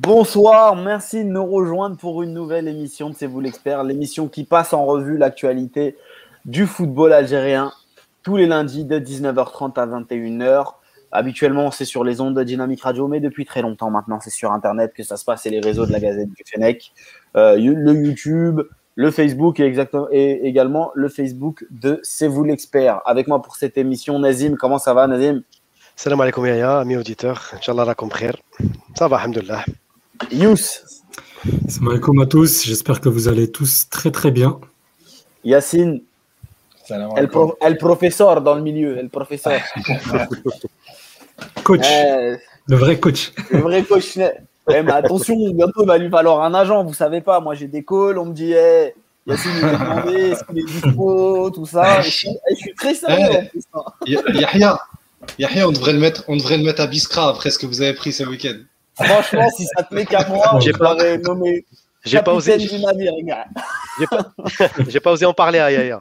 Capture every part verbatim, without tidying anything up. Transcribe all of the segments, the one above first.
Bonsoir, merci de nous rejoindre pour une nouvelle émission de C'est vous l'expert, l'émission qui passe en revue l'actualité du football algérien tous les lundis de dix-neuf heures trente à vingt et une heures. Habituellement, c'est sur les ondes de Dynamique Radio, mais depuis très longtemps maintenant, c'est sur Internet que ça se passe et les réseaux de la Gazette du Fennec, euh, le YouTube, le Facebook et, exactement, et également le Facebook de C'est vous l'expert. Avec moi pour cette émission, Nazim. Comment ça va, Nazim? Salam alaikum Yaya, amis auditeurs. Inch'Allah rakom khair. Ça va, alhamdoulilah. Yous. Salam alaikum à tous. J'espère que vous allez tous très très bien. Yassine. El, pro, el professeur dans le milieu, el professeur. Coach. Euh, le vrai coach. Le vrai coach. Eh, mais attention, bientôt il va lui falloir un agent, vous savez pas. Moi j'ai des calls, on me dit hey, Yassine il m'a demandé est-ce qu'il est dispo, tout ça. Et je, suis, et je suis très sérieux hey, en plus. Hein. Yahya, Yahya, on devrait le mettre, on devrait le mettre à Biskra après ce que vous avez pris ce week-end. Franchement, si ça tenait qu'à moi, j'ai pas nommé. J'ai pas osé. Du navire, j'ai pas, j'ai pas osé en parler à Yaya.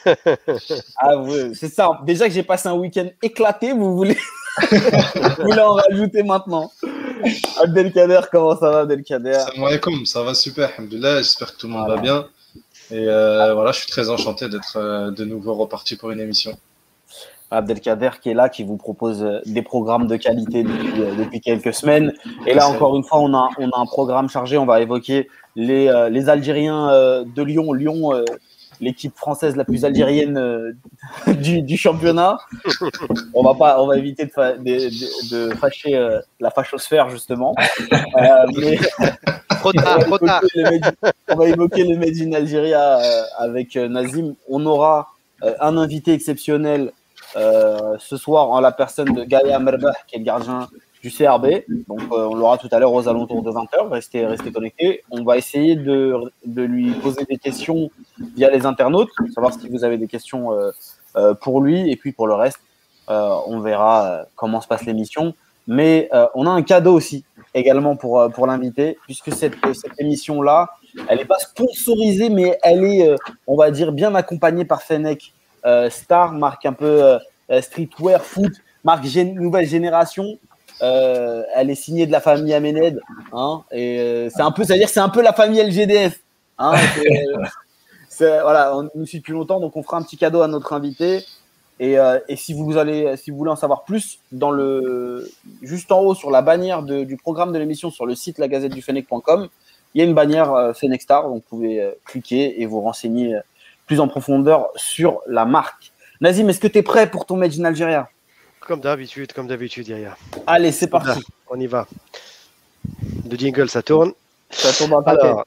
Ah oui, c'est ça. Déjà que j'ai passé un week-end éclaté, vous voulez, vous voulez en rajouter maintenant. Abdelkader, comment ça va, Abdelkader? Salam alaikum, ça va super, alhamdoulilah. J'espère que tout le monde voilà. va bien. Et euh, voilà, je suis très enchanté d'être euh, de nouveau reparti pour une émission. Abdelkader qui est là, qui vous propose des programmes de qualité depuis, euh, depuis quelques semaines. Et là, encore une fois, on a, on a un programme chargé. On va évoquer les, euh, les Algériens euh, de Lyon. Lyon, euh, l'équipe française la plus algérienne euh, du, du championnat. On va, pas, on va éviter de, fa- de, de, de fâcher euh, la fachosphère, justement. Euh, mais trop tard, trop tard. On va évoquer le Made in Algeria euh, avec euh, Nazim. On aura euh, un invité exceptionnel Euh, ce soir en la personne de Gaïa Merbah qui est le gardien du C R B. Donc euh, on l'aura tout à l'heure aux alentours de vingt heures. Restez, restez connectés. On va essayer de, de lui poser des questions via les internautes, savoir si vous avez des questions euh, euh, pour lui. Et puis pour le reste, euh, on verra euh, comment se passe l'émission. Mais euh, on a un cadeau aussi également pour, euh, pour l'invité, puisque cette, cette émission-là, elle n'est pas sponsorisée, mais elle est, euh, on va dire, bien accompagnée par Fennec. Euh, Star, marque un peu euh, streetwear, foot, marque gén- nouvelle génération. Euh, elle est signée de la famille Amened, hein, et euh, c'est un peu, c'est-à-dire c'est un peu la famille L G D F. Hein, c'est, c'est, voilà, on nous suit depuis longtemps, donc on fera un petit cadeau à notre invité. Et, euh, et si vous allez, si vous voulez en savoir plus, dans le, juste en haut sur la bannière de, du programme de l'émission sur le site la gazette du fennec point com, il y a une bannière euh, Fennec Star, donc vous pouvez euh, cliquer et vous renseigner euh, plus en profondeur sur la marque. Nazim, est-ce que tu es prêt pour ton match in Algérie? Comme d'habitude, comme d'habitude, Yaya. Allez, c'est parti. Là, on y va. Le jingle, ça tourne. Ça tourne en Alors,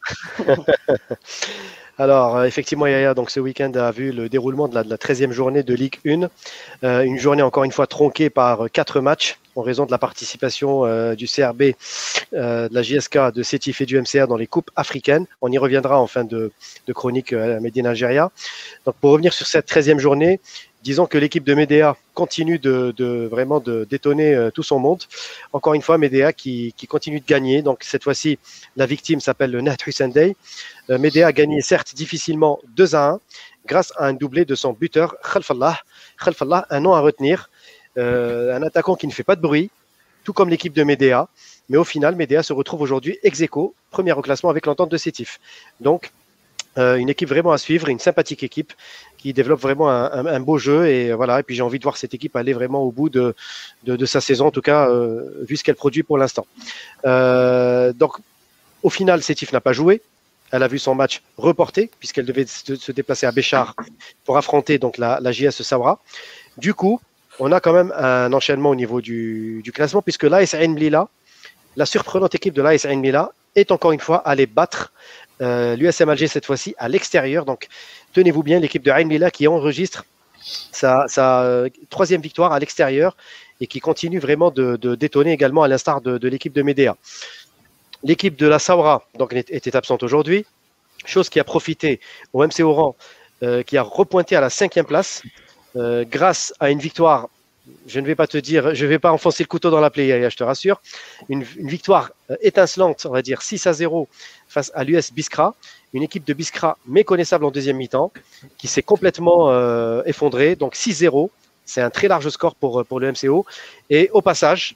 Alors, effectivement, Yaya, donc ce week-end a vu le déroulement de la, de la treizième journée de Ligue un. Euh, une journée encore une fois tronquée par quatre matchs en raison de la participation euh, du C R B, euh, de la J S K, de Sétif et du M C R dans les coupes africaines. On y reviendra en fin de, de chronique euh, Made in Algeria. Donc, pour revenir sur cette treizième journée, disons que l'équipe de Médéa continue de, de vraiment de détonner euh, tout son monde. Encore une fois, Médéa qui, qui continue de gagner. Donc cette fois-ci, la victime s'appelle le Naht Hussein Dey. Euh, Médéa a gagné certes difficilement deux à un grâce à un doublé de son buteur Khalfallah. Khalfallah, un nom à retenir, euh, un attaquant qui ne fait pas de bruit, tout comme l'équipe de Médéa. Mais au final, Médéa se retrouve aujourd'hui ex aequo, premier au classement avec l'entente de Sétif. Donc Euh, une équipe vraiment à suivre, une sympathique équipe qui développe vraiment un, un, un beau jeu et voilà. Et puis j'ai envie de voir cette équipe aller vraiment au bout de, de, de sa saison, en tout cas euh, vu ce qu'elle produit pour l'instant. Euh, donc au final, Sétif n'a pas joué. Elle a vu son match reporté puisqu'elle devait se, se déplacer à Béchar pour affronter donc la, la J S Saoura. Du coup, on a quand même un enchaînement au niveau du, du classement puisque l'A S Ain Blila, la surprenante équipe de l'A S Ain Blila, est encore une fois allée battre Euh, l'U S M Alger cette fois-ci à l'extérieur. Donc tenez-vous bien, l'équipe de Ain Blila qui enregistre sa, sa euh, troisième victoire à l'extérieur et qui continue vraiment de, de détonner également à l'instar de, de l'équipe de Médéa. L'équipe de la Saoura donc, était absente aujourd'hui, chose qui a profité au M C Oran euh, qui a repointé à la cinquième place euh, grâce à une victoire. Je ne vais pas te dire, je ne vais pas enfoncer le couteau dans la plaie, je te rassure. Une, une victoire étincelante, on va dire six à zéro face à l'U S Biskra, une équipe de Biskra méconnaissable en deuxième mi-temps, qui s'est complètement euh, effondrée. Donc six zéro, c'est un très large score pour, pour le M C O. Et au passage,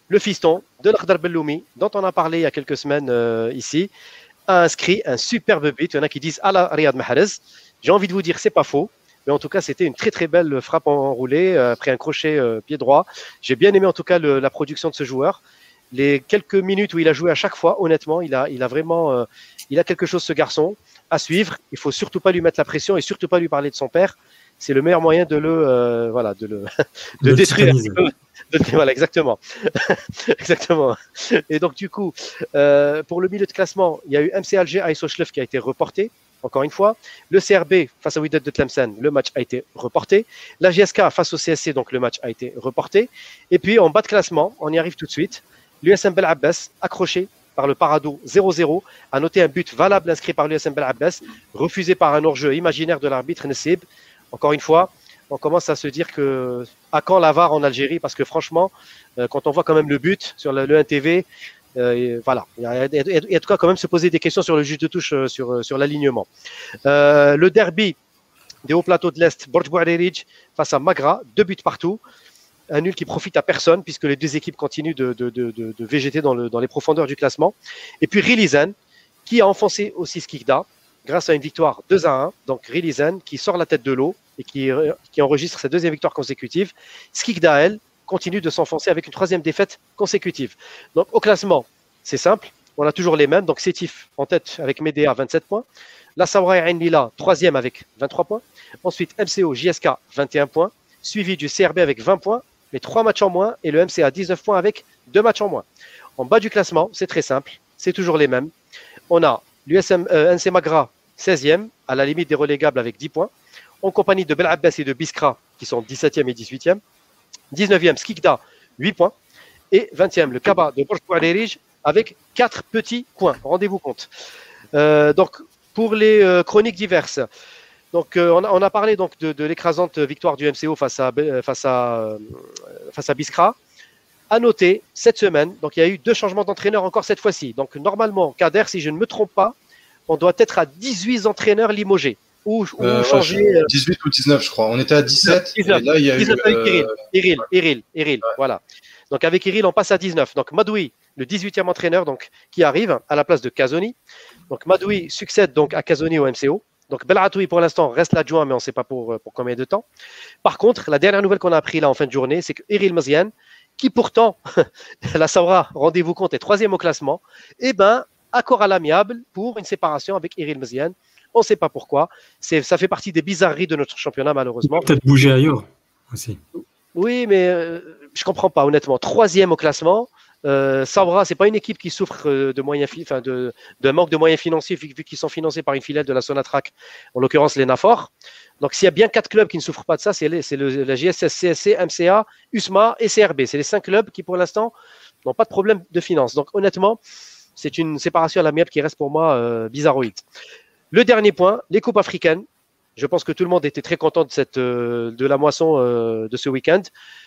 le fiston de l'Akhdar Belloumi, dont on a parlé il y a quelques semaines euh, ici, a inscrit un superbe but. Il y en a qui disent « Allah Riyad Mahrez ». J'ai envie de vous dire, c'est pas faux. Mais en tout cas, c'était une très très belle frappe enroulée, euh, après un crochet euh, pied droit. J'ai bien aimé en tout cas le, la production de ce joueur. Les quelques minutes où il a joué à chaque fois, honnêtement, il a, il a vraiment, euh, il a quelque chose ce garçon à suivre. Il faut surtout pas lui mettre la pression et surtout pas lui parler de son père. C'est le meilleur moyen de le, euh, voilà, de le, de Le détruire. titaniser. De- voilà, exactement, exactement. Et donc du coup, euh, pour le milieu de classement, il y a eu M C Alger à Isochlev qui a été reporté. Encore une fois, le C R B face à Wydad de Tlemcen, le match a été reporté. La J S K face au C S C, donc le match a été reporté. Et puis en bas de classement, on y arrive tout de suite. L'U S M Bel Abbas, accroché par le Parado zéro zéro, a noté un but valable inscrit par l'U S M Bel Abbas, refusé par un hors-jeu imaginaire de l'arbitre Nessib. Encore une fois, on commence à se dire que à quand la V A R en Algérie, parce que franchement, euh, quand on voit quand même le but sur le, le un T V, euh, voilà, il y a, il y a en tout cas quand même se poser des questions sur le juge de touche, euh, sur, sur l'alignement. Euh, le derby des hauts plateaux de l'Est, Borj Bouarerij face à Magra, deux buts partout. Un nul qui profite à personne puisque les deux équipes continuent de, de, de, de, de végéter dans, le, dans les profondeurs du classement. Et puis Rilizan qui a enfoncé aussi Skikda grâce à une victoire deux à un. Donc Rilizan qui sort la tête de l'eau et qui, qui enregistre sa deuxième victoire consécutive. Skikda, elle, continue de s'enfoncer avec une troisième défaite consécutive. Donc au classement, c'est simple, on a toujours les mêmes. Donc Sétif en tête avec Médéa vingt-sept points. La Saoura et Ain Lila troisième avec vingt-trois points. Ensuite M C O J S K vingt et un points, suivi du C R B avec vingt points, mais trois matchs en moins, et le M C A dix-neuf points avec deux matchs en moins. En bas du classement, c'est très simple, c'est toujours les mêmes. On a l'U S M euh, N C Magra seizième, à la limite des relégables avec dix points, en compagnie de Bel Abbas et de Biskra qui sont dix-septième et dix-huitième. dix-neuvième, Skikda, huit points. Et vingtième, le Kaba de Borj Bouarerij avec quatre petits points. Rendez-vous compte. Euh, donc, pour les euh, chroniques diverses, donc, euh, on, a, on a parlé donc, de, de l'écrasante victoire du M C O face à, face à, euh, face à Biskra. À noter, cette semaine, donc, il y a eu deux changements d'entraîneur encore cette fois-ci. Donc, normalement, Kader, si je ne me trompe pas, on doit être à dix-huit entraîneurs limogés. Ou, ou Euh, changer. ouais, dix-huit ou dix-neuf, je crois. On était à dix-sept. dix-neuf, et là, il y a dix-neuf eu. avec Iril, euh, Iril, Iril, Iril, voilà. Donc avec Iril, on passe à dix-neuf. Donc Madoui, le dix-huitième entraîneur, donc qui arrive à la place de Kazoni. Donc Madoui succède donc à Kazoni au M C O. Donc Belatoui pour l'instant reste l'adjoint, mais on ne sait pas pour, pour combien de temps. Par contre, la dernière nouvelle qu'on a appris là en fin de journée, c'est que Iril Mazian, qui pourtant, la Saoura, rendez-vous compte, est troisième au classement, eh ben, accord à l'amiable pour une séparation avec Iril Mazian. On ne sait pas pourquoi. C'est, ça fait partie des bizarreries de notre championnat, malheureusement. Peut-être bouger ailleurs aussi. Oui, mais euh, je ne comprends pas, honnêtement. Troisième au classement. Euh, Saoura, ce n'est pas une équipe qui souffre de moyens, enfin de, d'un manque de moyens financiers, vu, vu qu'ils sont financés par une filiale de la Sonatrach, en l'occurrence les Nafor. Donc, s'il y a bien quatre clubs qui ne souffrent pas de ça, c'est, les, c'est le, la J S S, C S C, M C A, U S M A et C R B. C'est les cinq clubs qui, pour l'instant, n'ont pas de problème de finance. Donc, honnêtement, c'est une séparation à l'amiable qui reste pour moi euh, bizarroïde. Le dernier point, les coupes africaines. Je pense que tout le monde était très content de, cette, euh, de la moisson euh, de ce week-end.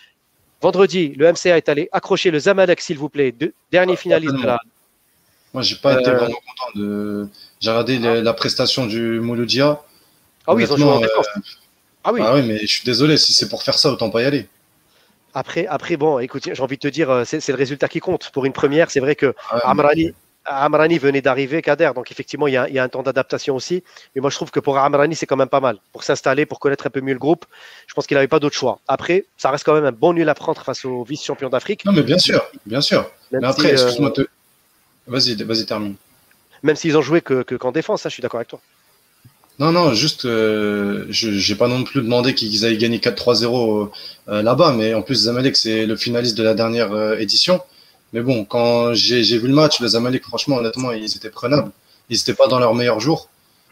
Vendredi, le M C A est allé accrocher le Zamalek, s'il vous plaît, de, dernier finaliste de la. Moi, j'ai pas Euh, été vraiment content de. J'ai regardé la, la prestation du Mouloudia. Ah oui, ils ont joué en Honnêtement, défense. euh, Ah oui. Ah oui, mais je suis désolé, si c'est pour faire ça, autant pas y aller. Après, après, bon, écoute, j'ai envie de te dire, euh, c'est, c'est le résultat qui compte. Pour une première, c'est vrai que Ah ouais, Amrani, Amrani venait d'arriver, Kader, donc effectivement, il y, a, il y a un temps d'adaptation aussi. Mais moi, je trouve que pour Amrani, c'est quand même pas mal. Pour s'installer, pour connaître un peu mieux le groupe, je pense qu'il n'avait pas d'autre choix. Après, ça reste quand même un bon nul à prendre face au vice-champion d'Afrique. Non, mais bien sûr, bien sûr. Même mais après, si, euh, excuse-moi, te... vas-y, vas-y, termine. Même s'ils ont joué que, que, qu'en défense, ça, je suis d'accord avec toi. Non, non, juste, euh, je n'ai pas non plus demandé qu'ils aillent gagner quatre trois zéro euh, là-bas, mais en plus, Zamalek, c'est le finaliste de la dernière euh, édition. Mais bon, quand j'ai, j'ai vu le match, le Zamalek, franchement, honnêtement, ils étaient prenables. Ils n'étaient pas dans leur meilleur jour.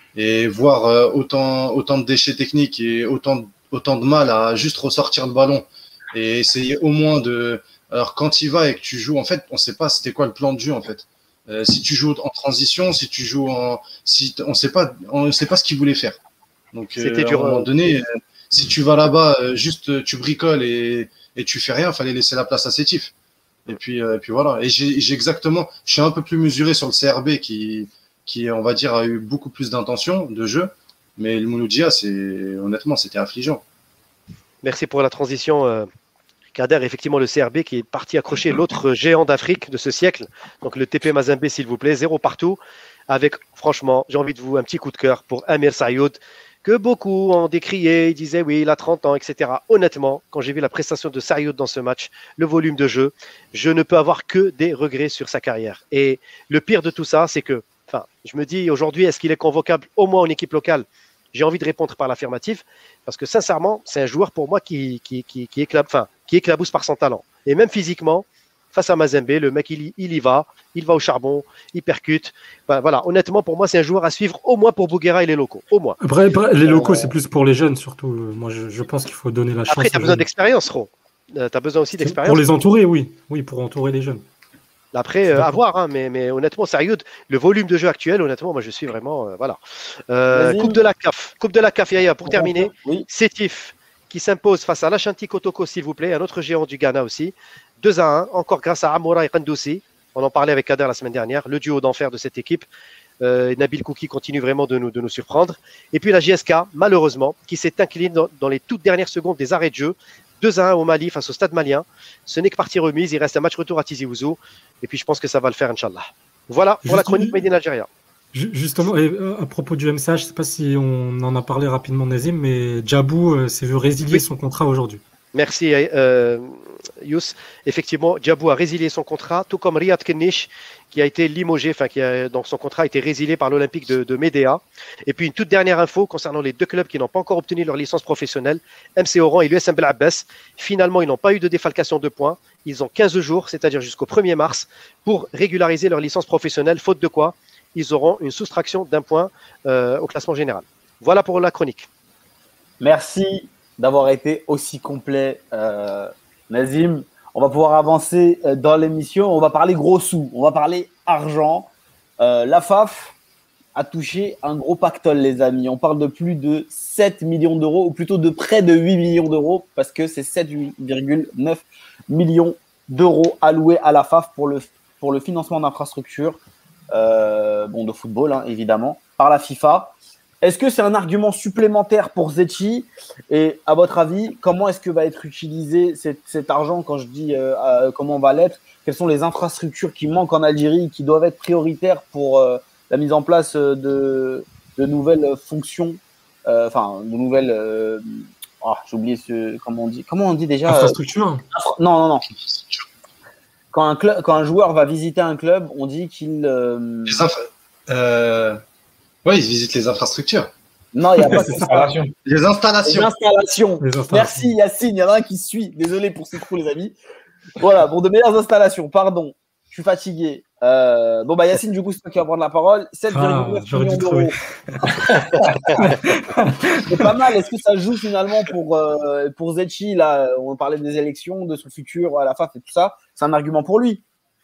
Et voir euh, autant, autant de déchets techniques et autant, autant de mal à juste ressortir le ballon et essayer au moins de. Alors, quand il va et que tu joues, en fait, on ne sait pas c'était quoi le plan de jeu, en fait. Euh, si tu joues en transition, si tu joues en, si on sait pas, on sait pas ce qu'il voulait faire. Donc C'était euh, dur, à un moment donné, euh, si tu vas là-bas, euh, juste tu bricoles et, et tu fais rien, fallait laisser la place à Sétif. Et puis, euh, et puis voilà. Et j'ai, j'ai exactement, je suis un peu plus mesuré sur le C R B qui, qui, on va dire, a eu beaucoup plus d'intention de jeu. Mais le Mouloudia, c'est honnêtement, c'était affligeant. Merci pour la transition, euh, Kader, effectivement, le C R B qui est parti accrocher l'autre géant d'Afrique de ce siècle, donc le T P Mazembe, s'il vous plaît, zéro partout, avec, franchement, j'ai envie de vous, un petit coup de cœur pour Amir Sayoud, que beaucoup ont décrié, ils disaient oui, il a trente ans, et cetera. Honnêtement, quand j'ai vu la prestation de Sayoud dans ce match, le volume de jeu, je ne peux avoir que des regrets sur sa carrière. Et le pire de tout ça, c'est que, enfin, je me dis aujourd'hui, est-ce qu'il est convocable au moins en équipe locale? J'ai envie de répondre par l'affirmative, parce que sincèrement, c'est un joueur pour moi qui, qui, qui, qui, éclate, enfin, qui éclabousse par son talent. Et même physiquement, face à Mazembe, le mec, il, il y va, il va au charbon, il percute. Enfin, voilà, honnêtement, pour moi, c'est un joueur à suivre au moins pour Bouguera et les locaux, au moins. Après, après les locaux, c'est plus pour les jeunes, surtout. Moi, je, je pense qu'il faut donner la chance. Après, tu as besoin d'expérience, Ro. Euh, tu as besoin aussi d'expérience. Pour les entourer, oui. Oui, pour entourer les jeunes. Après, euh, à voir, hein, mais, mais honnêtement, sérieux, le volume de jeu actuel, honnêtement, moi je suis vraiment. Euh, voilà. Euh, coupe de la C A F. Coupe de la C A F, Yaya, pour terminer. Oui. Sétif qui s'impose face à l'Ashanti Kotoko, s'il vous plaît, un autre géant du Ghana aussi. deux à un, encore grâce à Amoura et Kandoussi. On en parlait avec Kader la semaine dernière, le duo d'enfer de cette équipe. Euh, Nabil Kouki continue vraiment de nous, de nous surprendre. Et puis la J S K, malheureusement, qui s'est inclinée dans, dans les toutes dernières secondes des arrêts de jeu. deux à un au Mali face au Stade malien. Ce n'est que partie remise. Il reste un match retour à Tizi Ouzou. Et puis je pense que ça va le faire, Inch'Allah. Voilà pour Juste, la chronique Made in Algeria. Justement, et à propos du M C H, je ne sais pas si on en a parlé rapidement, Nazim, mais Djabou euh, s'est vu résilier oui. son contrat aujourd'hui. Merci, euh, Yous. Effectivement, Djabou a résilié son contrat, tout comme Riyad Kennish, qui a été limogé, enfin, qui a, donc son contrat a été résilié par l'Olympique de, de Médéa. Et puis, une toute dernière info concernant les deux clubs qui n'ont pas encore obtenu leur licence professionnelle, M C Oran et l'U S M Belabès. Finalement, ils n'ont pas eu de défalcation de points. Ils ont quinze jours, c'est-à-dire jusqu'au premier mars, pour régulariser leur licence professionnelle, faute de quoi ils auront une soustraction d'un point euh, au classement général. Voilà pour la chronique. Merci d'avoir été aussi complet, euh, Nazim. On va pouvoir avancer dans l'émission. On va parler gros sous, on va parler argent. Euh, la F A F a touché un gros pactole, les amis. On parle de plus de sept millions d'euros, ou plutôt de près de huit millions d'euros, parce que c'est sept virgule neuf millions d'euros alloués à la F A F pour le, pour le financement d'infrastructures, euh, bon, de football, hein, évidemment, par la FIFA. Est-ce que c'est un argument supplémentaire pour Zetchi? Et à votre avis, comment est-ce que va être utilisé cet, cet argent? Quand je dis euh, euh, comment va l'être, quelles sont les infrastructures qui manquent en Algérie, qui doivent être prioritaires pour euh, la mise en place de, de nouvelles fonctions, euh, enfin de nouvelles. Euh, oh, j'ai oublié ce comment on dit. Comment on dit déjà? Infrastructure. Euh, infra, non, non, non. Quand un club, quand un joueur va visiter un club, on dit qu'il. Euh, les inf- euh... Oui, ils visitent les infrastructures. Non, il n'y a pas de installations. Les installations. Les installations. Les installations. Merci Yacine, il y en a un qui suit. Désolé pour ce trou, les amis. Voilà, pour de meilleures installations, pardon. Je suis fatigué. Euh, bon, bah Yacine, du coup, c'est toi qui vas prendre la parole. sept virgule neuf ah, millions d'euros. C'est pas mal. Est-ce que ça joue finalement pour, euh, pour Zetchi, là, on parlait des élections, de son futur à la F A F et tout ça. C'est un argument pour lui.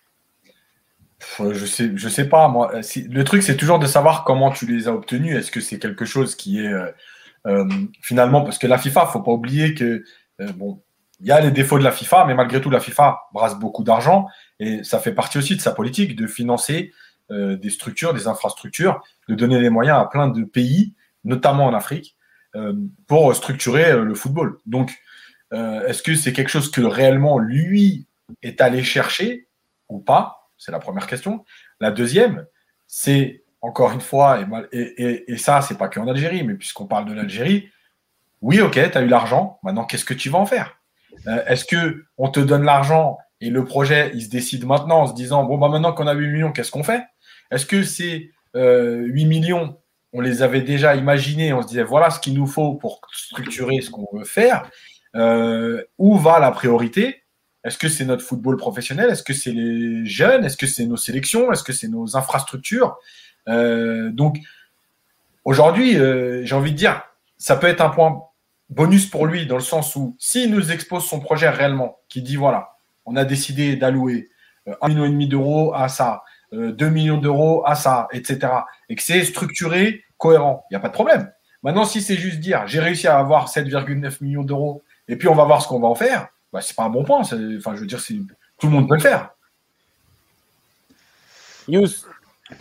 Je sais, je sais pas, moi. Le truc, c'est toujours de savoir comment tu les as obtenus. Est-ce que c'est quelque chose qui est euh, euh, finalement, parce que la FIFA, faut pas oublier que euh, bon, il y a les défauts de la FIFA, mais malgré tout, la FIFA brasse beaucoup d'argent et ça fait partie aussi de sa politique de financer euh, des structures, des infrastructures, de donner les moyens à plein de pays, notamment en Afrique, euh, pour structurer euh, le football. Donc, euh, est-ce que c'est quelque chose que réellement lui est allé chercher ou pas? C'est la première question. La deuxième, c'est, encore une fois, et, et, et ça, c'est pas qu'en Algérie, mais puisqu'on parle de l'Algérie, oui, ok, tu as eu l'argent, maintenant, qu'est-ce que tu vas en faire? euh, Est-ce qu'on te donne l'argent et le projet, il se décide maintenant en se disant, bon, bah maintenant qu'on a huit millions, qu'est-ce qu'on fait? Est-ce que ces euh, huit millions, on les avait déjà imaginés, on se disait, voilà ce qu'il nous faut pour structurer ce qu'on veut faire, euh, où va la priorité? Est-ce que c'est notre football professionnel? Est-ce que c'est les jeunes? Est-ce que c'est nos sélections? Est-ce que c'est nos infrastructures? euh, Donc, aujourd'hui, euh, j'ai envie de dire, ça peut être un point bonus pour lui dans le sens où, s'il nous expose son projet réellement, qui dit, voilà, on a décidé d'allouer un million et demi d'euros à ça, euh, deux millions d'euros à ça, et cetera, et que c'est structuré, cohérent, il n'y a pas de problème. Maintenant, si c'est juste dire, j'ai réussi à avoir sept virgule neuf millions d'euros, et puis on va voir ce qu'on va en faire, bah, c'est pas un bon point. Enfin, je veux dire, c'est... tout le monde peut le faire. Yous. Ouais.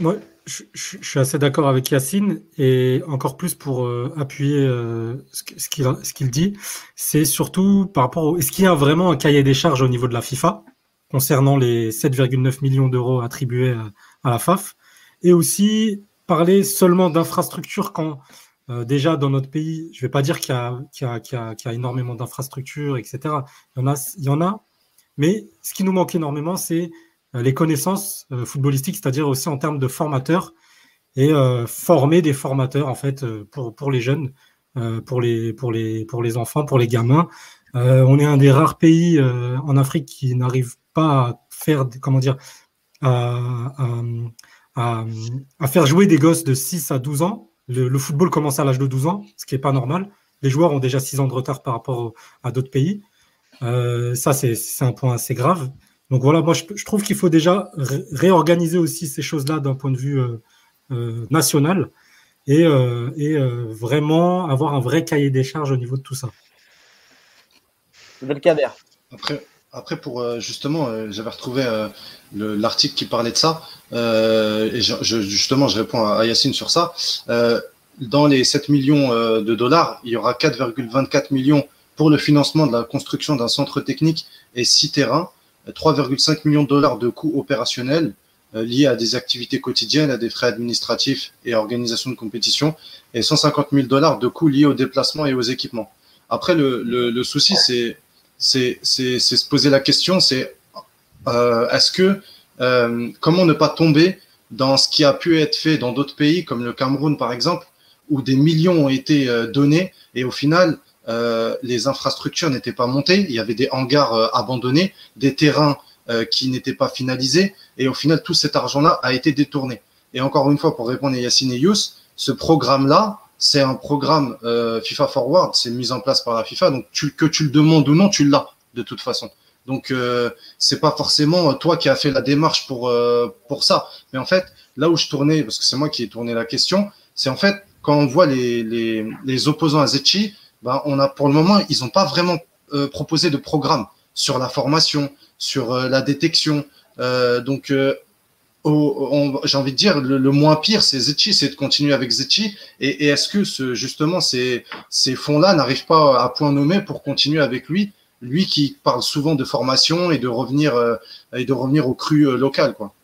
je, je- je suis assez d'accord avec Yacine et encore plus pour euh, appuyer euh, ce, que- ce qu'il ce qu'il dit, c'est surtout par rapport au, est-ce qu'il y a vraiment un cahier des charges au niveau de la FIFA concernant les sept virgule neuf millions d'euros attribués à, à la F A F et aussi parler seulement d'infrastructures quand euh, déjà dans notre pays, je vais pas dire qu'il y a, qu'il y a, qu'il y a, qu'il y a énormément d'infrastructures, et cetera. Il y en a, il y en a, mais ce qui nous manque énormément, c'est euh, les connaissances euh, footballistiques, c'est-à-dire aussi en termes de formateurs et euh, former des formateurs en fait euh, pour pour les jeunes, euh, pour les pour les pour les enfants, pour les gamins. Euh, on est un des rares pays euh, en Afrique qui n'arrive pas à faire des- comment dire à, à, à- à faire jouer des gosses de six à douze ans. Le, le football commence à l'âge de douze ans, ce qui est pas normal. Les joueurs ont déjà six ans de retard par rapport au- à d'autres pays. Euh, ça, c'est c'est un point assez grave. Donc voilà, moi, je, je trouve qu'il faut déjà ré- réorganiser aussi ces choses-là d'un point de vue euh, euh, national et, euh, et euh, vraiment avoir un vrai cahier des charges au niveau de tout ça. Belkader. Après, après pour euh, justement, euh, j'avais retrouvé euh, le- l'article qui parlait de ça, euh, et je, je- justement, je réponds à, à Yacine sur ça. Euh, dans les sept millions euh, de dollars, il y aura quatre virgule vingt-quatre millions pour le financement de la construction d'un centre technique et six terrains, trois virgule cinq millions de dollars de coûts opérationnels euh, liés à des activités quotidiennes, à des frais administratifs et à organisation de compétition, et cent cinquante mille dollars de coûts liés aux déplacements et aux équipements. Après, le, le, le souci, c'est c'est c'est c'est se poser la question, c'est euh, est-ce que euh, comment ne pas tomber dans ce qui a pu être fait dans d'autres pays comme le Cameroun par exemple, où des millions ont été euh, donnés et au final euh, les infrastructures n'étaient pas montées, il y avait des hangars euh, abandonnés, des terrains euh, qui n'étaient pas finalisés et au final tout cet argent-là a été détourné. Et encore une fois pour répondre à Yacine et Yous, ce programme-là c'est un programme euh, FIFA Forward, c'est mis en place par la FIFA, donc tu, que tu le demandes ou non, tu l'as de toute façon. Donc euh, c'est pas forcément toi qui as fait la démarche pour euh, pour ça, mais en fait là où je tournais, parce que c'est moi qui ai tourné la question, c'est en fait quand on voit les les, les opposants à Zetchi, ben on a pour le moment ils n'ont pas vraiment euh, proposé de programme sur la formation, sur euh, la détection, euh, donc euh, au- on- j'ai envie de dire, le, le moins pire, c'est Zetchi, c'est de continuer avec Zetchi. Et, et est-ce que ce, justement ces, ces fonds-là n'arrivent pas à point nommé pour continuer avec lui, lui qui parle souvent de formation et de revenir euh, et de revenir au cru euh, local, quoi.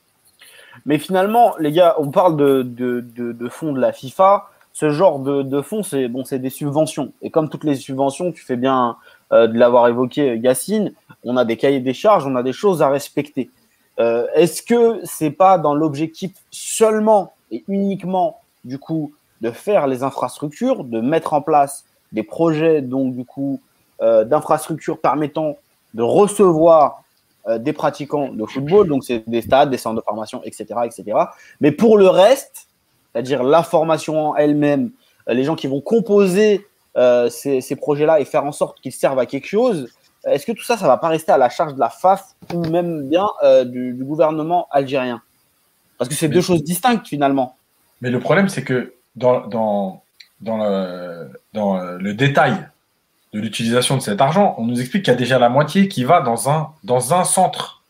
Mais finalement, les gars, on parle de, de, de, de fonds de la FIFA. Ce genre de, de fonds, c'est bon, c'est des subventions. Et comme toutes les subventions, tu fais bien euh, de l'avoir évoqué, Yacine, on a des cahiers des charges, on a des choses à respecter. Euh, est-ce que c'est pas dans l'objectif seulement et uniquement, du coup, de faire les infrastructures, de mettre en place des projets, donc, du coup, euh, d'infrastructures permettant de recevoir euh, des pratiquants de football, donc c'est des stades, des centres de formation, et cetera, et cetera. Mais pour le reste, c'est-à-dire la formation en elle-même, euh, les gens qui vont composer euh, ces, ces projets-là et faire en sorte qu'ils servent à quelque chose, est-ce que tout ça, ça va pas rester à la charge de la F A F ou même bien euh, du, du gouvernement algérien? Parce que c'est Mais, deux choses distinctes finalement. mais le problème, c'est que dans, dans, dans, le, dans le détail de l'utilisation de cet argent, on nous explique qu'il y a déjà la moitié qui va dans un, dans un centre.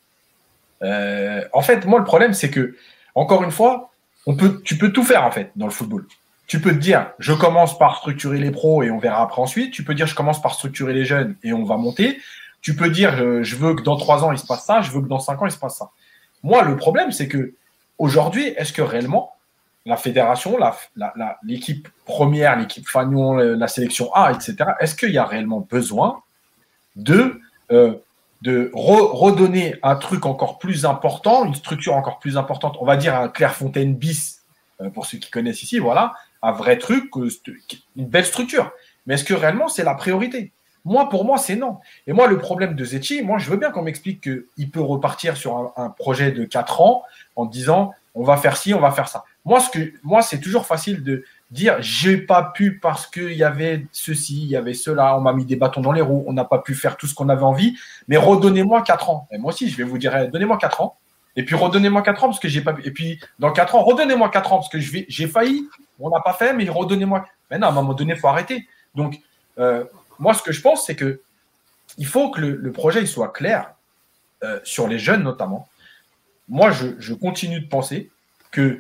Euh, en fait, moi, le problème, c'est que, encore une fois, on peut, tu peux tout faire, en fait, dans le football. Tu peux te dire, je commence par structurer les pros et on verra après ensuite. Tu peux dire, je commence par structurer les jeunes et on va monter. Tu peux dire, je, je veux que dans trois ans, il se passe ça. Je veux que dans cinq ans, il se passe ça. Moi, le problème, c'est que aujourd'hui, est-ce que réellement, la fédération, la, la, la, l'équipe première, l'équipe Fagnon, la sélection A, et cetera, est-ce qu'il y a réellement besoin de, euh, de re- redonner un truc encore plus important, une structure encore plus importante, on va dire un Clairefontaine bis, euh, pour ceux qui connaissent ici, voilà, un vrai truc, euh, une belle structure. Mais est-ce que réellement c'est la priorité? Moi, pour moi, c'est non. Et moi, le problème de Zetchi, moi, je veux bien qu'on m'explique qu'il peut repartir sur un, un projet de quatre ans en disant on va faire ci, on va faire ça. Moi, ce que, moi, c'est toujours facile de dire j'ai pas pu parce qu'il y avait ceci, il y avait cela, on m'a mis des bâtons dans les roues, on n'a pas pu faire tout ce qu'on avait envie, mais redonnez-moi quatre ans. Et moi aussi, je vais vous dire, donnez-moi quatre ans. Et puis redonnez-moi quatre ans parce que j'ai pas pu. Et puis dans quatre ans, redonnez-moi quatre ans parce que je vais, j'ai failli, on n'a pas fait, mais redonnez-moi. Mais non, à un moment donné, il faut arrêter. Donc, euh, moi, ce que je pense, c'est que il faut que le, le projet il soit clair euh, sur les jeunes notamment. Moi, je, je continue de penser que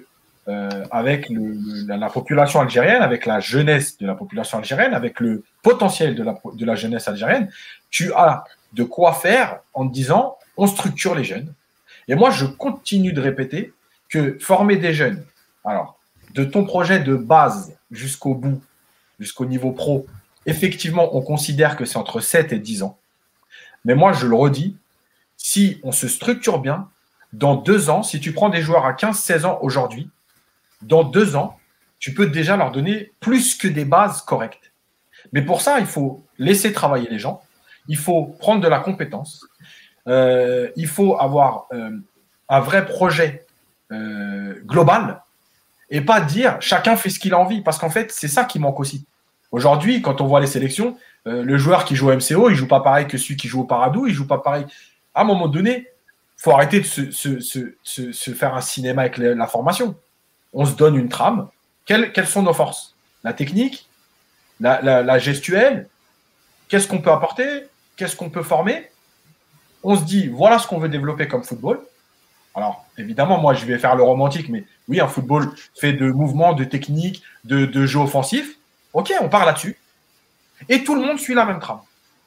euh, avec le, le, la, la population algérienne, avec la jeunesse de la population algérienne, avec le potentiel de la, de la jeunesse algérienne, tu as de quoi faire en te disant on structure les jeunes. Et moi, je continue de répéter que former des jeunes, alors, de ton projet de base jusqu'au bout, jusqu'au niveau pro, effectivement, on considère que c'est entre sept et dix ans. Mais moi, je le redis, si on se structure bien, dans deux ans, si tu prends des joueurs à quinze seize ans aujourd'hui, dans deux ans, tu peux déjà leur donner plus que des bases correctes. Mais pour ça, il faut laisser travailler les gens, il faut prendre de la compétence, euh, il faut avoir euh, un vrai projet euh, global et pas dire chacun fait ce qu'il a envie. Parce qu'en fait, c'est ça qui manque aussi. Aujourd'hui, quand on voit les sélections, euh, le joueur qui joue au M C O, il ne joue pas pareil que celui qui joue au Paradou, il ne joue pas pareil. À un moment donné, il faut arrêter de se, se, se, se, se faire un cinéma avec la, la formation. On se donne une trame. Quelles, quelles sont nos forces? La technique, la, la, la gestuelle, qu'est-ce qu'on peut apporter? Qu'est-ce qu'on peut former? On se dit, voilà ce qu'on veut développer comme football. Alors, évidemment, moi, je vais faire le romantique, mais oui, un football fait de mouvements, de techniques, de, de jeux offensifs. Ok, on part là-dessus. Et tout le monde suit la même trame.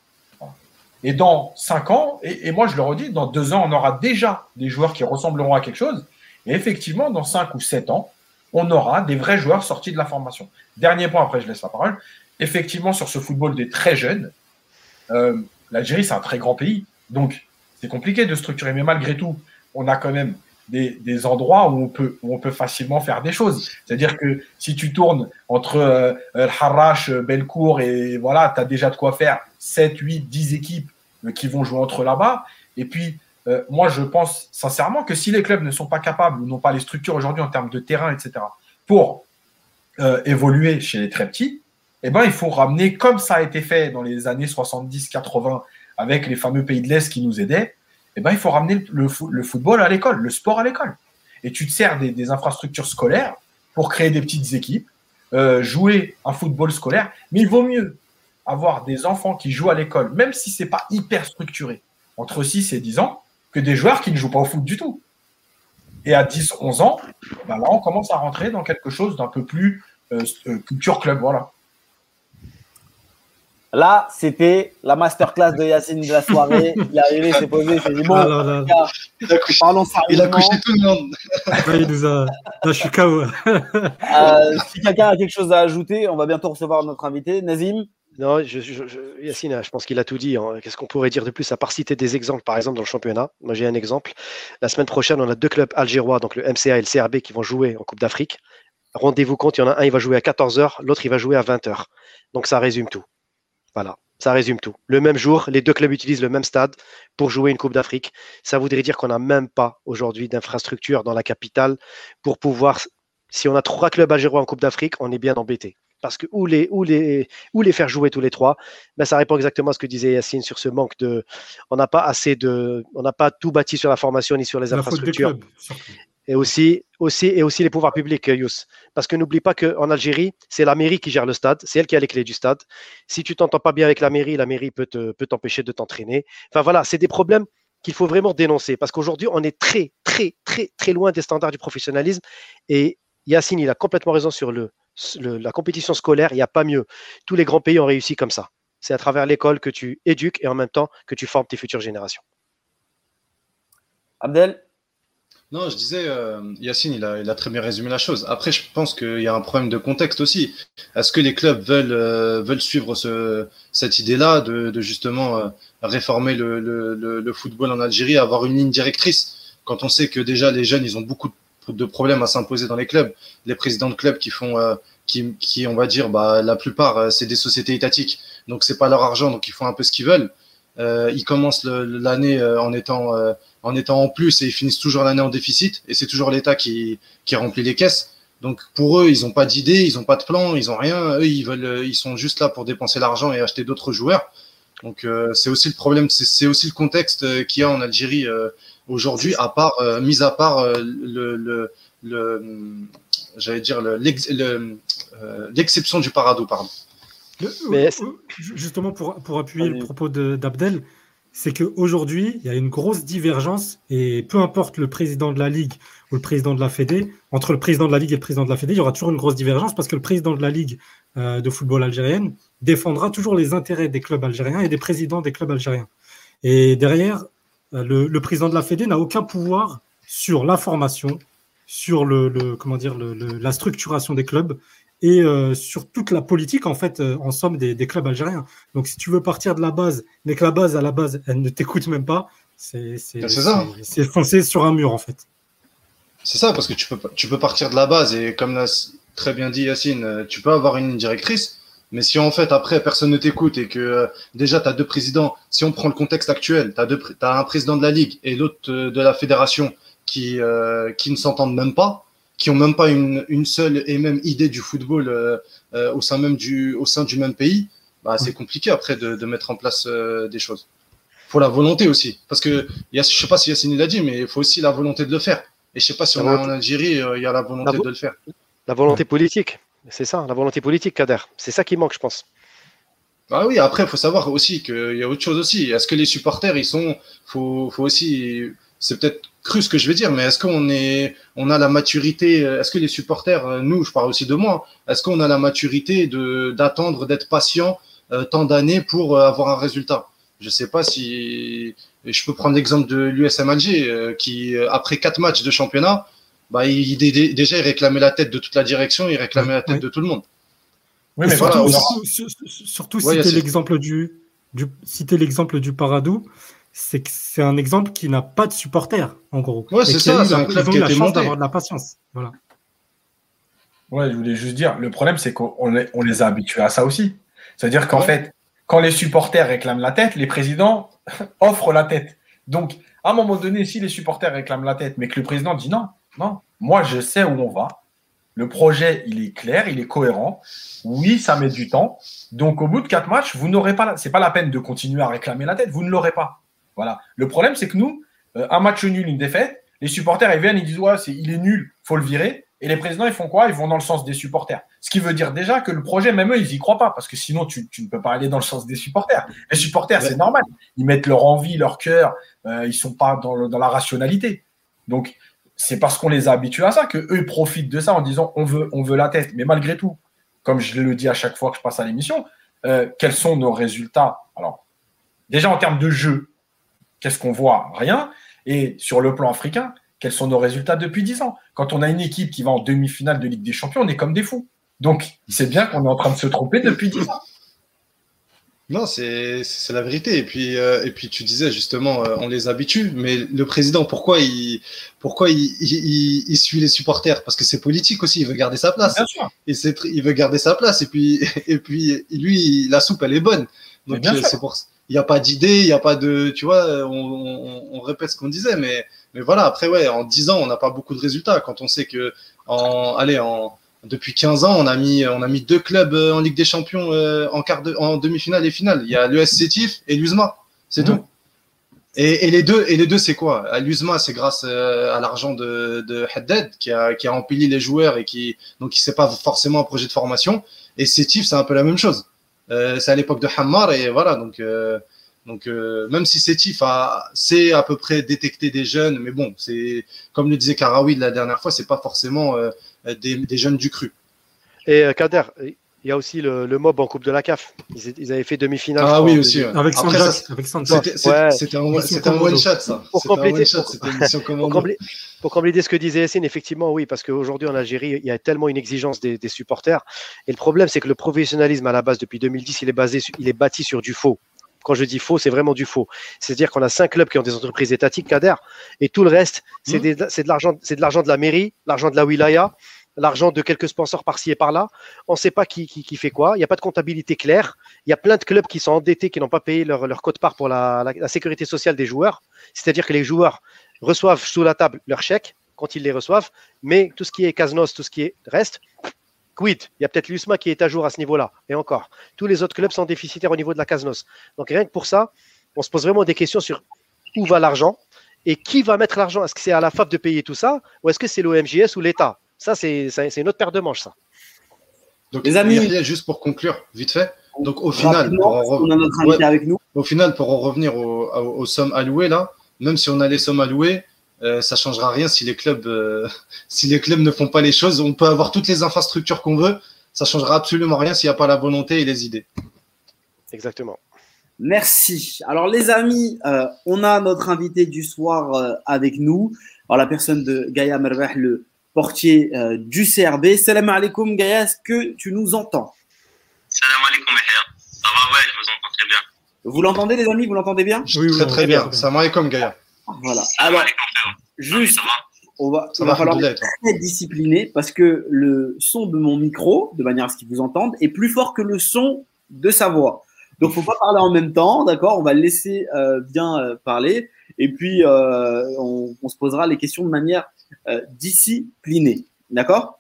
Et dans cinq ans, et, et moi, je le redis, dans deux ans, on aura déjà des joueurs qui ressembleront à quelque chose. Et effectivement, dans cinq ou sept ans, on aura des vrais joueurs sortis de la formation. Dernier point, après, je laisse la parole. Effectivement, sur ce football des très jeunes, euh, l'Algérie, c'est un très grand pays. Donc, c'est compliqué de structurer. Mais malgré tout, on a quand même des, des endroits où on, peut, où on peut facilement faire des choses. C'est-à-dire que si tu tournes entre euh, El Harrach, Belcourt, et voilà, tu as déjà de quoi faire sept, huit, dix équipes euh, qui vont jouer entre là-bas. Et puis, euh, moi, je pense sincèrement que si les clubs ne sont pas capables ou n'ont pas les structures aujourd'hui en termes de terrain, et cetera, pour euh, évoluer chez les très petits, eh ben, il faut ramener, comme ça a été fait dans les années soixante-dix quatre-vingts avec les fameux pays de l'Est qui nous aidaient, eh ben, il faut ramener le, le, le football à l'école, le sport à l'école. Et tu te sers des, des infrastructures scolaires pour créer des petites équipes, euh, jouer un football scolaire. Mais il vaut mieux avoir des enfants qui jouent à l'école, même si ce n'est pas hyper structuré, entre six et dix ans, que des joueurs qui ne jouent pas au foot du tout. Et à dix onze ans, ben là, on commence à rentrer dans quelque chose d'un peu plus euh, euh, culture club. Voilà. Là, c'était la masterclass de Yacine de la soirée. Il est arrivé, il s'est posé, il s'est dit bon, ah là, là. Gars, il, a couché, parlons il a couché tout le monde. Ouais, il nous a... Là, je suis K O. euh, si quelqu'un a quelque chose à ajouter, on va bientôt recevoir notre invité. Nazim? Non, je, je, je, Yacine, je pense qu'il a tout dit. Hein. Qu'est-ce qu'on pourrait dire de plus à part citer des exemples, par exemple, dans le championnat? Moi, j'ai un exemple. La semaine prochaine, on a deux clubs algérois, donc le M C A et le C R B, qui vont jouer en Coupe d'Afrique. Rendez-vous compte, il y en a un, il va jouer à quatorze heures, l'autre, il va jouer à vingt heures. Donc, ça résume tout. Voilà, ça résume tout. Le même jour, les deux clubs utilisent le même stade pour jouer une Coupe d'Afrique. Ça voudrait dire qu'on n'a même pas aujourd'hui d'infrastructure dans la capitale pour pouvoir. Si on a trois clubs algérois en Coupe d'Afrique, on est bien embêté. Parce que où les, où les, où les faire jouer tous les trois, ben ça répond exactement à ce que disait Yacine sur ce manque de. On n'a pas assez de. On n'a pas tout bâti sur la formation ni sur les la infrastructures. Faute des clubs, Et aussi, aussi, et aussi les pouvoirs publics, Youss. Parce que n'oublie pas qu'en Algérie, c'est la mairie qui gère le stade, c'est elle qui a les clés du stade. Si tu t'entends pas bien avec la mairie, la mairie peut, te, peut t'empêcher de t'entraîner. Enfin voilà, c'est des problèmes qu'il faut vraiment dénoncer. Parce qu'aujourd'hui, on est très, très, très, très loin des standards du professionnalisme. Et Yacine, il a complètement raison sur le, le, la compétition scolaire, il n'y a pas mieux. Tous les grands pays ont réussi comme ça. C'est à travers l'école que tu éduques et en même temps que tu formes tes futures générations. Abdel? Non, je disais, euh, Yacine, il a, il a très bien résumé la chose. Après, je pense qu'il y a un problème de contexte aussi. Est-ce que les clubs veulent, euh, veulent suivre ce, cette idée-là de, de justement euh, réformer le, le, le, le football en Algérie, avoir une ligne directrice, quand on sait que déjà les jeunes, ils ont beaucoup de problèmes à s'imposer dans les clubs. Les présidents de clubs qui font, euh, qui, qui, on va dire, bah, la plupart, euh, c'est des sociétés étatiques. Donc, c'est pas leur argent, donc ils font un peu ce qu'ils veulent. Euh, ils commencent le, l'année euh, en étant euh, en étant en plus et ils finissent toujours l'année en déficit et c'est toujours l'État qui qui remplit les caisses. Donc pour eux, ils ont pas d'idée, ils ont pas de plan, ils ont rien. Eux, ils veulent, ils sont juste là pour dépenser l'argent et acheter d'autres joueurs. Donc euh, c'est aussi le problème, c'est, c'est aussi le contexte qu'il y a en Algérie euh, aujourd'hui, à part euh, mis à part euh, le, le le j'allais dire le, l'ex, le euh, l'exception du Paradou, pardon. Le, Mais justement, pour, pour appuyer Allez. le propos de, d'Abdel, c'est qu'aujourd'hui, il y a une grosse divergence, et peu importe le président de la Ligue ou le président de la Fédé, entre le président de la Ligue et le président de la Fédé, il y aura toujours une grosse divergence parce que le président de la Ligue euh, de football algérienne défendra toujours les intérêts des clubs algériens et des présidents des clubs algériens. Et derrière, euh, le, le président de la Fédé n'a aucun pouvoir sur la formation, sur le, le, comment dire, le, le, la structuration des clubs et euh, sur toute la politique, en fait, euh, en somme, des, des clubs algériens. Donc, si tu veux partir de la base, mais que la base, à la base, elle ne t'écoute même pas, c'est, c'est, c'est, c'est foncer sur un mur, en fait. C'est ça, parce que tu peux, tu peux partir de la base et comme l'a très bien dit Yacine, tu peux avoir une directrice, mais si en fait, après, personne ne t'écoute et que euh, déjà, tu as deux présidents, si on prend le contexte actuel, tu as, as un président de la Ligue et l'autre euh, de la fédération qui, euh, qui ne s'entendent même pas, qui ont même pas une, une seule et même idée du football euh, euh, au sein même du au sein du même pays, bah c'est compliqué après de, de mettre en place euh, des choses. Faut la volonté aussi, parce que y a, je sais pas si Yacine l'a dit, mais il faut aussi la volonté de le faire. Et je sais pas si on a en Algérie, il euh, y a la volonté la vo- de le faire. La volonté politique, c'est ça, la volonté politique, Kader. C'est ça qui manque, je pense. Ah oui, après il faut savoir aussi qu'il y a autre chose aussi. Est-ce que les supporters, ils sont, faut faut aussi, c'est peut-être cru ce que je vais dire, mais est-ce qu'on est, on a la maturité, est-ce que les supporters, nous, je parle aussi de moi, est-ce qu'on a la maturité de, d'attendre, d'être patient euh, tant d'années pour euh, avoir un résultat? Je sais pas si, je peux prendre l'exemple de l'U S M Alger, euh, qui, après quatre matchs de championnat, bah, il, il, déjà, il réclamait la tête de toute la direction, il réclamait la tête oui. de tout le monde. Oui, mais surtout, voilà, surtout, surtout ouais, citer l'exemple du, du, citer l'exemple du Paradou, c'est que c'est un exemple qui n'a pas de supporters, en gros. Ouais, c'est ça, c'est un club qui a la chance monté. D'avoir de la patience. Voilà. Ouais, je voulais juste dire, le problème, c'est qu'on les, on les a habitués à ça aussi. C'est-à-dire qu'en ouais. fait, quand les supporters réclament la tête, les présidents offrent la tête. Donc, à un moment donné, si les supporters réclament la tête, mais que le président dit non, non, moi, je sais où on va. Le projet, il est clair, il est cohérent. Oui, ça met du temps. Donc, au bout de quatre matchs, vous n'aurez pas, la... c'est pas la peine de continuer à réclamer la tête, vous ne l'aurez pas. Voilà. Le problème, c'est que nous, euh, un match nul, une défaite, les supporters, ils viennent, ils disent ouais, c'est, il est nul, faut le virer. Et les présidents, ils font quoi? Ils vont dans le sens des supporters. Ce qui veut dire déjà que le projet, même eux, ils y croient pas, parce que sinon, tu, tu ne peux pas aller dans le sens des supporters. Les supporters, ouais. c'est normal. Ils mettent leur envie, leur cœur. Euh, ils sont pas dans, le, dans la rationalité. Donc, c'est parce qu'on les a habitués à ça que eux ils profitent de ça en disant on veut, on veut la tête. Mais malgré tout, comme je le dis à chaque fois que je passe à l'émission, euh, quels sont nos résultats? Alors, déjà en termes de jeu, qu'est-ce qu'on voit? Rien. Et sur le plan africain, quels sont nos résultats depuis dix ans? Quand on a une équipe qui va en demi-finale de Ligue des Champions, on est comme des fous. Donc, c'est bien qu'on est en train de se tromper depuis dix ans. Non, c'est, c'est la vérité. Et puis, euh, et puis tu disais justement, euh, on les habitue, mais le président, pourquoi il, pourquoi il, il, il, il suit les supporters? Parce que c'est politique aussi, il veut garder sa place. Bien sûr. Et c'est, il veut garder sa place. Et puis, et puis lui, la soupe, elle est bonne. Donc, euh, c'est pour il n'y a pas d'idée, il n'y a pas de, tu vois, on, on, on répète ce qu'on disait, mais, mais voilà, après, ouais, en dix ans, on n'a pas beaucoup de résultats. Quand on sait que, en, allez, en, depuis quinze ans, on a mis, on a mis deux clubs en Ligue des Champions euh, en quart de, en demi-finale et finale. Il y a l'U S Sétif et l'U S M A. C'est mmh. tout. Et, et les deux, et les deux, c'est quoi? À l'U S M A, c'est grâce euh, à l'argent de, de Haddad qui a, qui a rempli les joueurs et qui, donc, c'est pas forcément un projet de formation. Et Sétif, c'est un peu la même chose. Euh, c'est à l'époque de Hammar et voilà. Donc, euh, donc, euh, même si Sétif a, sait à peu près détecter des jeunes, mais bon, c'est, comme le disait Karaoui la dernière fois, c'est pas forcément, euh, Des, des jeunes du cru. Et euh, Kader, il y a aussi le, le mob en Coupe de la C A F. Ils, ils avaient fait demi-finale. Ah oui, aussi. Ouais. Avec Sanjak. C'était, c'était, ouais. c'était un, c'était un one shot, ça. Pour c'était compléter, un one shot, pour, c'était une mission pour, compléter, pour compléter ce que disait Yassine, effectivement, oui, parce qu'aujourd'hui en Algérie, il y a tellement une exigence des, des supporters. Et le problème, c'est que le professionnalisme à la base, depuis deux mille dix, il est, basé, il est bâti sur du faux. Quand je dis faux, c'est vraiment du faux. C'est-à-dire qu'on a cinq clubs qui ont des entreprises étatiques, Kader, et tout le reste, c'est, mmh. des, c'est, de, l'argent, c'est de l'argent de la mairie, l'argent de la wilaya, l'argent de quelques sponsors par-ci et par-là. On ne sait pas qui, qui, qui fait quoi. Il n'y a pas de comptabilité claire. Il y a plein de clubs qui sont endettés, qui n'ont pas payé leur, leur quote-part pour la, la, la sécurité sociale des joueurs. C'est-à-dire que les joueurs reçoivent sous la table leurs chèques quand ils les reçoivent, mais tout ce qui est Casnos, tout ce qui est reste, quid. Il y a peut-être l'U S M A qui est à jour à ce niveau-là. Et encore, tous les autres clubs sont déficitaires au niveau de la Casnos. Donc rien que pour ça, on se pose vraiment des questions sur où va l'argent et qui va mettre l'argent. Est-ce que c'est à la F A F de payer tout ça ou est-ce que c'est l'O M J S ou l'État? Ça, c'est, c'est une autre paire de manches, ça. Donc, les amis, juste pour conclure, vite fait, Donc au final, pour en, on a notre invité ouais, avec nous. Au final, pour en revenir aux, aux, aux sommes allouées, là, même si on a les sommes allouées, euh, ça ne changera rien si les, clubs, euh, si les clubs ne font pas les choses. On peut avoir toutes les infrastructures qu'on veut, ça ne changera absolument rien s'il n'y a pas la volonté et les idées. Exactement. Merci. Alors les amis, euh, on a notre invité du soir euh, avec nous. Alors la personne de Gaïa Merbah, le portier euh, du C R B. Salam alaikum Gaïa, est-ce que tu nous entends? Salam alaikum Yahya. Ça va, ouais, je vous entends très bien. Vous l'entendez les amis, vous l'entendez bien? Oui, oui, très très bien. Salam alaikum Gaïa. Voilà. Salam Alors, alaikum frère. juste, on va, Ça il va va, falloir Alhamdoulilah, être très discipliné parce que le son de mon micro, de manière à ce qu'ils vous entendent, est plus fort que le son de sa voix. Donc, faut pas parler en même temps, d'accord? On va le laisser euh, bien euh, parler et puis euh, on, on se posera les questions de manière euh, disciplinée, d'accord?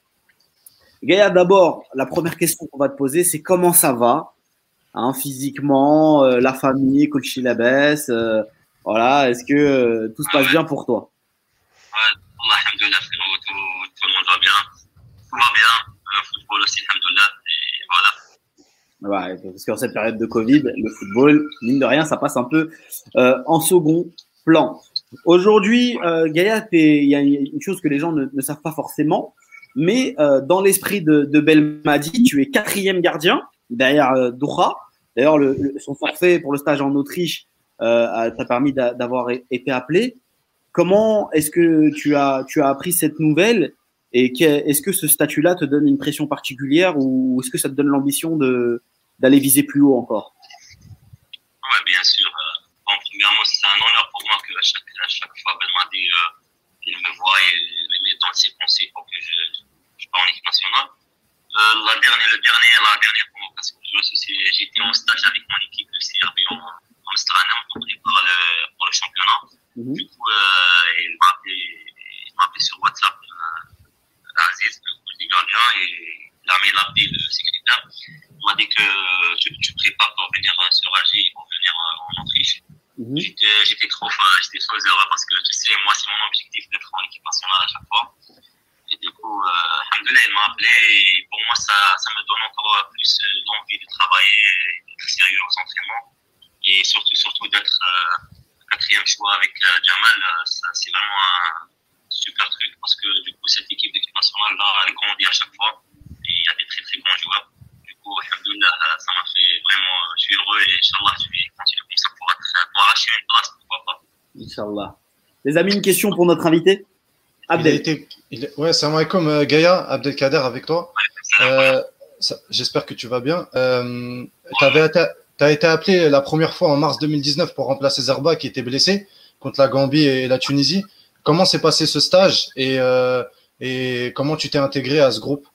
Gaïa, d'abord, la première question qu'on va te poser, c'est comment ça va, hein, physiquement, euh, la famille, coach Labès, euh, voilà, est-ce que euh, tout se passe bien pour toi? Ouais, Allah, alhamdoulilah, frérot, tout, tout le monde va bien. Tout va bien. Le football aussi, alhamdoulilah. Et voilà. Ouais, parce qu'en cette période de Covid, le football, mine de rien, ça passe un peu euh, en second plan. Aujourd'hui, euh, Gaïa, il y a une chose que les gens ne, ne savent pas forcément, mais euh, dans l'esprit de, de Belmadi, tu es quatrième gardien derrière euh, Doha. D'ailleurs, le, le, son forfait pour le stage en Autriche euh, t'a permis d'a, d'avoir été appelé. Comment est-ce que tu as, tu as appris cette nouvelle et est-ce que ce statut-là te donne une pression particulière ou est-ce que ça te donne l'ambition de, d'aller viser plus haut encore? Ouais, bien sûr. Bon, premièrement, c'est un honneur pour moi que à chaque, à chaque fois, Belmadi, euh, il me voit et me met dans ses pensées pour que je, je parte en équipe nationale. Euh, la dernière, le dernier, la dernière convocation que j'ai, j'étais en stage avec mon équipe, le C R B en, en Amsterdam, pour préparer le, pour le championnat. Mm-hmm. Du coup, euh, il m'a appelé, il m'a appelé sur WhatsApp, euh, Aziz, le coach des gardiens, et il a mis l'appel, le secrétaire. Il m'a dit que tu, tu prépares pour venir sur Alger et pour venir en Autriche. Mm-hmm. J'étais, j'étais trop, j'étais trop heureux parce que tu sais, moi, c'est mon objectif d'être en équipe nationale à chaque fois. Et du coup, euh, alhamdoulilah, il m'a appelé et pour moi, ça, ça me donne encore plus l'envie de travailler et d'être sérieux aux entraînements. Et surtout, surtout d'être euh, quatrième choix avec euh, Jamal, ça, c'est vraiment un super truc parce que du coup, cette équipe d'équipe nationale, là, elle grandit à chaque fois et il y a des très très bons joueurs. Du coup, alhamdoulilah, ça m'a fait vraiment, je suis heureux et Inch'Allah, je vais continuer comme ça pour, être, pour arracher une place, pourquoi pas. Inch'Allah. Les amis, une question pour notre invité Abdel. Il a été, il, ouais, salam alaikum euh, Gaïa, Abdelkader avec toi. Ouais, euh, ça, j'espère que tu vas bien. Euh, tu avais été, t'as été appelé la première fois en mars deux mille dix-neuf pour remplacer Zerba qui était blessé contre la Gambie et la Tunisie. Comment s'est passé ce stage et, euh, et comment tu t'es intégré à ce groupe?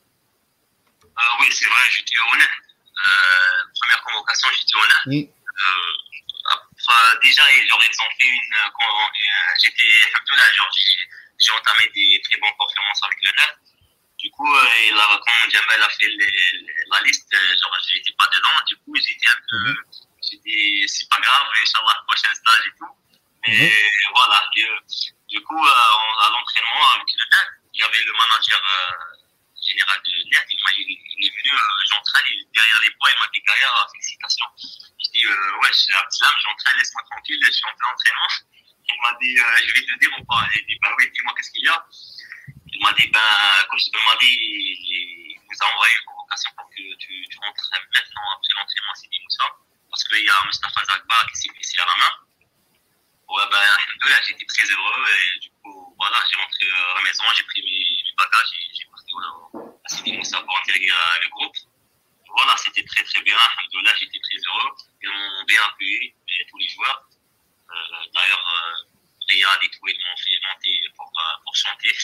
euh, Oui, c'est vrai, j'étais honnête. Euh, première convocation, j'étais honnête. Mm. Euh, après, déjà, genre, ils ont fait une. Quand, euh, j'étais. Alhamdoulilah, genre, j'ai, j'ai entamé des très bonnes performances avec le neuf. Du coup, euh, il a, quand Jamal a fait les, les, la liste, genre, j'étais pas dedans. Du coup, j'étais un peu. Mm-hmm. J'ai dit, c'est pas grave, Inch'Allah, prochain stage et tout. Mais mm-hmm. voilà. Et, du coup, euh, à l'entraînement avec le neuf, il y avait le manager euh, général de N E T. Il m'a dit, il est venu, euh, j'entraîne, derrière les poids, il m'a dit, Gaïa, félicitations. Je dis, euh, ouais, je suis Abdel, j'entraîne, laisse-moi tranquille, je suis en plein entraînement. Il m'a dit, euh, je vais te dire ou pas. J'ai dit, bah oui, dis-moi qu'est-ce qu'il y a. Il m'a dit, ben, comme je m'a dit, il nous a envoyé une convocation pour que tu, tu rentres maintenant après l'entraînement, c'est dit Moussa. Parce qu'il y a Mustafa Zagba qui s'est blessé à la main. Ouais, ben, alhamdoulilah, j'étais très heureux et du coup, voilà, j'ai rentré à la maison, j'ai pris mes, mes bagages et j'ai parti à Sidi Moussa pour intégrer le groupe. Voilà, c'était très très bien, alhamdoulilah, j'étais très heureux. Ils m'ont bien appuyé, tous les joueurs. Euh, d'ailleurs, euh, Riyad et tout, ils m'ont fait monter pour, euh, pour chanter.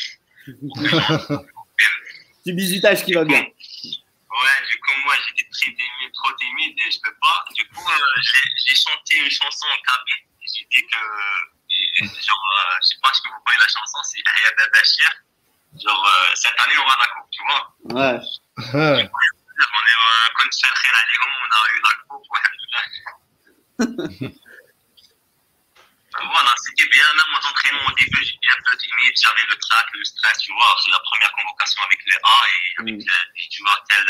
Petit bisutage qui va bien. Ouais, du coup, moi, j'étais très timide, trop timide et je peux pas. Du coup, euh, j'ai, j'ai chanté une chanson en cabine. J'ai dit que, et, genre, euh, je sais pas si vous voyez la chanson, c'est Hayat Bachir. Genre, euh, cette année, on aura la coupe, tu vois. Ouais. Du coup, on est, euh, comme ça, on a eu la coupe, ouais. Voilà, c'était bien. Même aux entraînements au début, j'étais un peu timide. J'avais le trac, le stress, tu vois. C'est la première convocation avec le A et avec mm. les joueurs tels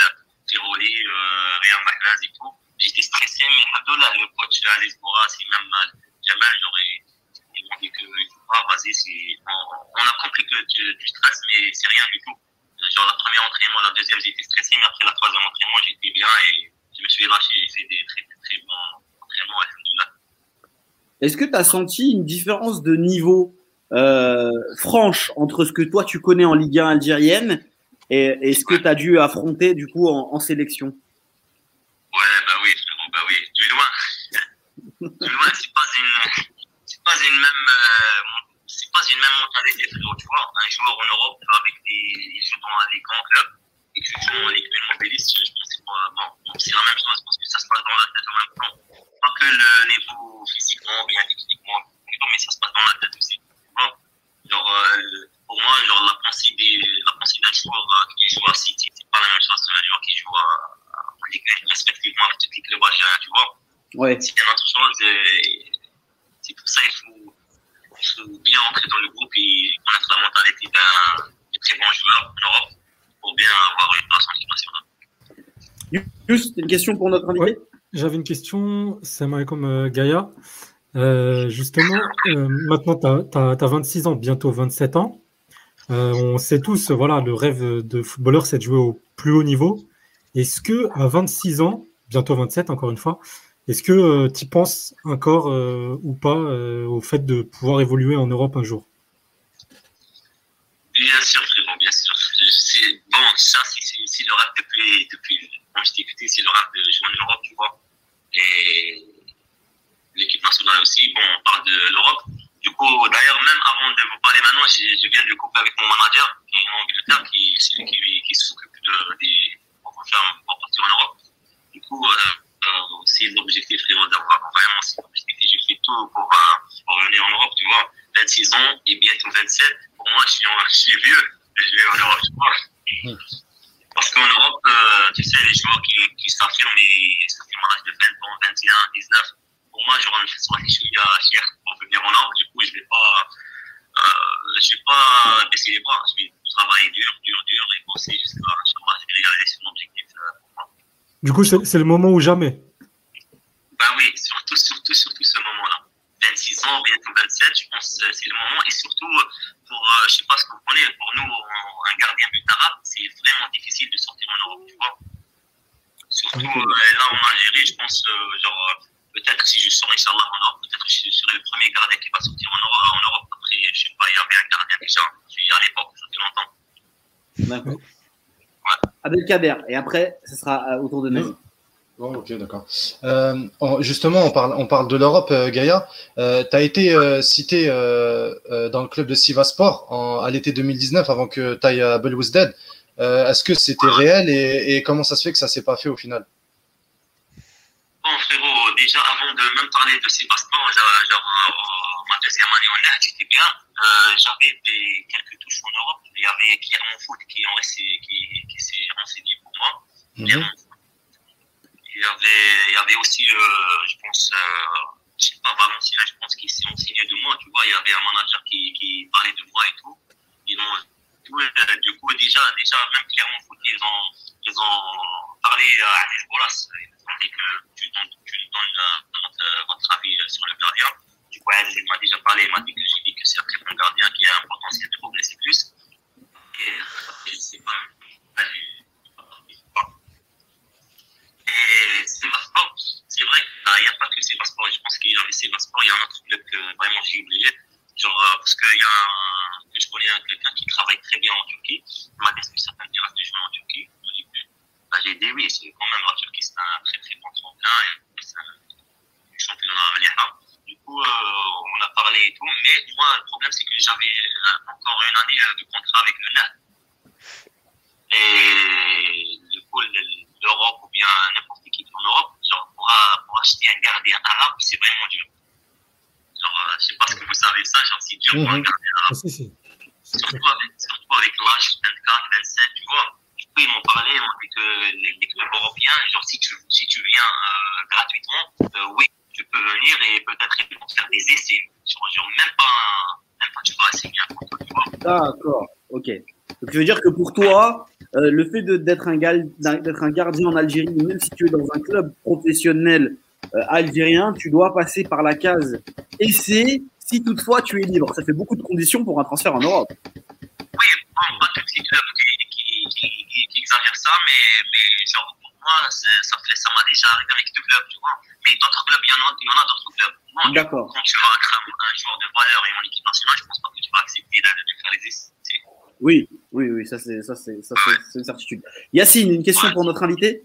Tiroli, euh, Riyad Mahrez et tout. J'étais stressé, mais alhamdoulilah, le coach Alice Boras et même Jamal, ils m'ont dit que ah, vas-y, on, on a compris que tu, tu stresses, mais c'est rien du tout. Genre, le premier entraînement, la deuxième, j'étais stressé, mais après la troisième entraînement, j'étais bien et je me suis lâché. J'ai fait des très, très, très bons entraînements, alhamdoulilah. Est-ce que tu as senti une différence de niveau euh, franche entre ce que toi tu connais en Ligue un algérienne et, et ce que tu as dû affronter du coup en, en sélection? Ouais, bah oui, frérot, bah oui, du loin. Du loin, c'est pas une, c'est pas une même, euh, c'est pas une même mentalité, frérot, tu vois. Un joueur en Europe avec des, il joue dans les grands clubs et que je joue en Ligue un mobiliste, je pense que c'est pas, bon, c'est la même chose, je pense que ça se passe dans la tête en même temps. Pas que le niveau physiquement, bien techniquement, mais ça se passe dans la tête aussi. Bon, genre, euh, pour moi, genre, la pensée des, la pensée d'un joueur euh, qui joue à City, c'est pas la même chose qu'un joueur qui joue à, à Ligue un, respectivement avec toutes les clubs algériens, tu vois. Ouais. C'est une autre chose, et c'est pour ça qu'il faut, il faut bien entrer dans le groupe et connaître la mentalité d'un très bon joueur en Europe pour bien avoir une place en équipe nationale. Juste une question pour notre invité. Ouais. J'avais une question, salam alaikum euh, Gaïa. Euh, justement, euh, maintenant tu as vingt-six ans, bientôt vingt-sept ans. Euh, on sait tous, voilà, le rêve de footballeur, c'est de jouer au plus haut niveau. Est-ce que à vingt-six ans, bientôt vingt-sept, encore une fois, est-ce que euh, tu penses encore euh, ou pas euh, au fait de pouvoir évoluer en Europe un jour? Bien sûr, frérot, bien sûr. C'est, bon, ça, c'est le rêve depuis, depuis, quand je t'ai écouté, c'est le rêve de jouer en Europe, tu vois. Et l'équipe nationale aussi, bon, on parle de l'Europe. Du coup, d'ailleurs, même avant de vous parler maintenant, je, je viens de couper avec mon manager, qui est en Angleterre, qui, c'est lui qui, qui s'occupe de, des, pour faire, pour partir en Europe. Du coup, euh, euh, c'est l'objectif, frérot, d'avoir vraiment cet objectif. J'ai fait tout pour, euh, pour venir en Europe, tu vois. vingt-six ans et bientôt vingt-sept. Pour moi, je suis, en, je suis vieux. Je vais en Europe, tu vois. Parce qu'en Europe, euh, tu sais, les joueurs qui, qui s'affirment, et s'affirment à l'âge de vingt ans, vingt et un, dix-neuf. Pour moi, j'aurais une soit je suis cher pour venir en Europe. Du coup, je ne vais pas, euh, je vais pas baisser les bras. Je vais travailler dur, dur, dur et bosser jusqu'à je vais réaliser son objectif. Euh, du coup, c'est le moment ou jamais. Ben oui, surtout, surtout, surtout ce moment-là. vingt-six ans, bientôt vingt-sept, je pense que c'est le moment. Et surtout, pour, euh, je ne sais pas ce que vous connaissez, pour nous, un gardien but arabe, c'est vraiment difficile de sortir en Europe, tu vois. Surtout euh, là, en Algérie, je pense, euh, genre, peut-être si je sors, Inch'Allah, en Europe, peut-être que je serai le premier gardien qui va sortir en Europe. En Europe. Après, je ne sais pas, il y avait un gardien déjà, à l'époque, ça fait longtemps. D'accord. Ouais. Abdelkader, et après, ce sera au tour de Nazi. Oh, ok, d'accord. Euh, justement, on parle, on parle de l'Europe, euh, Gaïa. Euh, tu as été euh, cité euh, euh, dans le club de Sivaspor en, à l'été deux mille dix-neuf avant que tu ailles à Belouizdad. Euh, Est-ce que c'était réel et, et comment ça se fait que ça ne s'est pas fait au final? Bon, frérot, déjà, avant de même parler de Sivaspor, genre, genre euh, ma deuxième année en Air, j'étais bien. Euh, J'avais des, quelques touches en Europe. Il y avait Clermont Foot qui, qui, qui s'est renseigné pour moi. Mm-hmm. Il y avait, il y avait aussi, euh, je pense, euh, je sais pas, Valenciennes, je pense qu'ils s'est renseigné de moi, tu vois, il y avait un manager qui, qui parlait de moi et tout. Ils ont, euh, du coup, déjà, déjà, même Clermont Foot, ils ont, ils ont parlé à Alice Boras, ils ont dit que tu donnes, tu donnes euh, votre, votre avis sur le gardien. Du coup, Alice, il m'a déjà parlé, il m'a dit que j'ai dit que c'est un très bon gardien qui a un potentiel de progresser plus. Et, je sais pas, et Sivaspor, c'est vrai qu'il n'y a pas que Sivaspor, je pense qu'il y avait Sivaspor, il y a un autre club que vraiment j'ai oublié, genre parce qu'il y a un, que je connais quelqu'un qui travaille très bien en Turquie, il m'a dit que ça t'intéresse de jouer en Turquie, bah, j'ai dit oui, c'est quand même la Turquie, c'est un très très bon tremplin, et c'est un championnat à Léha. Du coup, euh, on a parlé et tout, mais moi le problème c'est que j'avais encore une année de contrat avec le N A D. Et du coup, l'Europe ou bien n'importe qui en Europe, genre, pour, pour acheter un gardien arabe, c'est vraiment dur. Genre, je ne sais pas ce que vous savez ça, genre, c'est dur pour un gardien arabe. Si, si. Surtout avec, surtout avec l'âge vingt-quatre, vingt-sept, tu vois. Du coup, ils m'ont parlé, ils m'ont dit que les, les clubs européens, genre, si tu, si tu viens euh, gratuitement, euh, oui, tu peux venir et peut-être ils vont faire des essais. Genre, genre même pas, même pas tu vas essayer un contre, tu vois. D'accord, ok. Donc, tu veux dire que pour toi, euh, le fait de, d'être, un gal, d'être un gardien en Algérie, même si tu es dans un club professionnel euh, algérien, tu dois passer par la case essai si toutefois tu es libre. Ça fait beaucoup de conditions pour un transfert en Europe. Oui, bon, pas tous les clubs qui, qui, qui, qui, qui exagèrent ça, mais, mais genre, pour moi, ça, fait, ça m'a déjà arrivé avec deux clubs, tu vois. Mais d'autres clubs, il y en a, il y en a d'autres clubs. Moi, D'accord. Quand tu vas être un, un joueur de valeur et en équipe nationale, je pense pas que tu vas accepter de, de faire les essais. Oui, oui, oui, ça c'est, ça c'est, ça c'est, c'est une certitude. Yacine, une question ouais. pour notre invité?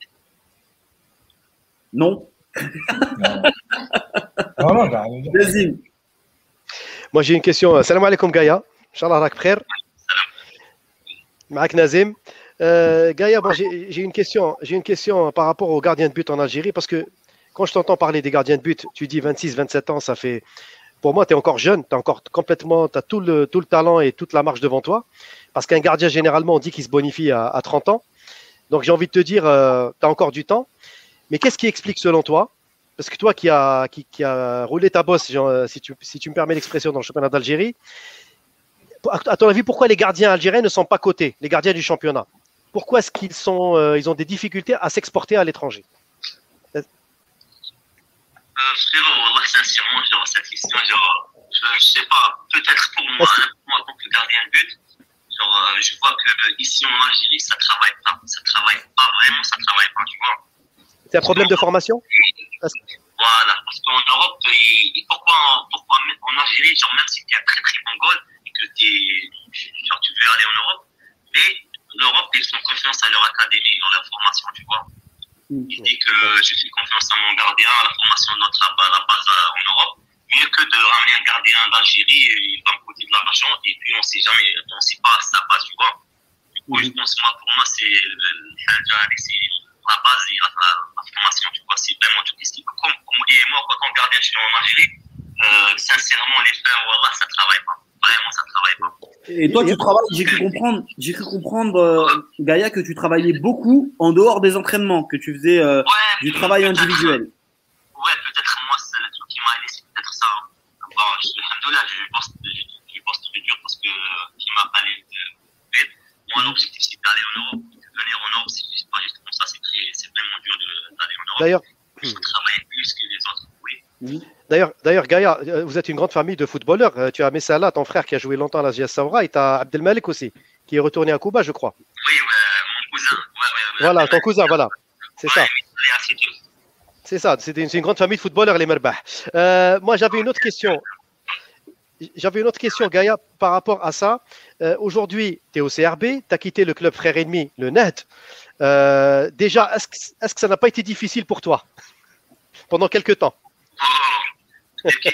Non. Non, non, non, non. Vas-y. Moi j'ai une question. Salam alaikum Gaïa. Inch'Allah rak bkhair. Ma'ak Nazim. Euh, Gaïa, bon, j'ai, j'ai une question. J'ai une question par rapport aux gardiens de but en Algérie parce que quand je t'entends parler des gardiens de but, tu dis vingt-six, vingt-sept ans, ça fait. Pour moi, tu es encore jeune, tu as encore complètement, tu as tout le, tout le talent et toute la marche devant toi. Parce qu'un gardien, généralement, on dit qu'il se bonifie à, à trente ans. Donc, j'ai envie de te dire, euh, tu as encore du temps. Mais qu'est-ce qui explique, selon toi, parce que toi qui as qui, qui a roulé ta bosse, genre, si, tu, si tu me permets l'expression, dans le championnat d'Algérie, à ton avis, pourquoi les gardiens algériens ne sont pas cotés, les gardiens du championnat? Pourquoi est-ce qu'ils sont, euh, ils ont des difficultés à s'exporter à l'étranger? Euh, frérot, wallah, sincèrement, genre, cette question, genre, je, je sais pas, peut-être pour moi, hein, moi, en tant que gardien de but, genre, euh, je vois que euh, ici en Algérie, ça travaille pas, ça travaille pas, vraiment, ça travaille pas, tu vois. C'est un problème de formation? Parce... Voilà, parce qu'en Europe, et, et pourquoi, pourquoi en Algérie, genre, même si tu es un très très bon goal, et que t'es, genre, tu veux aller en Europe, mais l'Europe, ils font confiance à leur académie, dans leur formation, tu vois. Il dit que je fais confiance à mon gardien, à la formation de notre à la base en Europe. Mieux que de ramener un gardien d'Algérie, il va me coûter de l'argent et puis on sait jamais, on sait pas sa base, tu vois. Du coup, je pense, moi, pour moi, c'est la base et la, la, la formation, tu vois. C'est vraiment tout ce qui peut. Comme, comme et moi, quand on gardien, je suis en Algérie, euh, sincèrement, les frères, voilà, ça travaille pas. Vraiment, ça travaille pas. Et toi, tu travailles, j'ai cru comprendre, j'ai cru comprendre, euh, Gaïa, que tu travaillais beaucoup en dehors des entraînements, que tu faisais euh, ouais, du travail individuel. Ouais, peut-être moi, c'est le truc qui m'a aidé, c'est peut-être ça. Bon, je, alhamdoulilah, je pense, je, je pense très dur parce que euh, qui m'a parlé de moi, l'objectif, c'est d'aller en Europe. Venir en Europe, c'est pas juste comme ça, c'est, très, c'est vraiment dur de, d'aller en Europe. D'ailleurs, il faut travailler plus que les autres, oui. Oui. D'ailleurs, d'ailleurs, Gaïa, vous êtes une grande famille de footballeurs. Tu as Messala, ton frère qui a joué longtemps à la G S Saoura, et tu as Abdelmalek aussi, qui est retourné à Cuba, je crois. Oui, ouais, mon cousin. Ouais, ouais, voilà, ton cousin, voilà. C'est ouais, ça. C'est ça, c'est une, c'est une grande famille de footballeurs, les Merbah. Euh, moi, j'avais une autre question. J'avais une autre question, Gaïa, par rapport à ça. Euh, aujourd'hui, tu es au C R B, tu as quitté le club frère ennemi, le N E D. Euh, déjà, est-ce que, est-ce que ça n'a pas été difficile pour toi pendant quelques temps? Oh, c'était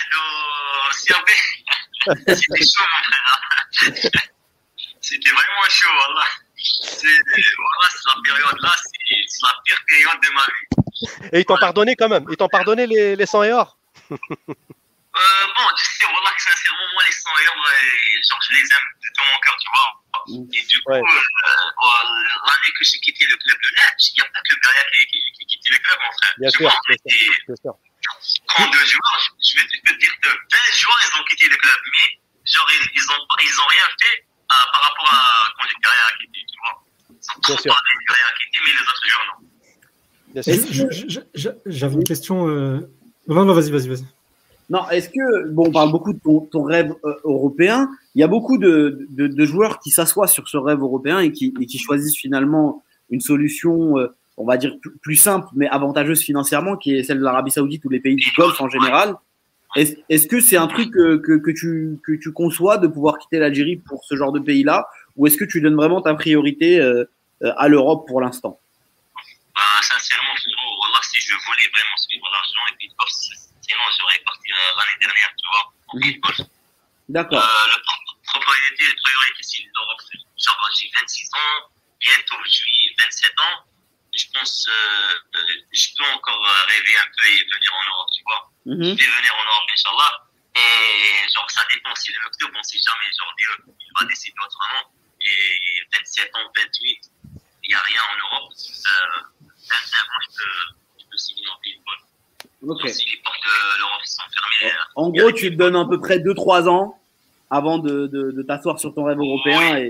chaud, mon frère. C'était vraiment chaud, voilà. C'est, voilà, c'est la période-là, c'est, c'est la pire période de ma vie. Et ils t'ont voilà. pardonné quand même? Ils t'ont pardonné les, les cent et or? euh, Bon, tu sais, voilà, que sincèrement, moi, les cent et or, genre, je les aime de tout mon cœur, tu vois. Et du coup, ouais. euh, l'année que j'ai quitté le club de N E D, il n'y a pas que Gaïa qui, qui, qui, qui quitté le club, mon frère. Bien tu sûr, vois, bien et, sûr, bien sûr. trente-deux joueurs, je vais te dire que vingt joueurs, ils ont quitté le club, mais genre, ils, ils, ont, ils ont rien fait à, par rapport à quand j'ai Gaïa a quitté, tu vois. Ils ont trop parlé de Gaïa a quitté, mais les autres joueurs, non. Bien sûr. Je, je, je, j'avais une question. Euh... Non, non, vas-y, vas-y, vas-y. Non, est-ce que, bon, on parle beaucoup de ton, ton rêve euh, européen. Il y a beaucoup de, de, de joueurs qui s'assoient sur ce rêve européen et qui, et qui choisissent finalement une solution, euh, on va dire, plus, plus simple, mais avantageuse financièrement, qui est celle de l'Arabie Saoudite ou les pays du Golfe en général. Est-ce, est-ce que c'est un truc que, que, que, tu, que tu conçois de pouvoir quitter l'Algérie pour ce genre de pays-là, ou est-ce que tu donnes vraiment ta priorité euh, à l'Europe pour l'instant? Bah, sincèrement, voilà, si je voulais vraiment suivre l'argent et puis le golf, sinon j'aurais parti euh, l'année dernière, tu vois, au pays de golf. D'accord. Euh, le propriété, la priorité, c'est l'Europe. Genre, j'ai vingt-six ans, bientôt je suis vingt-sept ans. Je pense, euh, je peux encore rêver un peu et venir en Europe, tu vois. Mm-hmm. Je vais venir en Europe, Inch'Allah. Et genre, ça dépend si le club, on sait jamais, genre, Dieu, il va décider autrement. Et vingt-sept ans, vingt-huit, il n'y a rien en Europe. Euh, vingt-neuf ans, je peux, je peux signer en pays de golf. Ok. Donc, si les portes de l'Europe sont fermées. En gros, tu te donnes à peu près deux trois ans avant de, de, de t'asseoir sur ton rêve européen. Oui. Et...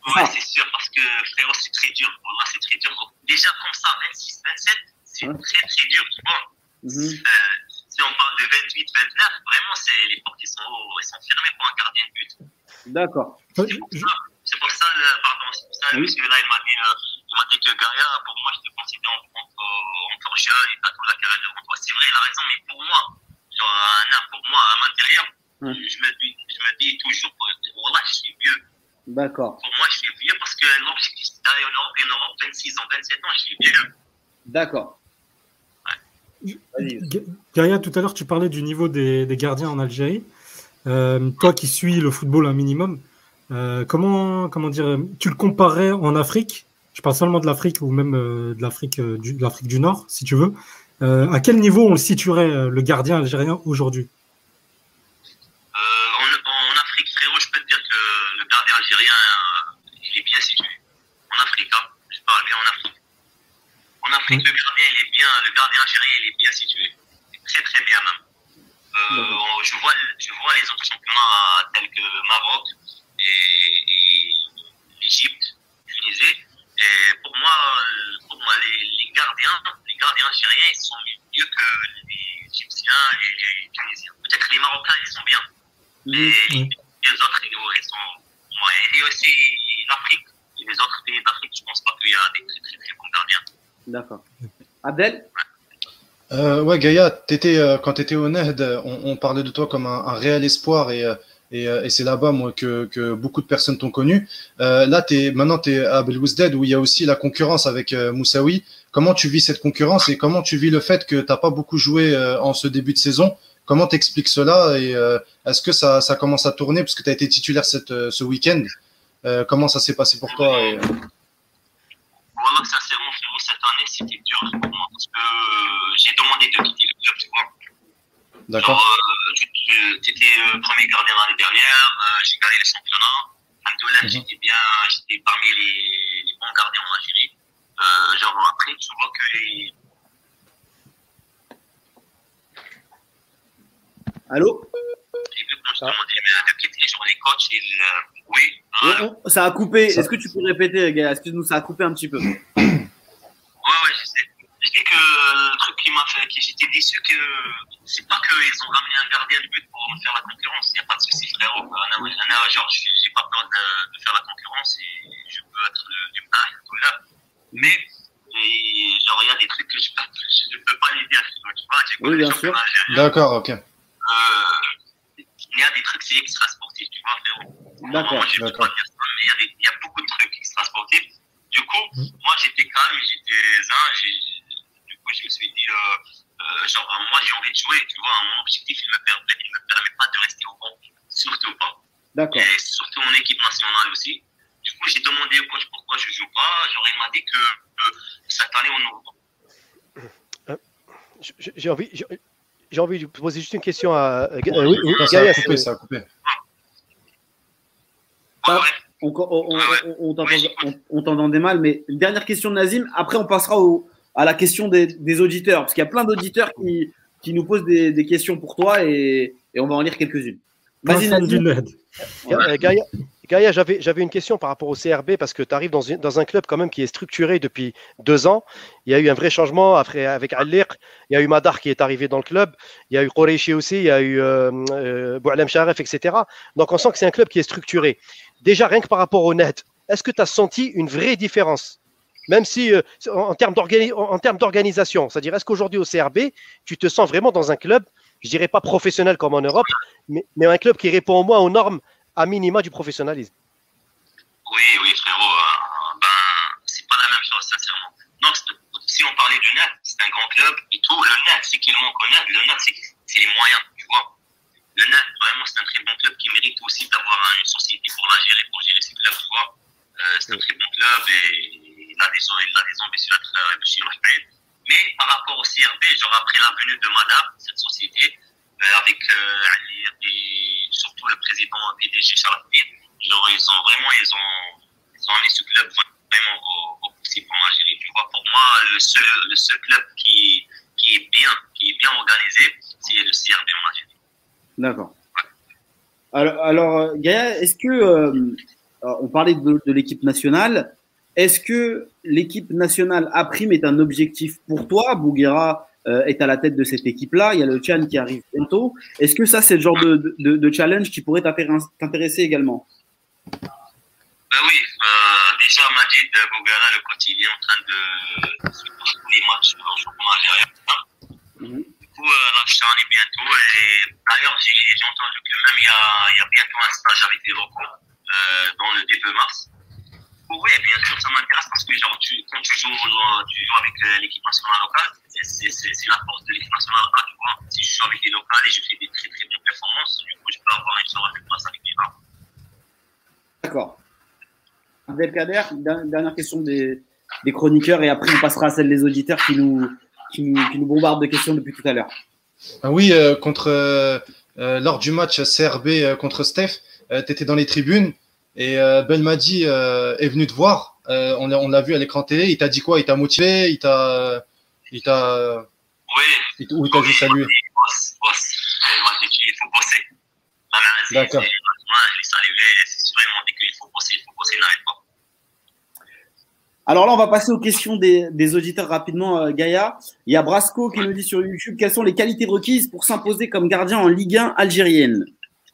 Ouais, c'est sûr, parce que frérot, c'est très dur. Voilà, c'est très dur. Déjà, comme ça, vingt-six, vingt-sept, c'est Ouais. très très dur, tu vois. Mhm. Euh, si on parle de vingt-huit, vingt-neuf, vraiment, c'est, les portes ils sont, ils sont fermées pour un gardien de but. D'accord. Euh, C'est pour je- ça, c'est pour ça, le, pardon, c'est pour ça, le Oui. monsieur là, il m'a dit, euh, il m'a dit que Gaïa, pour moi, je te considère encore, encore jeune, et t'as toute la carrière devant toi. C'est vrai, il a raison, mais pour moi, genre, un, pour moi, à l'intérieur, Ouais. je me dis, je me dis toujours, voilà, je suis vieux. D'accord. Pour moi, je suis vieux parce que l'objectif, c'est d'aller en Europe, et en Europe, vingt-six ans, vingt-sept ans, je suis vieux. D'accord. Vas-y. Ga- Gaïa, tout à l'heure, tu parlais du niveau des, des gardiens en Algérie. Euh, toi qui suis le football un minimum, euh, comment, comment dire, tu le comparerais en Afrique? Je parle seulement de l'Afrique ou même euh, de l'Afrique euh, du, de l'Afrique du Nord, si tu veux. Euh, à quel niveau on le situerait, euh, le gardien algérien aujourd'hui? Euh, en, en Afrique, frérot, je peux te dire que le gardien algérien, euh, il est bien situé. En Afrique, hein, je parle bien en Afrique. En Afrique, Mm. le gardien, il est bien, le gardien algérien, il est bien situé. Très, très bien même. Euh, on- je, vois, je vois les autres championnats tels que Maroc et, et l'Égypte, Tunisie. Et pour moi, euh, pour moi les, les gardiens, les gardiens algériens, ils sont mieux que les Égyptiens et les Tunisiens. Peut-être que les Marocains, ils sont bien. Mais Mhm. Mm. les autres, ils ils sont moyens. Et aussi l'Afrique. Et les autres pays d'Afrique, je pense pas qu'il y a des très, très, très bons gardiens. D'accord. Abdel? Euh, ouais, Gaïa, t'étais, euh, quand tu étais au Nehd, on, on parlait de toi comme un, un réel espoir et, euh, et, euh, et c'est là-bas moi, que, que beaucoup de personnes t'ont connu. Euh, là, t'es, maintenant, tu es à Belouizdad où il y a aussi la concurrence avec euh, Moussaoui. Comment tu vis cette concurrence et comment tu vis le fait que tu n'as pas beaucoup joué euh, en ce début de saison? Comment t'expliques cela et euh, est-ce que ça, ça commence à tourner parce que tu as été titulaire cette, euh, ce week-end? Euh, comment ça s'est passé pour toi et... Voilà, sincèrement, frérot, cette année, c'était dur pour moi parce que euh, j'ai demandé de quitter le club, tu vois. D'accord. Genre, euh, tu étais euh, premier gardien l'année dernière, euh, j'ai gagné le championnat. Alhamdoulilah, Mhm. j'étais bien, j'étais parmi les, les bons gardiens en Algérie. Euh, genre, après, tu vois que les... Allô? J'ai vu quand je Ah. demandais de quitter, genre les coachs, ils... euh, oui, On- hein, on- Ça a coupé. Ça- Est-ce que tu peux répéter, gars? Excuse-nous, ça a coupé un petit peu. ouais, ouais, je sais. Je dis que le truc qui m'a fait, que j'étais déçu, que c'est pas qu'ils ont ramené un gardien de but pour me faire la concurrence. Il n'y a pas de souci, frérot. Un- un- un- Genre, je j'ai pas peur de, de faire la concurrence et je peux être du du pain et tout là. Mais, et, genre, il y a des trucs que je ne peux pas les dire. Tu vois, j'ai Oui, connu bien le championnat algérien. D'accord, ok. Euh, il y a des trucs, c'est extra sportif, tu vois, frérot. D'accord, Moi, je ne peux d'accord. pas dire ça, mais il y, a des- il y a beaucoup de trucs extra sportifs. Du coup, Mm. moi, j'étais calme, j'étais zen, j'ai- du coup, je me suis dit, euh, euh, genre, moi, j'ai envie de jouer, tu vois, mon objectif, il me permet, il me permet pas de rester au banc, surtout pas. D'accord. Et surtout en équipe nationale aussi. Du coup, j'ai demandé au coach pourquoi je joue pas. Genre, il m'a dit que euh, cette année, on aura. J'ai j'ai envie, j'ai j'ai envie de poser juste une question à. à- euh, oui, oui, Ça, ça a Gaïa, coupé, c'est- ça a coupé. Ouais, Ah. ouais. On, on, on, on- on t'entend- on- on t'entendait mal, mais une dernière question de Nazim. Après, on passera au, à la question des, des auditeurs, parce qu'il y a plein d'auditeurs qui, qui nous posent des, des questions pour toi et, et on va en lire quelques-unes. Un Vas-y, fan du Nazim. Ned. Ga- euh, Gaïa, Gaïa, j'avais, j'avais une question par rapport au C R B parce que tu arrives dans, une- dans un club quand même qui est structuré depuis deux ans. Il y a eu un vrai changement après, avec Alliq. Il y a eu Madar qui est arrivé dans le club. Il y a eu Quraishi aussi. Il y a eu euh, euh, Boualem Sharef, et cetera. Donc on sent que c'est un club qui est structuré. Déjà, rien que par rapport au net, est-ce que tu as senti une vraie différence? Même si euh, en, en termes d'organi- en, en termes d'organisation, c'est-à-dire est-ce qu'aujourd'hui au C R B, tu te sens vraiment dans un club, je dirais pas professionnel comme en Europe, mais, mais un club qui répond au moins aux normes à minima du professionnalisme? Oui, oui, frérot. euh, ben, c'est pas la même chose, sincèrement. Non, c'est- si on parlait du N E T, c'est un grand club et tout. Le N E T, c'est qu'il manque au N E T. Le N E T, c'est, c'est les moyens, tu vois. Le N E T, vraiment, c'est un très bon club qui mérite aussi d'avoir une société pour la gérer, pour gérer ses clubs, tu vois. Euh, c'est un très bon club et il a des, il a des ambitions à faire de chez Rahmed. Mais par rapport au C R B, genre après la venue de Madame, cette société, euh, avec euh, Ali et surtout le président P D G Charafdin, genre ils ont vraiment, ils ont, ils ont amené ce club vraiment au, au possible en Algérie. Tu vois, pour moi, le seul, le seul club qui, qui est bien, qui est bien organisé, c'est le C R B en Algérie. D'accord. Alors, alors euh, Gaël, est-ce que euh, on parlait de, de l'équipe nationale. Est-ce que l'équipe nationale A prime est un objectif pour toi? Bouguera euh, est à la tête de cette équipe-là. Il y a le Tchad qui arrive bientôt. Est-ce que ça, c'est le genre de, de, de challenge qui pourrait t'intéresser également? Ben oui, euh, déjà Majid Bouguera, le coach, il est en train de suivre tous les matchs dans le championnat algérien. Mm-hmm. Du coup, euh, la Chan est bientôt. Et d'ailleurs, j'ai, j'ai entendu que même il y a, il y a bientôt un stage avec les locaux euh, dans le début mars. Oui, bien sûr, ça m'intéresse parce que genre, tu, quand tu joues, tu joues avec l'équipe nationale locale, c'est, c'est, c'est la force de l'équipe nationale locale. Tu vois. Si je joue avec les locales et je fais des très très bonnes performances, du coup, je peux avoir une soirée de place avec les gens. D'accord. Abdelkader, dernière question des, des chroniqueurs et après on passera à celle des auditeurs qui nous, qui nous, qui nous bombardent de questions depuis tout à l'heure. Ah oui, euh, contre, euh, euh, lors du match C R B euh, contre Steph, euh, tu étais dans les tribunes. Et euh, Belmadi euh, est venu te voir. Euh, on, l'a, on l'a vu à l'écran télé. Il t'a dit quoi? Il t'a motivé? Il t'a, il t'a, oui. il, ou il t'a juste salué? Boss, boss. Il faut bosser. D'accord. Il est salué. C'est sûr, il m'a dit qu'il faut bosser. Il faut bosser. Il n'arrête pas. Alors là, on va passer aux questions des, des auditeurs rapidement, euh, Gaïa. Il y a Brasco qui nous dit sur YouTube quelles sont les qualités requises pour s'imposer comme gardien en Ligue un algérienne.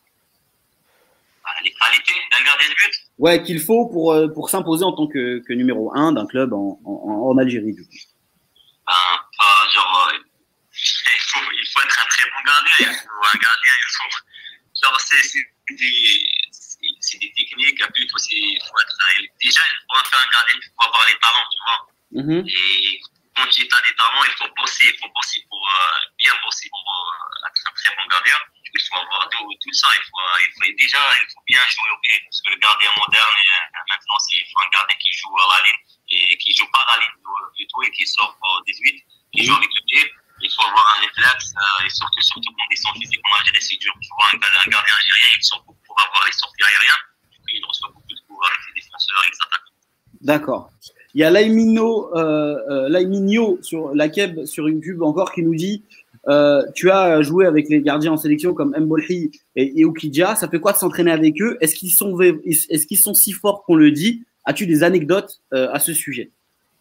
Les qualités d'un gardien de but? Ouais, qu'il faut pour, euh, pour s'imposer en tant que, que numéro un d'un club en, en, en Algérie. Du coup. Ben, pas genre, euh, il, faut, il faut être un très bon gardien. Il faut un gardien, il faut, genre, c'est, c'est, des, c'est, c'est des techniques. Puis aussi, il faut être, déjà, il faut faire un gardien, il faut avoir les talents, tu vois. Mm-hmm. Et quand tu as des talents, il faut bosser, il faut bosser pour euh, bien bosser pour euh, être un très bon gardien. Il faut avoir tout, tout ça. Il faut, il faut déjà, il faut bien jouer au pied. Parce que le gardien moderne, maintenant, c'est, il faut un gardien qui joue à la ligne et qui joue pas à la ligne plutôt et qui sort au dix-huit, qui joue avec le pied. Il faut avoir un réflexe et surtout, surtout conditions physiques en Algérie, c'est dur. Tu vois, un, un gardien algérien, il sort beaucoup pour avoir les sorties aériennes. Du coup, il reçoit beaucoup de coups avec les défenseurs et les attaquants. D'accord. Il y a Laimino, euh, euh, Laimino sur la Keb sur YouTube encore qui nous dit euh, tu as joué avec les gardiens en sélection comme Mbolhi et, et Oukidja. Ça fait quoi de s'entraîner avec eux? Est-ce qu'ils sont, est-ce qu'ils sont si forts qu'on le dit? As-tu des anecdotes euh, à ce sujet?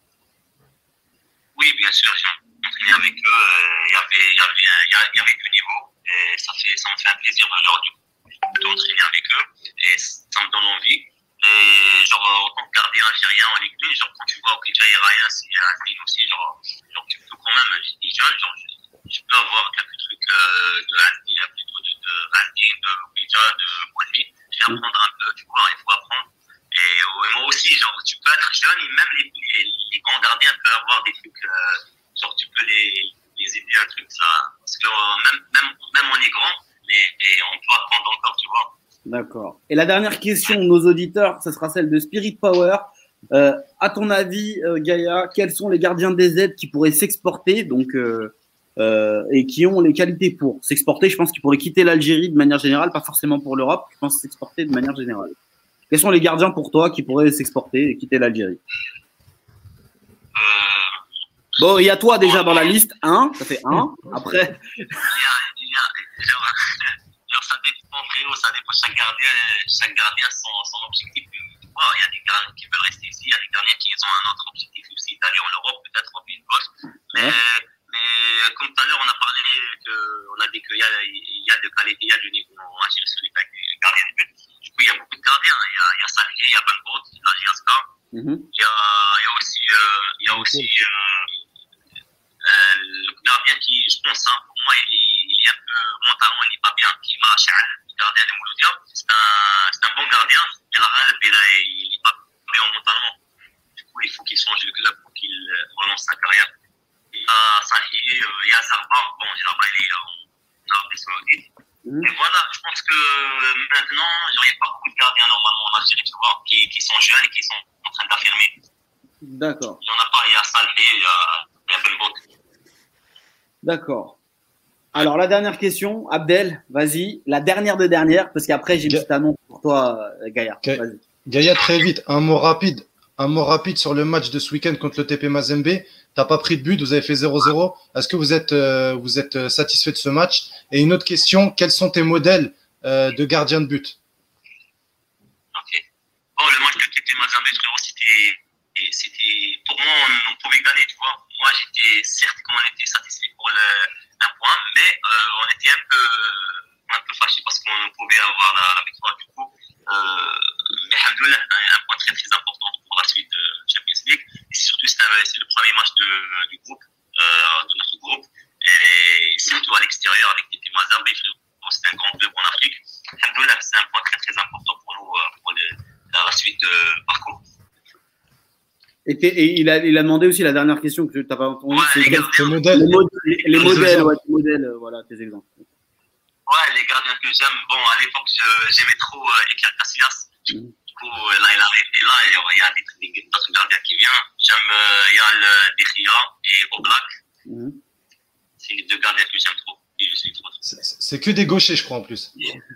Oui, bien sûr. J'ai entraîné avec eux. Il y avait, il y avait, il y avait du niveau. Et ça fait, ça me fait un plaisir aujourd'hui d'entraîner avec eux. Et ça me donne envie. Et genre, en tant que gardien algérien en Ligue deux, genre, quand tu vois Oukidja et Raya, c'est un film aussi, genre, genre, tu peux quand même, je dis jeune, genre, je, je peux avoir quelques trucs euh, de Andy, plutôt de, de Andy, de Oukidja, de Bolhi. Je vais apprendre un peu, tu vois, il faut apprendre. Et, et moi aussi, genre, tu peux être jeune et même les, les, les grands gardiens peuvent avoir des trucs, euh, genre, tu peux les, les aider un truc, ça. Parce que euh, même, même, même on est grand, mais et on peut apprendre encore, tu vois. D'accord. Et la dernière question de nos auditeurs, ce sera celle de Spirit Power. Euh, à ton avis, euh, Gaïa, quels sont les gardiens des Z qui pourraient s'exporter donc, euh, euh, et qui ont les qualités pour s'exporter? Je pense qu'ils pourraient quitter l'Algérie de manière générale, pas forcément pour l'Europe. Je pense s'exporter de manière générale. Quels sont les gardiens pour toi qui pourraient s'exporter et quitter l'Algérie? euh... Bon, il y a toi déjà dans la liste. Un, ça fait un. Après. Il y a, il y a, genre, genre, ça dépend, frérot, ça dépend. Chaque gardien, chaque gardien son, son objectif. Tu vois, il y a des gardiens qui veulent rester ici, il y a des gardiens qui ont un autre objectif aussi, d'aller en Europe, peut-être au pays de gauche. Mais, ouais. mais comme tout à l'heure, on a parlé que, on a dit qu'il y a, il y a de qualité, il y a du niveau en Algérie sur les gardiens de but. Du coup, il y a beaucoup de gardiens. Il y a, il y a Salih, il y a Bengoud, il y a Giaska. Mm-hmm. Il y a, il y a aussi, euh, il y a aussi, euh, Euh, le gardien qui, je pense, hein, pour moi, il est, il est un peu mentalement, il n'est pas bien, qui m'a Chal, le gardien de Mouloudia. C'est un, c'est un bon gardien, mais la Ralb, il n'est pas bien mentalement. Du coup, il faut qu'il change de club pour qu'il relance sa carrière. Il y a Salih, euh, il y a Zarba, bon, Zarba, il est en Arabie Saoudite. Mmh. Et voilà, je pense que maintenant, il n'y a pas beaucoup de gardiens normalement en Algérie, tu vois, qui, qui sont jeunes et qui sont en train d'affirmer. D'accord. Il n'y en a pas, il y a Salih, il y a, il y a Bengoud. D'accord. Alors, la dernière question, Abdel, vas-y. La dernière de dernière, parce qu'après, j'ai une petite annonce pour toi, Gaïa. Okay. Vas-y. Gaïa, très vite, un mot rapide. Un mot rapide sur le match de ce week-end contre le T P Mazembe. Tu n'as pas pris de but, vous avez fait zéro zéro. Est-ce que vous êtes, euh, vous êtes satisfait de ce match? Et une autre question, quels sont tes modèles euh, de gardien de but? Ok. bon, le match de T P Mazembe, frérot, c'était, c'était, pour moi, on, on pouvait gagner, tu vois. Moi, j'étais, certes, qu'on était satisfait pour le, un point, mais euh, on était un peu, un peu fâché parce qu'on pouvait avoir la, la victoire du coup. Euh, mais alhamdoulilah, un, un point très très important pour la suite de Champions League. Et surtout, c'est, c'est le premier match de, du groupe, euh, de notre groupe. Et surtout à l'extérieur avec T P Mazembe, c'est un grand club en Afrique. Alhamdoulilah, c'est un point très très important pour nous, pour les, la suite de parcours. Et, et il, a, il a demandé aussi la dernière question que tu n'as pas entendue, ouais, c'est les, les, modèles, les, modèles, les, les modèles, ouais, les modèles, euh, voilà, tes exemples. Ouais, les gardiens que j'aime, bon, à l'époque, je, j'aimais trop euh, Iker Casillas. Mm. Du coup, là, il a arrêté là, et il y a des, d'autres gardiens qui viennent. J'aime euh, Yal De Gea et Oblak. Mm. C'est les deux gardiens que j'aime trop. Et je suis trop. C'est, c'est que des gauchers, je crois, en plus.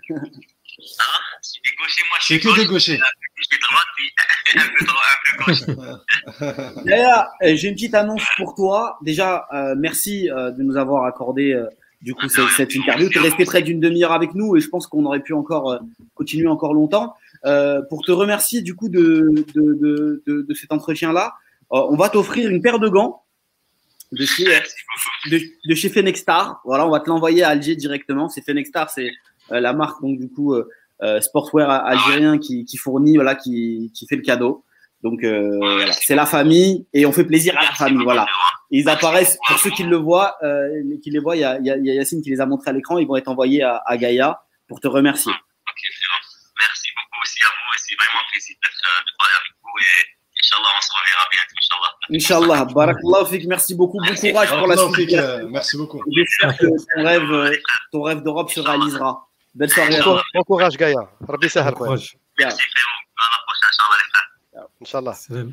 Ah, c'est des gauchers, moi, je c'est suis que gauche, des gauchers. Je suis droite, puis un peu droit, un peu gauche. D'ailleurs, j'ai une petite annonce pour toi. Déjà, euh, merci euh, de nous avoir accordé euh, du coup cette, cette interview. Tu es resté près d'une demi-heure avec nous et je pense qu'on aurait pu encore euh, continuer encore longtemps. Euh, pour te remercier du coup de, de, de, de, de cet entretien-là, euh, on va t'offrir une paire de gants de chez, de, de chez Fenexstar. Voilà, on va te l'envoyer à Alger directement. C'est Fenexstar, c'est euh, la marque donc du coup euh, euh, sportswear algérien qui, qui fournit, voilà, qui, qui fait le cadeau. Donc euh, voilà, c'est la famille et on fait plaisir à la famille. Voilà, et ils apparaissent pour ceux qui le voient, euh, qui les voient. Il y a, il y a Yacine qui les a montrés à l'écran. Ils vont être envoyés à, à Gaïa pour te remercier. Ok, merci beaucoup aussi à vous et c'est vraiment un plaisir de parler avec vous et Inch'Allah, on se reverra bientôt, Inch'Allah. Inch'Allah, barakallahu fik, merci beaucoup, bon courage pour la suite. Euh, merci beaucoup. J'espère que ton rêve, ton rêve d'Europe se réalisera. Belle soirée. Bon, bon courage, Gaïa. Rabbi Sahar. Bon courage. Merci, frérot. À la prochaine, Inch'Allah. Inch'Allah.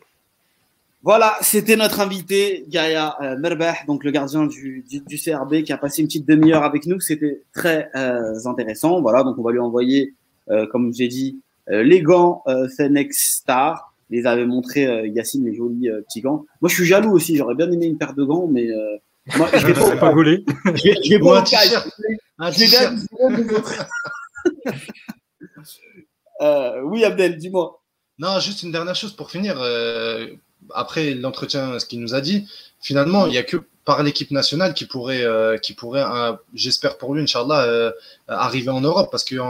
Voilà, c'était notre invité, Gaïa euh, Merbah, donc le gardien du, du, du C R B, qui a passé une petite demi-heure avec nous. C'était très euh, intéressant. Voilà, donc on va lui envoyer, euh, comme j'ai dit, euh, les gants euh, Fenexstar. Les avait montré euh, Yacine, les jolis euh, petits gants. Moi, je suis jaloux aussi. J'aurais bien aimé une paire de gants, mais euh, moi, je vais pas, pas gaulé. Je vais, je vais pas un au cas. Un t-shirt. euh, oui, Abdel, dis-moi. Non, juste une dernière chose pour finir. Euh, après l'entretien, ce qu'il nous a dit, finalement, il n'y a que par l'équipe nationale qui pourrait, euh, qui pourrait, euh, j'espère pour lui, Inch'Allah, euh, arriver en Europe, parce qu'il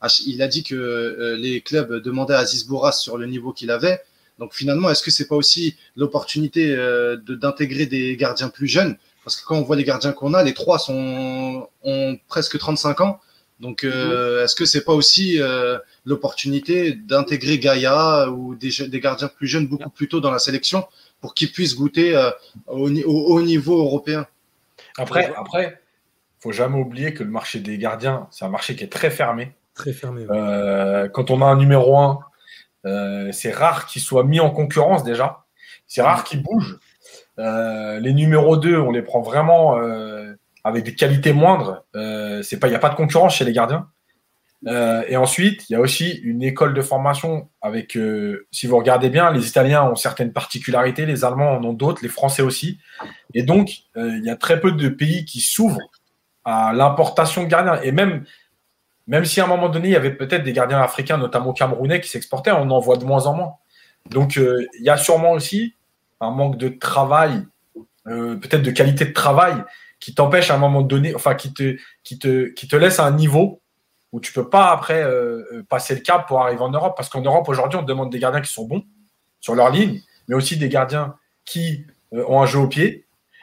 a dit que euh, les clubs demandaient à Aziz Bourras sur le niveau qu'il avait. Donc finalement, est-ce que c'est pas aussi l'opportunité euh, de, d'intégrer des gardiens plus jeunes? Parce que quand on voit les gardiens qu'on a, les trois sont, ont presque trente-cinq ans. Donc euh, est-ce que c'est pas aussi euh, l'opportunité d'intégrer Gaïa ou des, des gardiens plus jeunes beaucoup plus tôt dans la sélection pour qu'ils puissent goûter euh, au, au haut niveau européen? Après, après, faut jamais oublier que le marché des gardiens, c'est un marché qui est très fermé. Très fermé. Ouais. Euh, quand on a un numéro un, euh, c'est rare qu'il soit mis en concurrence déjà. C'est rare qu'il bouge. Euh, les numéros deux, on les prend vraiment euh, avec des qualités moindres. Euh, c'est pas, il n'y a pas de concurrence chez les gardiens. Euh, et ensuite, il y a aussi une école de formation avec, euh, si vous regardez bien, les Italiens ont certaines particularités, les Allemands en ont d'autres, les Français aussi. Et donc, euh, il y a très peu de pays qui s'ouvrent à l'importation de gardiens. Et même, même si à un moment donné, il y avait peut-être des gardiens africains, notamment camerounais, qui s'exportaient, on en voit de moins en moins. Donc, euh, il y a sûrement aussi un manque de travail, euh, peut-être de qualité de travail, qui t'empêche à un moment donné, enfin, qui te, qui te, qui te laisse à un niveau où tu peux pas après euh, passer le cap pour arriver en Europe. Parce qu'en Europe, aujourd'hui, on demande des gardiens qui sont bons sur leur ligne, mais aussi des gardiens qui euh, ont un jeu au pied.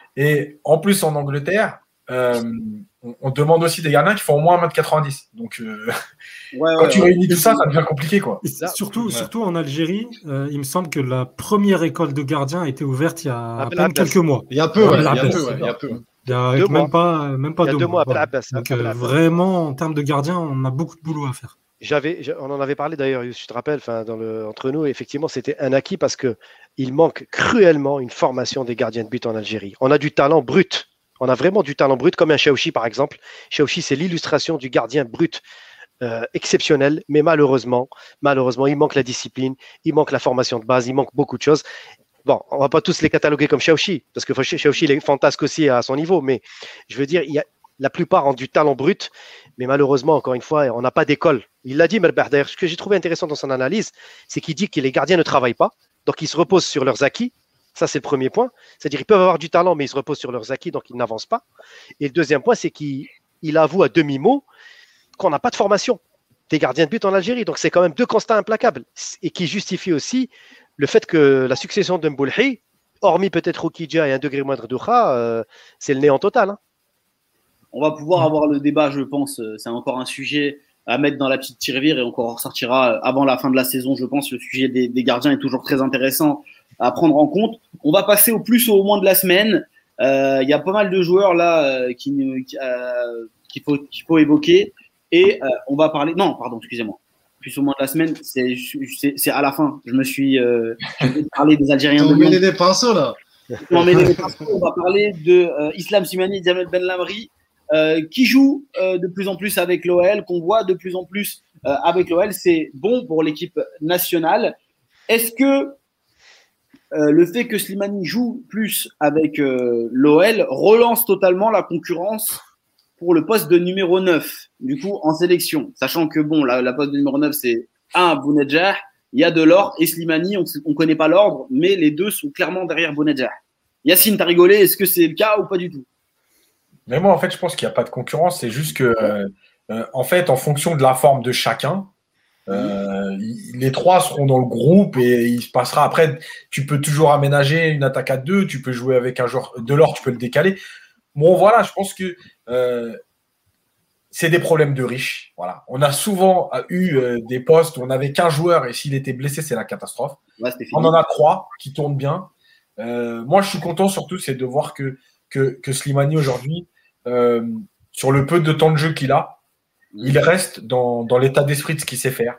Et en plus, en Angleterre, euh, on, on demande aussi des gardiens qui font au moins un mètre quatre-vingt-dix. Donc, euh, ouais, quand ouais, tu ouais. réunis tout ça, ça devient compliqué, quoi. Surtout, ouais. surtout en Algérie, euh, il me semble que la première école de gardiens a été ouverte il y a à peine quelques mois. Il y a peu, ouais, il y a peu, ouais, il y a peu. Il y a deux même mois. pas, même pas il y a deux, deux mois. mois. Voilà. Donc euh, vraiment, en termes de gardiens, on a beaucoup de boulot à faire. J'avais, on en avait parlé d'ailleurs, je te rappelle, enfin, dans le, entre nous, effectivement, c'était un acquis parce que il manque cruellement une formation des gardiens de but en Algérie. On a du talent brut. On a vraiment du talent brut, comme un Chaouchi, par exemple. Chaouchi, c'est l'illustration du gardien brut euh, exceptionnel, mais malheureusement, malheureusement, il manque la discipline, il manque la formation de base, il manque beaucoup de choses. Bon, on va pas tous les cataloguer comme Chaouchi, parce que Chaouchi, il est fantasque aussi à son niveau, mais je veux dire, il y a, la plupart ont du talent brut, mais malheureusement, encore une fois, on n'a pas d'école. Il l'a dit, Merbah. D'ailleurs, ce que j'ai trouvé intéressant dans son analyse, c'est qu'il dit que les gardiens ne travaillent pas, donc ils se reposent sur leurs acquis. Ça, c'est le premier point. C'est-à-dire qu'ils peuvent avoir du talent, mais ils se reposent sur leurs acquis, donc ils n'avancent pas. Et le deuxième point, c'est qu'il il avoue à demi-mot qu'on n'a pas de formation des gardiens de but en Algérie. Donc, c'est quand même deux constats implacables et qui justifient aussi le fait que la succession de Mboulhi, hormis peut-être Oukidja et un degré moindre d'Oukha, euh, c'est le néant total. Hein. On va pouvoir avoir le débat, je pense. C'est encore un sujet à mettre dans la petite tirevire et encore ressortira avant la fin de la saison, je pense. Le sujet des, des gardiens est toujours très intéressant à prendre en compte. On va passer au plus ou au moins de la semaine. Il euh, y a pas mal de joueurs là euh, qui, qui, euh, qu'il faut, qu'il faut évoquer. Et euh, on va parler… Non, pardon, excusez-moi. Plus ou moins de la semaine, c'est, c'est, c'est à la fin. Je me suis euh, parlé des Algériens. On mêlé des pinceaux là. On va parler de euh, Islam Slimani et Diamel Ben Lamri, euh, qui jouent euh, de plus en plus avec l'O L, qu'on voit de plus en plus euh, avec l'O L. C'est bon pour l'équipe nationale. Est-ce que euh, le fait que Slimani joue plus avec euh, l'O L relance totalement la concurrence pour le poste de numéro neuf, du coup, en sélection, sachant que, bon, la, la poste de numéro neuf, c'est un Bounedjah, il y a Delors et Slimani, on ne connaît pas l'ordre, mais les deux sont clairement derrière Bounedjah. Yacine, t'as rigolé, est-ce que c'est le cas ou pas du tout? Mais moi, en fait, je pense qu'il n'y a pas de concurrence, c'est juste que, euh, euh, en fait, en fonction de la forme de chacun, euh, il, les trois seront dans le groupe et il se passera. Après, tu peux toujours aménager une attaque à deux, tu peux jouer avec un joueur Delors, tu peux le décaler. Bon, voilà, je pense que euh, c'est des problèmes de riches. Voilà. On a souvent eu euh, des postes où on n'avait qu'un joueur et s'il était blessé, c'est la catastrophe. Ouais, on en a trois qui tournent bien. Euh, moi, je suis content surtout, c'est de voir que, que, que Slimani aujourd'hui, euh, sur le peu de temps de jeu qu'il a, mmh. il reste dans, dans l'état d'esprit de ce qu'il sait faire.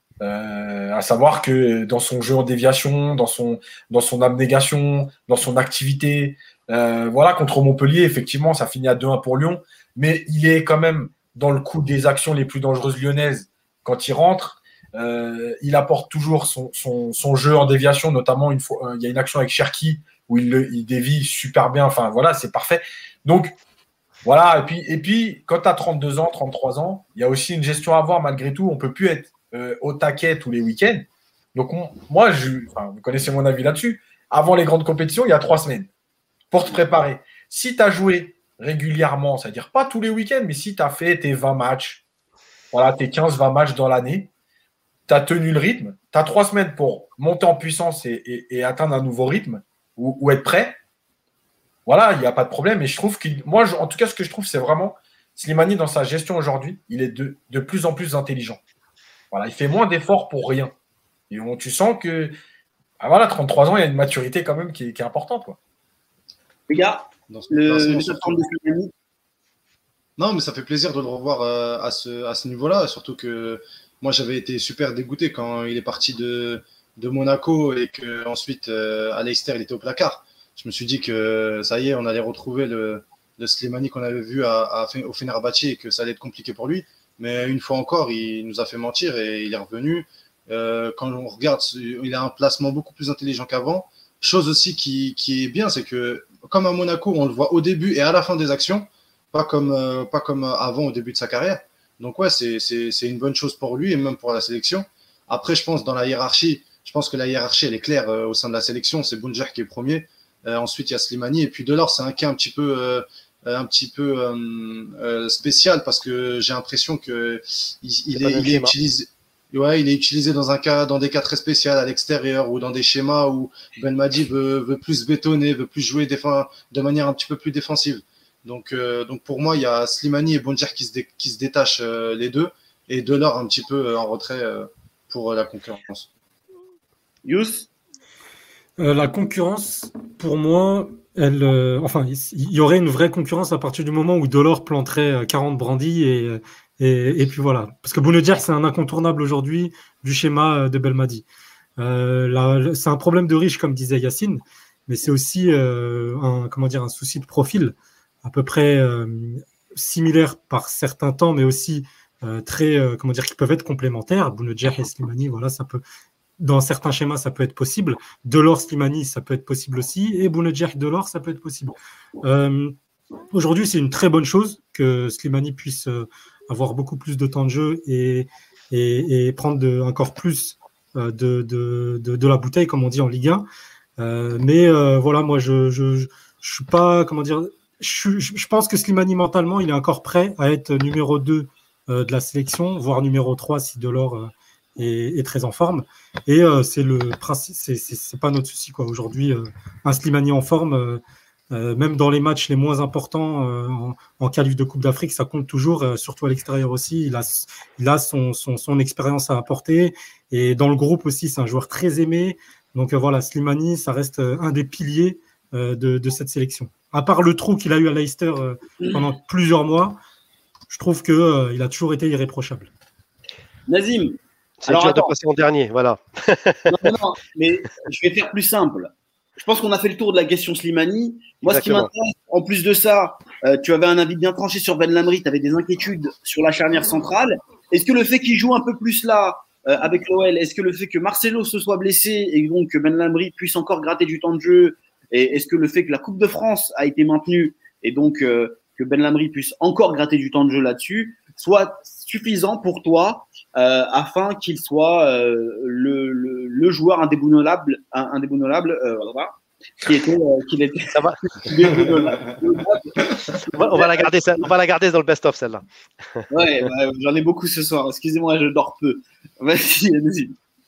Euh, à savoir que dans son jeu en déviation, dans son, dans son abnégation, dans son activité, Euh, voilà, contre Montpellier, effectivement, ça finit à deux un pour Lyon, mais il est quand même dans le coup des actions les plus dangereuses lyonnaises quand il rentre. Euh, il apporte toujours son, son, son jeu en déviation, notamment une fois, euh, il y a une action avec Cherki où il, le, il dévie super bien. Enfin, voilà, c'est parfait. Donc, voilà. Et puis, et puis quand tu as trente-deux ans, trente-trois ans, il y a aussi une gestion à avoir malgré tout. On ne peut plus être euh, au taquet tous les week-ends. Donc, on, moi, je, enfin, vous connaissez mon avis là-dessus. Avant les grandes compétitions, il y a trois semaines. Pour te préparer. Si tu as joué régulièrement, c'est-à-dire pas tous les week-ends, mais si tu as fait tes vingt matchs, voilà, tes quinze vingt matchs dans l'année, tu as tenu le rythme, tu as trois semaines pour monter en puissance et, et, et atteindre un nouveau rythme ou, ou être prêt. Voilà, il n'y a pas de problème. Et je trouve que, moi, je, en tout cas, ce que je trouve, c'est vraiment Slimani, dans sa gestion aujourd'hui, il est de, de plus en plus intelligent. Voilà, il fait moins d'efforts pour rien. Et on, tu sens que, ah voilà, trente-trois ans, il y a une maturité quand même qui est, qui est importante, quoi. Les gars, le, le septembre de Slimani. Non, mais ça fait plaisir de le revoir euh, à ce, à ce niveau-là. Surtout que moi, j'avais été super dégoûté quand il est parti de, de Monaco et qu'ensuite, euh, à Leicester, il était au placard. Je me suis dit que ça y est, on allait retrouver le, le Slimani qu'on avait vu à, à, au Fenerbahçe et que ça allait être compliqué pour lui. Mais une fois encore, il nous a fait mentir et il est revenu. Euh, quand on regarde, il a un placement beaucoup plus intelligent qu'avant. Chose aussi qui, qui est bien, c'est que comme à Monaco, on le voit au début et à la fin des actions, pas comme, euh, pas comme avant au début de sa carrière. Donc ouais, c'est, c'est, c'est une bonne chose pour lui et même pour la sélection. Après, je pense dans la hiérarchie, je pense que la hiérarchie, elle est claire euh, au sein de la sélection. C'est Bounedjah qui est premier. Euh, ensuite, il y a Slimani. Et puis Delors, c'est un cas un petit peu, euh, un petit peu euh, euh, spécial parce que j'ai l'impression qu'il il, il est, il est utilisé. Ouais, il est utilisé dans un cas, dans des cas très spéciaux à l'extérieur ou dans des schémas où Belmadi veut, veut plus bétonner, veut plus jouer défend, de manière un petit peu plus défensive. Donc, euh, donc pour moi, il y a Slimani et Bounedjah qui se, dé, qui se détachent euh, les deux et Delors un petit peu euh, en retrait euh, pour euh, la concurrence. Yous euh, La concurrence, pour moi, elle, euh, enfin, il y aurait une vraie concurrence à partir du moment où Delors planterait quarante brandis et Et, et puis voilà, parce que Bounedjah, c'est un incontournable aujourd'hui du schéma de Belmadi. Euh, là, c'est un problème de riche, comme disait Yacine, mais c'est aussi euh, un, comment dire, un souci de profil à peu près euh, similaire par certains temps, mais aussi euh, très, euh, comment dire, qui peuvent être complémentaires. Bounedjah et Slimani, voilà, ça peut, dans certains schémas, ça peut être possible. Delors, Slimani, ça peut être possible aussi, et Bounedjah, Delors, ça peut être possible. Euh, aujourd'hui, c'est une très bonne chose que Slimani puisse euh, avoir beaucoup plus de temps de jeu et, et, et prendre de, encore plus euh, de, de, de, de la bouteille, comme on dit en Ligue un. Euh, mais euh, voilà, moi, je, je, je, je suis pas, comment dire, je, je, je pense que Slimani, mentalement, il est encore prêt à être numéro deux euh, de la sélection, voire numéro trois si Delors euh, est, est très en forme. Et euh, c'est le principe, c'est, c'est, c'est pas notre souci, quoi. Aujourd'hui, euh, un Slimani en forme, euh, euh, même dans les matchs les moins importants, euh, en, en qualif de Coupe d'Afrique, ça compte toujours, euh, surtout à l'extérieur aussi. Il a, il a son, son, son expérience à apporter. Et dans le groupe aussi, c'est un joueur très aimé. Donc euh, voilà, Slimani, ça reste euh, un des piliers euh, de, de cette sélection. À part le trou qu'il a eu à Leicester euh, pendant plusieurs mois, je trouve qu'il euh, a toujours été irréprochable. Nazim. C'est dur de passer en dernier, voilà. non, non, non, mais je vais faire plus simple. Je pense qu'on a fait le tour de la question Slimani. Moi, Exactement. Ce qui m'intéresse, en plus de ça, euh, tu avais un avis bien tranché sur Ben Lamri, tu avais des inquiétudes sur la charnière centrale. Est-ce que le fait qu'il joue un peu plus là, euh, avec l'O L, est-ce que le fait que Marcelo se soit blessé et donc que Ben Lamri puisse encore gratter du temps de jeu, et est-ce que le fait que la Coupe de France a été maintenue et donc euh, que Ben Lamri puisse encore gratter du temps de jeu là-dessus, soit suffisant pour toi euh, afin qu'il soit euh, le, le, le joueur indéboulonnable, indéboulonnable euh, voilà, qui était, euh, qu'il était. Ça va. on, va, on va la garder, on va la garder dans le best-of celle-là. Ouais, ouais, j'en ai beaucoup ce soir. Excusez-moi, je dors peu. Vas-y, vas-y.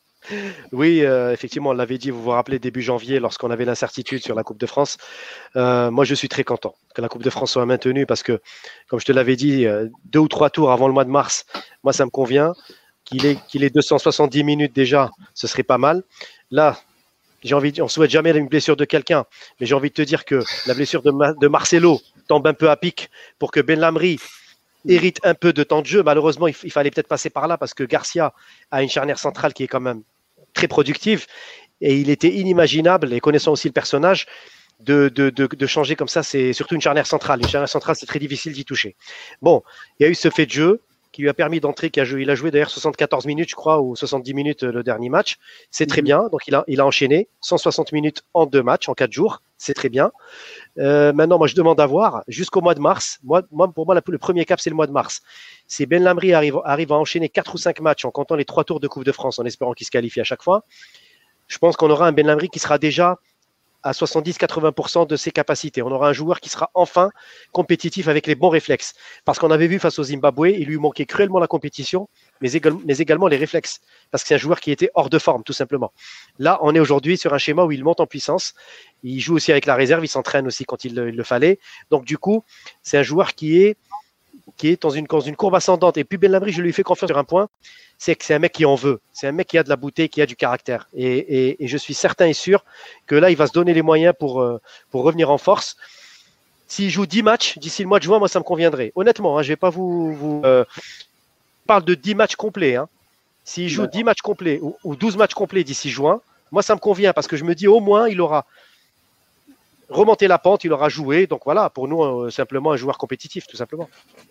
Oui, euh, effectivement, on l'avait dit, vous vous rappelez, début janvier, lorsqu'on avait l'incertitude sur la Coupe de France. Euh, moi, je suis très content que la Coupe de France soit maintenue parce que, comme je te l'avais dit, euh, deux ou trois tours avant le mois de mars, moi, ça me convient. Qu'il ait, qu'il ait deux cent soixante-dix minutes déjà, ce serait pas mal. Là, j'ai envie de, on ne souhaite jamais une blessure de quelqu'un, mais j'ai envie de te dire que la blessure de, Ma, de Marcelo tombe un peu à pic pour que Ben Lamri hérite un peu de temps de jeu. Malheureusement, il, il fallait peut-être passer par là parce que Garcia a une charnière centrale qui est quand même très productive et il était inimaginable, et connaissant aussi le personnage, de, de, de, de changer comme ça. C'est surtout une charnière centrale. Une charnière centrale, c'est très difficile d'y toucher. Bon, il y a eu ce fait de jeu qui lui a permis d'entrer, qui a joué, il a joué d'ailleurs soixante-quatorze minutes, je crois, ou soixante-dix minutes le dernier match. C'est très bien. Donc, il a, il a enchaîné cent soixante minutes en deux matchs, en quatre jours. C'est très bien. Euh, maintenant, moi, je demande à voir jusqu'au mois de mars. Moi, moi, pour moi, le premier cap, c'est le mois de mars. Si Ben Lamri arrive, arrive à enchaîner quatre ou cinq matchs en comptant les trois tours de Coupe de France, en espérant qu'il se qualifie à chaque fois, je pense qu'on aura un Ben Lamri qui sera déjà à soixante-dix à quatre-vingts pour cent de ses capacités. On aura un joueur qui sera enfin compétitif avec les bons réflexes. Parce qu'on avait vu face au Zimbabwe, il lui manquait cruellement la compétition, mais, égal, mais également les réflexes. Parce que c'est un joueur qui était hors de forme, tout simplement. Là, on est aujourd'hui sur un schéma où il monte en puissance. Il joue aussi avec la réserve, il s'entraîne aussi quand il, il le fallait. Donc, du coup, c'est un joueur qui est, qui est dans, une, dans une courbe ascendante. Et puis, Ben Lamri, je lui fais confiance sur un point, c'est que c'est un mec qui en veut. C'est un mec qui a de la bouteille, qui a du caractère. Et, et, et je suis certain et sûr que là, il va se donner les moyens pour, euh, pour revenir en force. S'il joue dix matchs d'ici le mois de juin, moi, ça me conviendrait. Honnêtement, hein, je ne vais pas vous... vous euh, je parle de dix matchs complets. Hein. S'il joue dix matchs complets ou, ou douze matchs complets d'ici juin, moi, ça me convient parce que je me dis au moins, il aura remonté la pente, il aura joué. Donc voilà, pour nous, euh, simplement un joueur compétitif, tout simplement.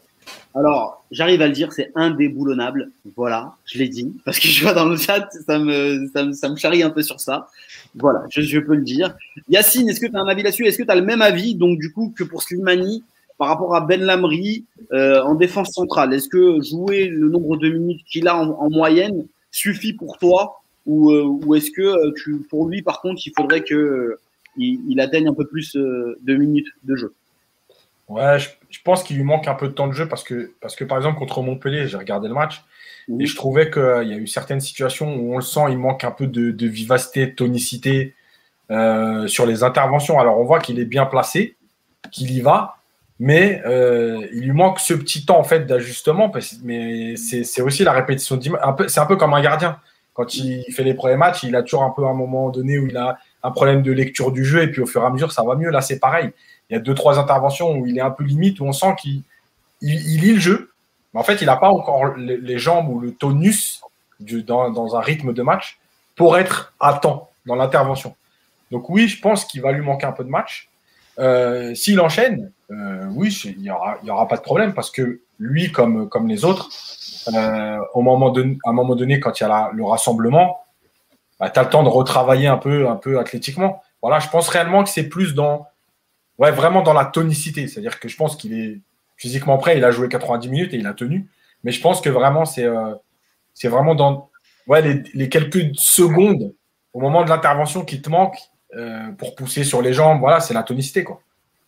Alors, j'arrive à le dire, c'est indéboulonnable. Voilà, je l'ai dit. Parce que je vois dans le chat, ça me, ça me, ça me charrie un peu sur ça. Voilà, je, je peux le dire. Yacine, est-ce que tu as un avis là-dessus? Est-ce que tu as le même avis, donc, du coup, que pour Slimani par rapport à Ben Lamri euh, en défense centrale? Est-ce que jouer le nombre de minutes qu'il a en, en moyenne suffit pour toi? Ou, euh, ou est-ce que tu, pour lui, par contre, il faudrait qu'il euh, il atteigne un peu plus euh, de minutes de jeu? Ouais, je, je pense qu'il lui manque un peu de temps de jeu parce que, parce que par exemple, contre Montpellier, j'ai regardé le match mmh. et je trouvais qu'il y a eu certaines situations où on le sent, il manque un peu de, de vivacité, de tonicité euh, sur les interventions. Alors, on voit qu'il est bien placé, qu'il y va, mais euh, il lui manque ce petit temps en fait d'ajustement. Mais c'est, c'est aussi la répétition d'images. C'est un peu comme un gardien. Quand il fait les premiers matchs, il a toujours un peu un moment donné où il a un problème de lecture du jeu et puis au fur et à mesure, ça va mieux. Là, c'est pareil. Il y a deux, trois interventions où il est un peu limite, où on sent qu'il il, il lit le jeu. Mais en fait, il n'a pas encore les, les jambes ou le tonus du, dans, dans un rythme de match pour être à temps dans l'intervention. Donc oui, je pense qu'il va lui manquer un peu de match. Euh, s'il enchaîne, euh, oui, il n'y aura, il y aura pas de problème parce que lui, comme, comme les autres, euh, au moment de, à un moment donné, quand il y a la, le rassemblement, bah, tu as le temps de retravailler un peu, un peu athlétiquement. Voilà, je pense réellement que c'est plus dans ouais, vraiment dans la tonicité. C'est-à-dire que je pense qu'il est physiquement prêt. Il a joué quatre-vingt-dix minutes et il a tenu. Mais je pense que vraiment, c'est, euh, c'est vraiment dans ouais, les, les quelques secondes au moment de l'intervention qui te manquent euh, pour pousser sur les jambes. Voilà, c'est la tonicité, quoi.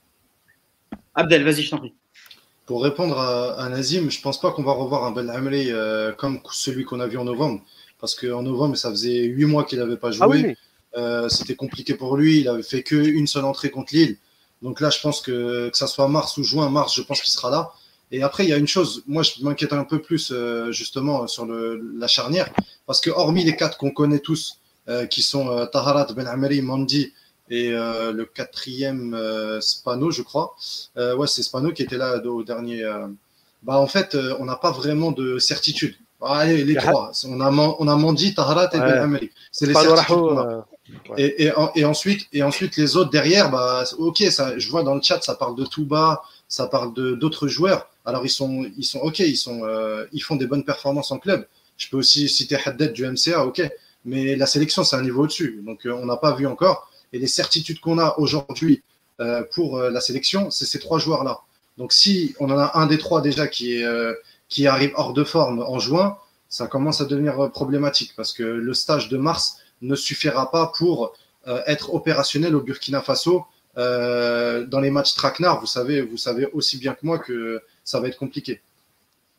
Abdel, vas-y, je t'en prie. Pour répondre à, à Nazim, je pense pas qu'on va revoir un Belhamri euh, comme celui qu'on a vu en novembre. Parce qu'en novembre, ça faisait huit mois qu'il n'avait pas joué. Ah oui. Euh, c'était compliqué pour lui. Il avait fait qu'une seule entrée contre Lille. Donc là, je pense que que ça soit mars ou juin, mars, je pense qu'il sera là. Et après, il y a une chose. Moi, je m'inquiète un peu plus euh, justement sur le, la charnière. Parce que hormis les quatre qu'on connaît tous, euh, qui sont euh, Taharat, Belhamri, Mandi et euh, le quatrième euh, Spano, je crois. Euh, ouais, c'est Spano qui était là au dernier. Euh... Bah, en fait, euh, on n'a pas vraiment de certitude. Allez, les trois. On a, on a Mandi, Taharat et ouais. Belhamri. C'est les certitudes qu'on a. Euh, ouais. et, et, et, ensuite, et ensuite, les autres derrière, bah, ok, ça, je vois dans le chat, ça parle de Touba, ça parle de d'autres joueurs. Alors, ils sont, ils sont ok, ils, sont, euh, ils font des bonnes performances en club. Je peux aussi citer Haddad du M C A, ok. Mais la sélection, c'est un niveau au-dessus. Donc, euh, on n'a pas vu encore. Et les certitudes qu'on a aujourd'hui euh, pour euh, la sélection, c'est ces trois joueurs-là. Donc, si on en a un des trois déjà qui, est, euh, qui arrive hors de forme en juin, ça commence à devenir problématique parce que le stage de mars ne suffira pas pour euh, être opérationnel au Burkina Faso. Euh, dans les matchs traquenards, vous savez, vous savez aussi bien que moi que ça va être compliqué. Yassine ?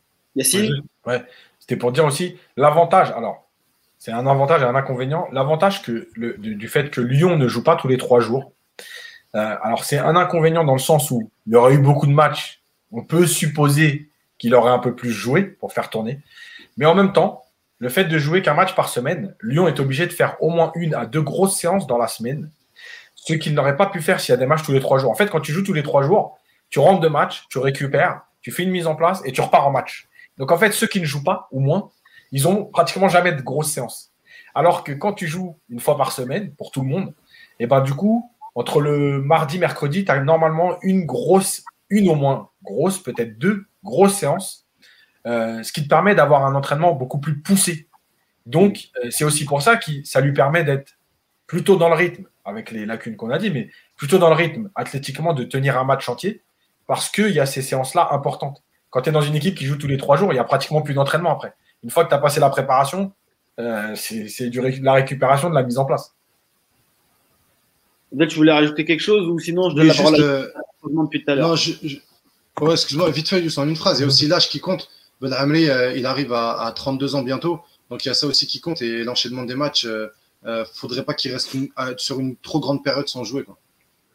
Ouais, c'était pour dire aussi l'avantage. Alors, c'est un avantage et un inconvénient. L'avantage que le, du, du fait que Lyon ne joue pas tous les trois jours. Euh, alors, c'est un inconvénient dans le sens où il y aurait eu beaucoup de matchs. On peut supposer qu'il aurait un peu plus joué pour faire tourner. Mais en même temps, le fait de jouer qu'un match par semaine, Lyon est obligé de faire au moins une à deux grosses séances dans la semaine, ce qu'il n'aurait pas pu faire s'il y a des matchs tous les trois jours. En fait, quand tu joues tous les trois jours, tu rentres de match, tu récupères, tu fais une mise en place et tu repars en match. Donc, en fait, ceux qui ne jouent pas, au moins, ils ont pratiquement jamais de grosses séances. Alors que quand tu joues une fois par semaine, pour tout le monde, et ben du coup, entre le mardi, mercredi, tu as normalement une grosse, une au moins grosse, peut-être deux grosses séances, euh, ce qui te permet d'avoir un entraînement beaucoup plus poussé. Donc, euh, c'est aussi pour ça que ça lui permet d'être plutôt dans le rythme, avec les lacunes qu'on a dit, mais plutôt dans le rythme athlétiquement de tenir un match entier, parce qu'il y a ces séances-là importantes. Quand tu es dans une équipe qui joue tous les trois jours, il n'y a pratiquement plus d'entraînement après. Une fois que tu as passé la préparation, euh, c'est, c'est du ré- la récupération de la mise en place. Peut-être tu voulais rajouter quelque chose ou sinon je donne oui, la parole juste, à euh, depuis tout à l'heure. Non, je, je... Ouais, excuse-moi, vite fait, juste en une phrase. Il y a aussi l'âge qui compte. Belhamri, euh, il arrive à, à trente-deux ans bientôt. Donc il y a ça aussi qui compte. Et l'enchaînement des matchs, il euh, ne euh, faudrait pas qu'il reste une, euh, sur une trop grande période sans jouer, quoi.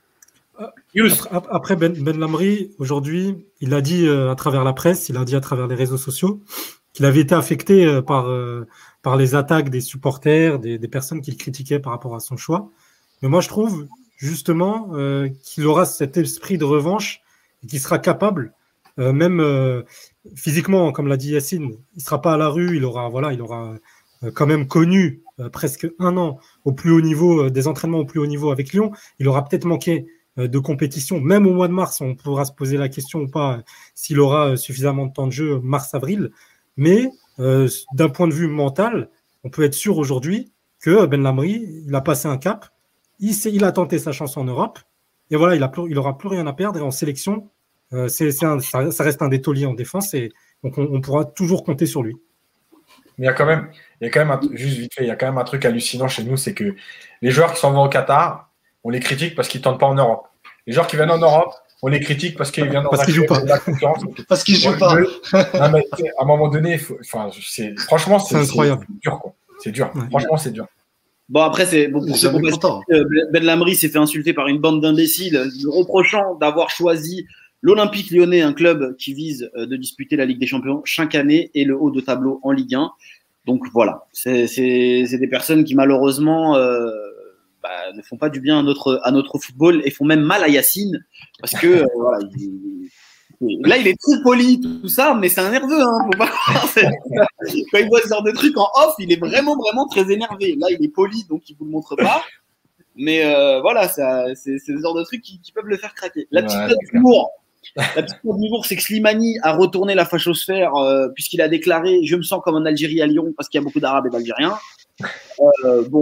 Après, après Ben, Ben Lamri, aujourd'hui, il a dit euh, à travers la presse, il a dit à travers les réseaux sociaux qu'il avait été affecté euh, par, euh, par les attaques des supporters, des, des personnes qu'il critiquait par rapport à son choix. Mais moi, je trouve justement euh, qu'il aura cet esprit de revanche et qu'il sera capable, euh, même euh, physiquement, comme l'a dit Yassine, il ne sera pas à la rue, il aura, voilà, il aura euh, quand même connu euh, presque un an au plus haut niveau, euh, des entraînements au plus haut niveau avec Lyon. Il aura peut-être manqué de compétition, même au mois de mars, on pourra se poser la question ou pas s'il aura suffisamment de temps de jeu mars-avril, mais euh, d'un point de vue mental, on peut être sûr aujourd'hui que Ben Lamri, il a passé un cap, il, il a tenté sa chance en Europe, et voilà, il, a plus, il aura plus rien à perdre, et en sélection, euh, c'est, c'est un, ça, ça reste un des tauliers en défense, et donc on, on pourra toujours compter sur lui. Mais il y a quand même, il y a quand même un, juste vite fait, il y a quand même un truc hallucinant chez nous, c'est que les joueurs qui s'en vont au Qatar, on les critique parce qu'ils ne tentent pas en Europe. Les joueurs qui viennent en Europe, on les critique parce qu'ils viennent en parce qu'ils jouent pas. La concurrence. Parce qu'ils jouent pas. Non, mais, à un moment donné, faut, enfin, c'est, franchement, c'est, c'est incroyable. C'est dur, quoi. C'est dur. Ouais. Franchement, c'est dur. Bon, après, c'est bon, pour ceux qui Ben Lamri s'est fait insulter par une bande d'imbéciles, lui reprochant d'avoir choisi l'Olympique Lyonnais, un club qui vise de disputer la Ligue des Champions chaque année et le haut de tableau en Ligue un. Donc voilà, c'est, c'est, c'est des personnes qui malheureusement euh, bah, ne font pas du bien à notre, à notre football et font même mal à Yassine parce que euh, voilà, il, il, là il est très poli tout ça, mais c'est un nerveux, hein, faut pas croire. Quand il voit ce genre de trucs en off, il est vraiment vraiment très énervé. Là il est poli donc il vous le montre pas, mais euh, voilà, ça, c'est, c'est ce genre de trucs qui, qui peuvent le faire craquer. La petite note d'humour. La petite note d'humour, c'est que Slimani a retourné la fachosphère euh, puisqu'il a déclaré « Je me sens comme en Algérie à Lyon parce qu'il y a beaucoup d'Arabes et d'Algériens ». Euh, bon,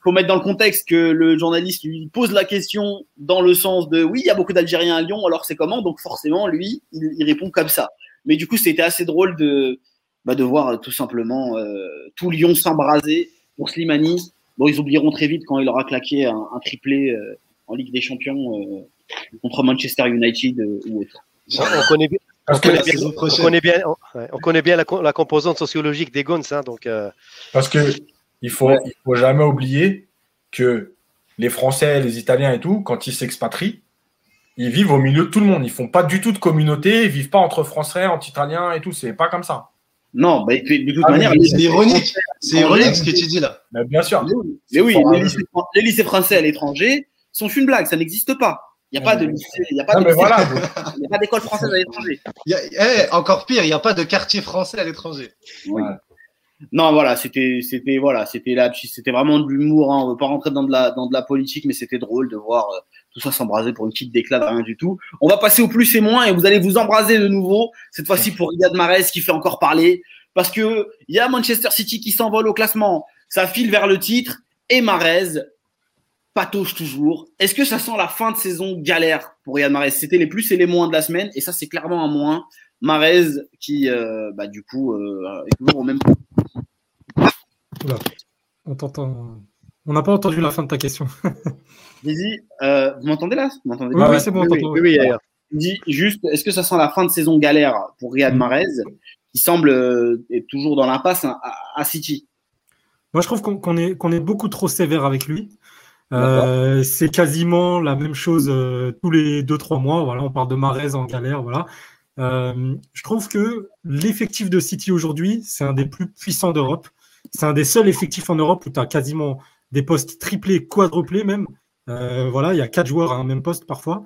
faut mettre dans le contexte que le journaliste lui pose la question dans le sens de oui, il y a beaucoup d'Algériens à Lyon, alors c'est comment? Donc forcément, lui, il, il répond comme ça. Mais du coup, c'était assez drôle de, bah, de voir euh, tout simplement euh, tout Lyon s'embraser pour Slimani. Bon, ils oublieront très vite quand il aura claqué un, un triplé euh, en Ligue des Champions euh, contre Manchester United euh, ou autre. On connaît bien. On connaît, bien, on, connaît bien, on, on connaît bien la, la composante sociologique des Gons, hein, donc. Euh... Parce que il faut, ouais. il faut jamais oublier que les Français, les Italiens et tout, quand ils s'expatrient, ils vivent au milieu de tout le monde. Ils font pas du tout de communauté, ils vivent pas entre Français, entre Italiens et tout. C'est pas comme ça. Non, bah, de toute ah, manière, c'est ironique. C'est ironique ce que tu dis là. Mais bien sûr. Mais oui, mais oui les, lycées, les lycées français à l'étranger sont une blague, ça n'existe pas. Il n'y a pas de lycée, il n'y a pas de voilà. Il n'y a pas d'école française à l'étranger. Il y a, eh, encore pire, il n'y a pas de quartier français à l'étranger. Oui. Ouais. Non, voilà, c'était, c'était, voilà, c'était là, c'était vraiment de l'humour. Hein. On ne veut pas rentrer dans de la, dans de la politique, mais c'était drôle de voir euh, tout ça s'embraser pour une petite déclate, rien du tout. On va passer au plus et moins, et vous allez vous embraser de nouveau. Cette fois-ci pour Riyad Mahrez qui fait encore parler, parce que il y a Manchester City qui s'envole au classement, ça file vers le titre, et Mahrez patauge toujours. Est-ce que ça sent la fin de saison galère pour Riyad Mahrez? C'était les plus et les moins de la semaine, et ça c'est clairement un moins. Mahrez qui, euh, bah, du coup, euh, est toujours au même point. Oula, on t'entend. On n'a pas entendu la fin de ta question. Vas-y, euh, vous m'entendez là? Vous m'entendez Oui, pas? oui, c'est bon, on oui, t'entend. Oui, oui, oui. Dis juste, est-ce que ça sent la fin de saison galère pour Riyad Mahrez, qui semble euh, être toujours dans l'impasse à, à City? Moi, je trouve qu'on, qu'on est, qu'on est beaucoup trop sévère avec lui. Euh, c'est quasiment la même chose euh, tous les deux trois mois. Voilà, on parle de Mahrez en galère. Voilà. Euh, je trouve que l'effectif de City aujourd'hui, c'est un des plus puissants d'Europe. C'est un des seuls effectifs en Europe où tu as quasiment des postes triplés, quadruplés même. Euh, voilà, il y a quatre joueurs à un même poste parfois.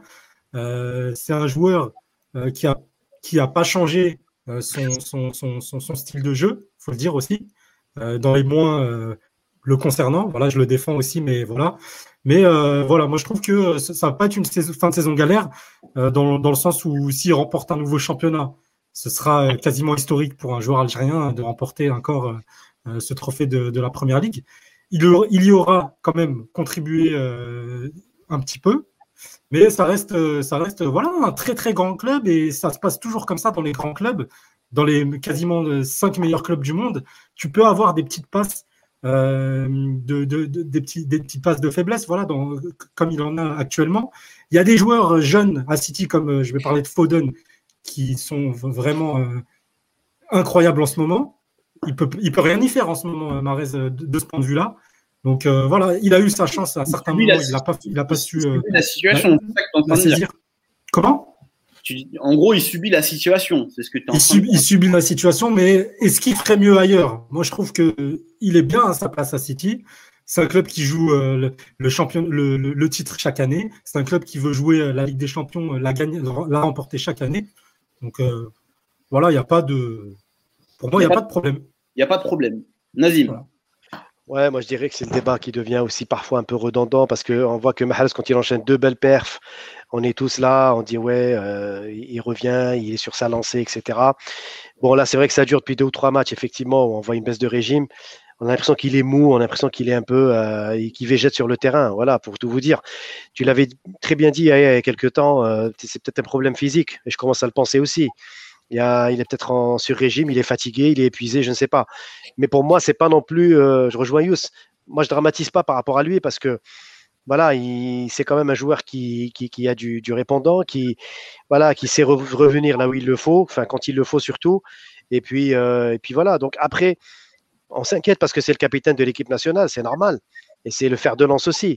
Euh, c'est un joueur euh, qui a qui a pas changé euh, son, son, son, son, son style de jeu, faut le dire aussi. Euh, dans les moins euh, le concernant, voilà, je le défends aussi, mais voilà. Mais euh, voilà, moi je trouve que ça va pas être une saison, fin de saison galère euh, dans, dans le sens où s'il remporte un nouveau championnat, ce sera quasiment historique pour un joueur algérien de remporter encore euh, ce trophée de, de la Première Ligue. Il, il y aura quand même contribué euh, un petit peu, mais ça reste, ça reste voilà, un très très grand club et ça se passe toujours comme ça dans les grands clubs, dans les quasiment cinq meilleurs clubs du monde. Tu peux avoir des petites passes. Euh, de, de, de, des, petits, des petites passes de faiblesse, voilà, dans, comme il en a actuellement. Il y a des joueurs jeunes à City, comme euh, je vais parler de Foden, qui sont vraiment euh, incroyables en ce moment. Il peut, il peut rien y faire en ce moment, Mahrez, de, de ce point de vue-là. Donc euh, voilà, il a eu sa chance à certains moments, il n'a pas, il a pas su euh, la situation. La, la saisir. Comment? Tu, en gros, il subit la situation. C'est ce que tu il, sub, il subit la situation, mais est-ce qu'il ferait mieux ailleurs? Moi, je trouve qu'il est bien à sa place à City. C'est un club qui joue euh, le, le, champion, le, le, le titre chaque année. C'est un club qui veut jouer la Ligue des Champions, la, gagner, la remporter chaque année. Donc euh, voilà, il n'y a pas de. Pour moi, il n'y a, a pas de problème. Il n'y a pas de problème. Nazim. Voilà. Ouais, moi je dirais que c'est le débat qui devient aussi parfois un peu redondant parce qu'on voit que Mahrez, quand il enchaîne deux belles perfs, on est tous là, on dit ouais, euh, il revient, il est sur sa lancée, et cetera. Bon, là, c'est vrai que ça dure depuis deux ou trois matchs, effectivement, où on voit une baisse de régime. On a l'impression qu'il est mou, on a l'impression qu'il est un peu, euh, qu'il végète sur le terrain. Voilà, pour tout vous dire. Tu l'avais très bien dit il y a quelques temps, euh, c'est peut-être un problème physique, et je commence à le penser aussi. Il, y a, il est peut-être en sur-régime, il est fatigué, il est épuisé, je ne sais pas. Mais pour moi, c'est pas non plus. Euh, je rejoins Youss. Moi, je dramatise pas par rapport à lui parce que voilà, il, c'est quand même un joueur qui, qui, qui a du, du répondant, qui voilà, qui sait re- revenir là où il le faut, enfin quand il le faut surtout. Et puis, euh, et puis voilà. Donc après, on s'inquiète parce que c'est le capitaine de l'équipe nationale, c'est normal. Et c'est le fer de lance aussi.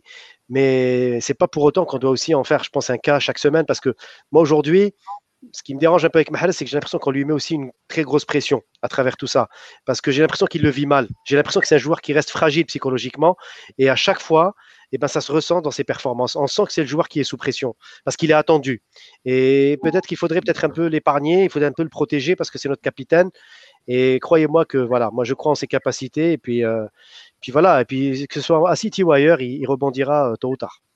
Mais c'est pas pour autant qu'on doit aussi en faire, je pense, un cas chaque semaine parce que moi aujourd'hui. Ce qui me dérange un peu avec Mahrez, c'est que j'ai l'impression qu'on lui met aussi une très grosse pression à travers tout ça. Parce que j'ai l'impression qu'il le vit mal. J'ai l'impression que c'est un joueur qui reste fragile psychologiquement. Et à chaque fois, eh ben, ça se ressent dans ses performances. On sent que c'est le joueur qui est sous pression. Parce qu'il est attendu. Et peut-être qu'il faudrait peut-être un peu l'épargner. Il faudrait un peu le protéger parce que c'est notre capitaine. Et croyez-moi que voilà, moi je crois en ses capacités. Et puis, euh, puis voilà. Et puis que ce soit à City ou ailleurs, il, il rebondira euh, tôt ou tard.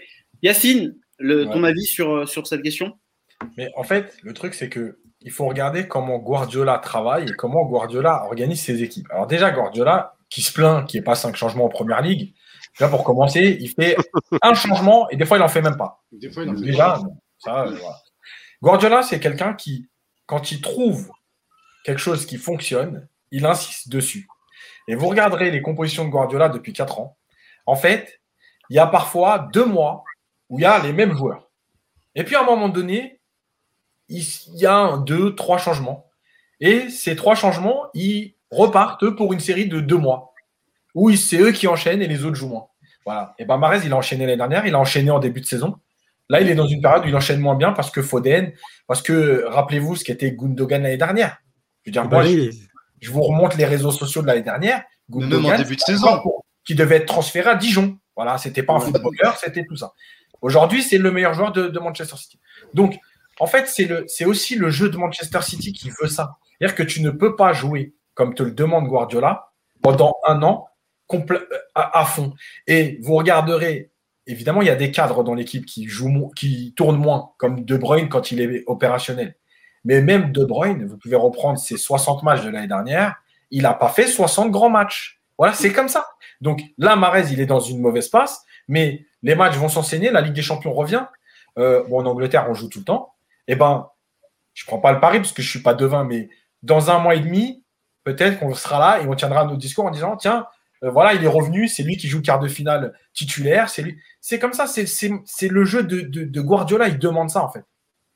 Yacine, le, ouais. ton avis sur, sur cette question? Mais en fait, le truc, c'est que il faut regarder comment Guardiola travaille et comment Guardiola organise ses équipes. Alors déjà, Guardiola, qui se plaint qu'il n'y ait pas cinq changements en Première Ligue, Déjà, pour commencer, il fait un changement et des fois, il n'en fait même pas. Des fois, il en fait Déjà, pas. ça, euh, voilà. Guardiola, c'est quelqu'un qui, quand il trouve quelque chose qui fonctionne, il insiste dessus. Et vous regarderez les compositions de Guardiola depuis quatre ans. En fait, il y a parfois deux mois où il y a les mêmes joueurs. Et puis, à un moment donné, il y a un, deux, trois changements. Et ces trois changements, ils repartent pour une série de deux mois. Où c'est eux qui enchaînent et les autres jouent moins. Voilà. Et ben Mahrez, il a enchaîné l'année dernière, il a enchaîné en début de saison. Là, il est dans une période où il enchaîne moins bien parce que Foden, parce que rappelez-vous ce qu'était Gundogan l'année dernière. Je veux dire, moi, je, je vous remonte les réseaux sociaux de l'année dernière. Gundogan, même en début de saison, qui devait être transféré à Dijon. Voilà, c'était pas un footballeur, c'était tout ça. Aujourd'hui, c'est le meilleur joueur de, de Manchester City. Donc, en fait, c'est, le, c'est aussi le jeu de Manchester City qui veut ça. C'est-à-dire que tu ne peux pas jouer comme te le demande Guardiola pendant un an compl- à, à fond. Et vous regarderez, évidemment, il y a des cadres dans l'équipe qui jouent, qui tournent moins, comme De Bruyne quand il est opérationnel. Mais même De Bruyne, vous pouvez reprendre ses soixante matchs de l'année dernière, il n'a pas fait soixante grands matchs. Voilà, c'est comme ça. Donc là, Mahrez, il est dans une mauvaise passe, mais les matchs vont s'enseigner, la Ligue des Champions revient. Euh, bon, en Angleterre, on joue tout le temps. Eh ben, je ne prends pas le pari parce que je ne suis pas devin, mais dans un mois et demi, peut-être qu'on sera là et on tiendra notre discours en disant, tiens, euh, voilà, il est revenu, c'est lui qui joue quart de finale titulaire. C'est, lui. c'est comme ça, c'est, c'est, c'est le jeu de, de, de Guardiola, il demande ça en fait.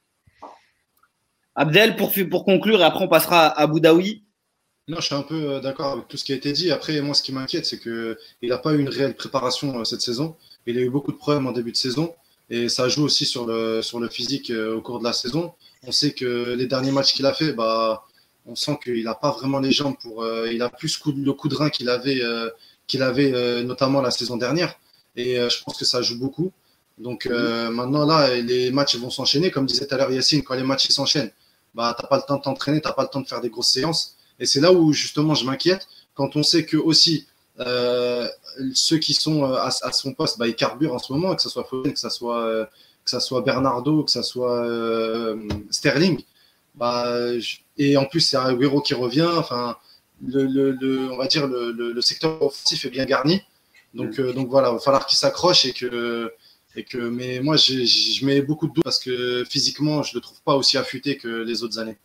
Abdel, pour, pour conclure, et après on passera à Abu Dhabi. Non, je suis un peu d'accord avec tout ce qui a été dit. Après, moi, ce qui m'inquiète, c'est qu'il n'a pas eu une réelle préparation cette saison. Il a eu beaucoup de problèmes en début de saison et ça joue aussi sur le, sur le physique au cours de la saison. On sait que les derniers matchs qu'il a fait, bah, on sent qu'il n'a pas vraiment les jambes pour. Euh, il a plus coup de, le coup de rein qu'il avait, euh, qu'il avait euh, notamment la saison dernière. Et euh, je pense que ça joue beaucoup. Donc euh, maintenant, là, les matchs vont s'enchaîner. Comme disait tout à l'heure Yacine, quand les matchs ils s'enchaînent, bah, tu n'as pas le temps de t'entraîner, tu n'as pas le temps de faire des grosses séances. Et c'est là où justement je m'inquiète quand on sait que aussi euh, ceux qui sont à, à son poste, bah, ils carburent en ce moment, que ce soit Foden, que ce soit, euh, que ça soit Bernardo, que ce soit euh, Sterling. Bah, et en plus, c'est Agüero qui revient. Enfin, le, le, le, on va dire le, le, le secteur offensif est bien garni. Donc, euh, donc voilà, il va falloir qu'il s'accroche et que, et que. Mais moi, je, je mets beaucoup de doutes parce que physiquement, je le trouve pas aussi affûté que les autres années.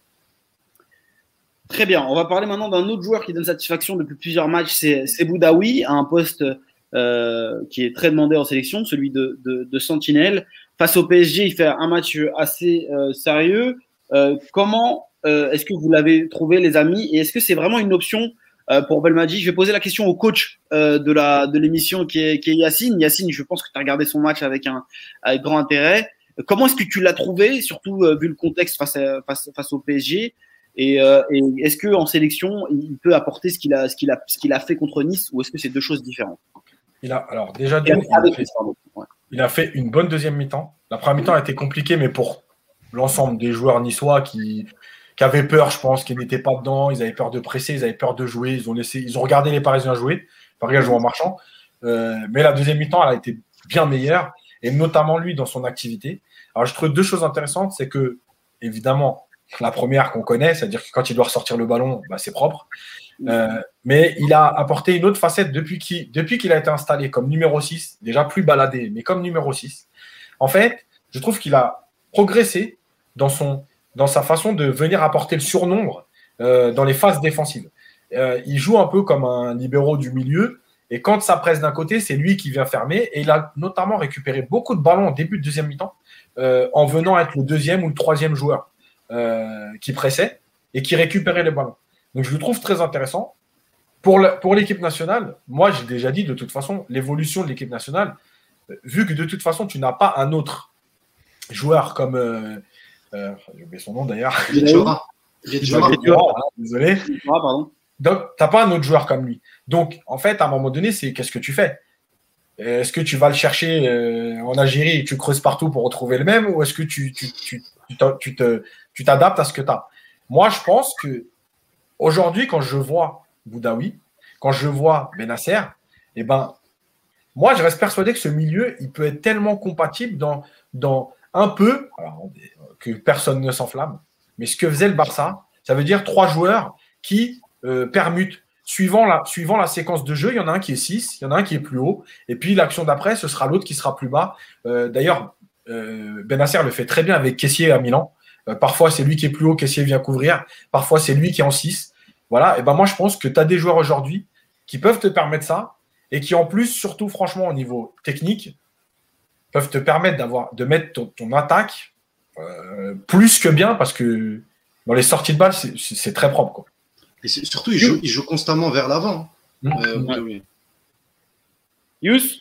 Très bien. On va parler maintenant d'un autre joueur qui donne satisfaction depuis plusieurs matchs. C'est, c'est Boudaoui, à un poste euh, qui est très demandé en sélection, celui de, de, de sentinelle. Face au P S G, il fait un match assez euh, sérieux. Euh, comment euh, est-ce que vous l'avez trouvé, les amis, et est-ce que c'est vraiment une option euh, pour Belmadi? Je vais poser la question au coach euh, de la de l'émission qui est, qui est Yacine. Yacine, je pense que tu as regardé son match avec un avec grand intérêt. Comment est-ce que tu l'as trouvé, surtout euh, vu le contexte face à, face face au P S G, et, euh, et est-ce que en sélection il peut apporter ce qu'il a ce qu'il a ce qu'il a fait contre Nice, ou est-ce que c'est deux choses différentes? Il a alors déjà deux, il, a fait, ouais. il a fait une bonne deuxième mi-temps. La première mi-temps a été compliquée, mais pour l'ensemble des joueurs niçois qui, qui avaient peur, je pense, qui n'étaient pas dedans, ils avaient peur de presser, ils avaient peur de jouer, ils ont, laissé, ils ont regardé les Parisiens jouer, Paris a joué en marchand, euh, mais la deuxième mi-temps, elle a été bien meilleure, et notamment lui dans son activité. Alors je trouve deux choses intéressantes, c'est que, évidemment, la première qu'on connaît, c'est-à-dire que quand il doit ressortir le ballon, bah, c'est propre, euh, mais il a apporté une autre facette depuis qu'il, depuis qu'il a été installé comme numéro six, déjà plus baladé, mais comme numéro six. En fait, je trouve qu'il a progressé dans, son, dans sa façon de venir apporter le surnombre euh, dans les phases défensives. Euh, il joue un peu comme un libéro du milieu, et quand ça presse d'un côté, c'est lui qui vient fermer, et il a notamment récupéré beaucoup de ballons en début de deuxième mi-temps, euh, en venant être le deuxième ou le troisième joueur euh, qui pressait et qui récupérait les ballons. Donc je le trouve très intéressant. Pour, le, pour l'équipe nationale, moi j'ai déjà dit de toute façon, l'évolution de l'équipe nationale, vu que de toute façon tu n'as pas un autre joueur comme euh, euh, j'ai oublié son nom d'ailleurs. Désolé. Donc, tu n'as pas un autre joueur comme lui. Donc, en fait, à un moment donné, c'est qu'est-ce que tu fais? Est-ce que tu vas le chercher euh, en Algérie et tu creuses partout pour retrouver le même, ou est-ce que tu, tu, tu, tu, tu, te, tu t'adaptes à ce que tu as? Moi, je pense que aujourd'hui, quand je vois Boudaoui, quand je vois Benasser, eh ben, moi, je reste persuadé que ce milieu, il peut être tellement compatible dans, dans un peu, alors, que personne ne s'enflamme, mais ce que faisait le Barça, ça veut dire trois joueurs qui euh, permutent suivant la, suivant la séquence de jeu, il y en a un qui est six, il y en a un qui est plus haut, et puis l'action d'après, ce sera l'autre qui sera plus bas. Euh, d'ailleurs, euh, Bennacer le fait très bien avec Kessié à Milan. Euh, parfois, c'est lui qui est plus haut, Kessié vient couvrir. Parfois, c'est lui qui est en six. Voilà, et ben moi, je pense que tu as des joueurs aujourd'hui qui peuvent te permettre ça, et qui en plus, surtout franchement au niveau technique, peuvent te permettre d'avoir, de mettre ton, ton attaque euh, plus que bien, parce que dans les sorties de balles, c'est, c'est, c'est très propre, quoi. Et c'est, surtout, il joue, il joue constamment vers l'avant. Mmh. Euh, ouais. oui. Yous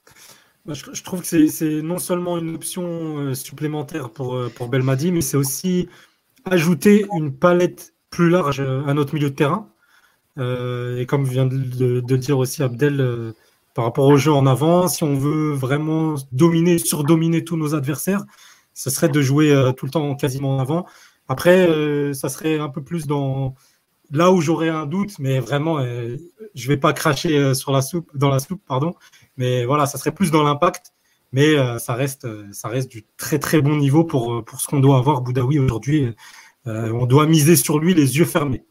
je, je trouve que c'est, c'est non seulement une option euh, supplémentaire pour, euh, pour Belmadi, mais c'est aussi ajouter une palette plus large euh, à notre milieu de terrain. Euh, et comme vient de, de, de le dire aussi Abdel, euh, par rapport au jeu en avant, si on veut vraiment dominer, surdominer tous nos adversaires, ce serait de jouer euh, tout le temps quasiment en avant. Après, euh, ça serait un peu plus dans là où j'aurais un doute, mais vraiment, euh, je vais pas cracher euh, sur la soupe, dans la soupe, pardon. Mais voilà, ça serait plus dans l'impact, mais euh, ça reste, euh, ça reste du très très bon niveau pour pour ce qu'on doit avoir. Boudaoui aujourd'hui, euh, on doit miser sur lui les yeux fermés.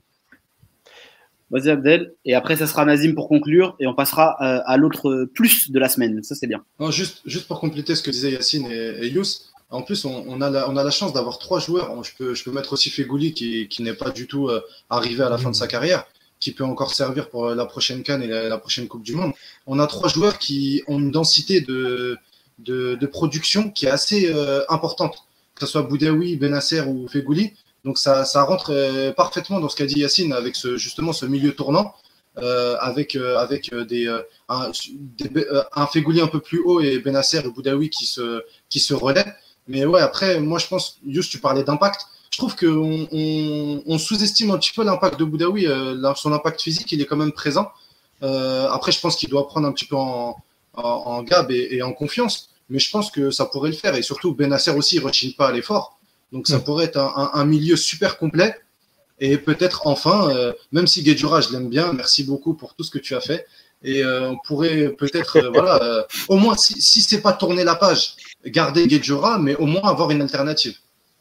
Vas-y Abdel, et après ça sera Nazim pour conclure, et on passera euh, à l'autre plus de la semaine. Ça c'est bien. Non, juste, juste pour compléter ce que disaient Yacine et, et Yous, en plus on, on, a la, on a la chance d'avoir trois joueurs. Je peux, je peux mettre aussi Fegouli qui, qui n'est pas du tout euh, arrivé à la fin de sa carrière, qui peut encore servir pour la prochaine CAN et la, la prochaine Coupe du Monde. On a trois joueurs qui ont une densité de, de, de production qui est assez euh, importante, que ce soit Boudaoui, Bennacer ou Fegouli. Donc ça, ça rentre euh, parfaitement dans ce qu'a dit Yacine avec ce, justement ce milieu tournant, euh, avec, euh, avec des, euh, un, des, un Fegouli un peu plus haut et Bennacer et Boudaoui qui se, qui se relaient. Mais ouais, après, moi je pense, Yous, tu parlais d'impact. Je trouve qu'on on, on sous-estime un petit peu l'impact de Boudaoui. Euh, son impact physique, il est quand même présent. Euh, après, je pense qu'il doit prendre un petit peu en, en, en gab et, et en confiance. Mais je pense que ça pourrait le faire. Et surtout, Bennacer aussi, il ne rechigne pas à l'effort. Donc ça pourrait être un, un, un milieu super complet. Et peut-être enfin, euh, même si Guedjura, je l'aime bien, merci beaucoup pour tout ce que tu as fait. Et euh, on pourrait peut-être, euh, voilà, euh, au moins, si, si ce n'est pas tourner la page, garder Guedjura, mais au moins avoir une alternative.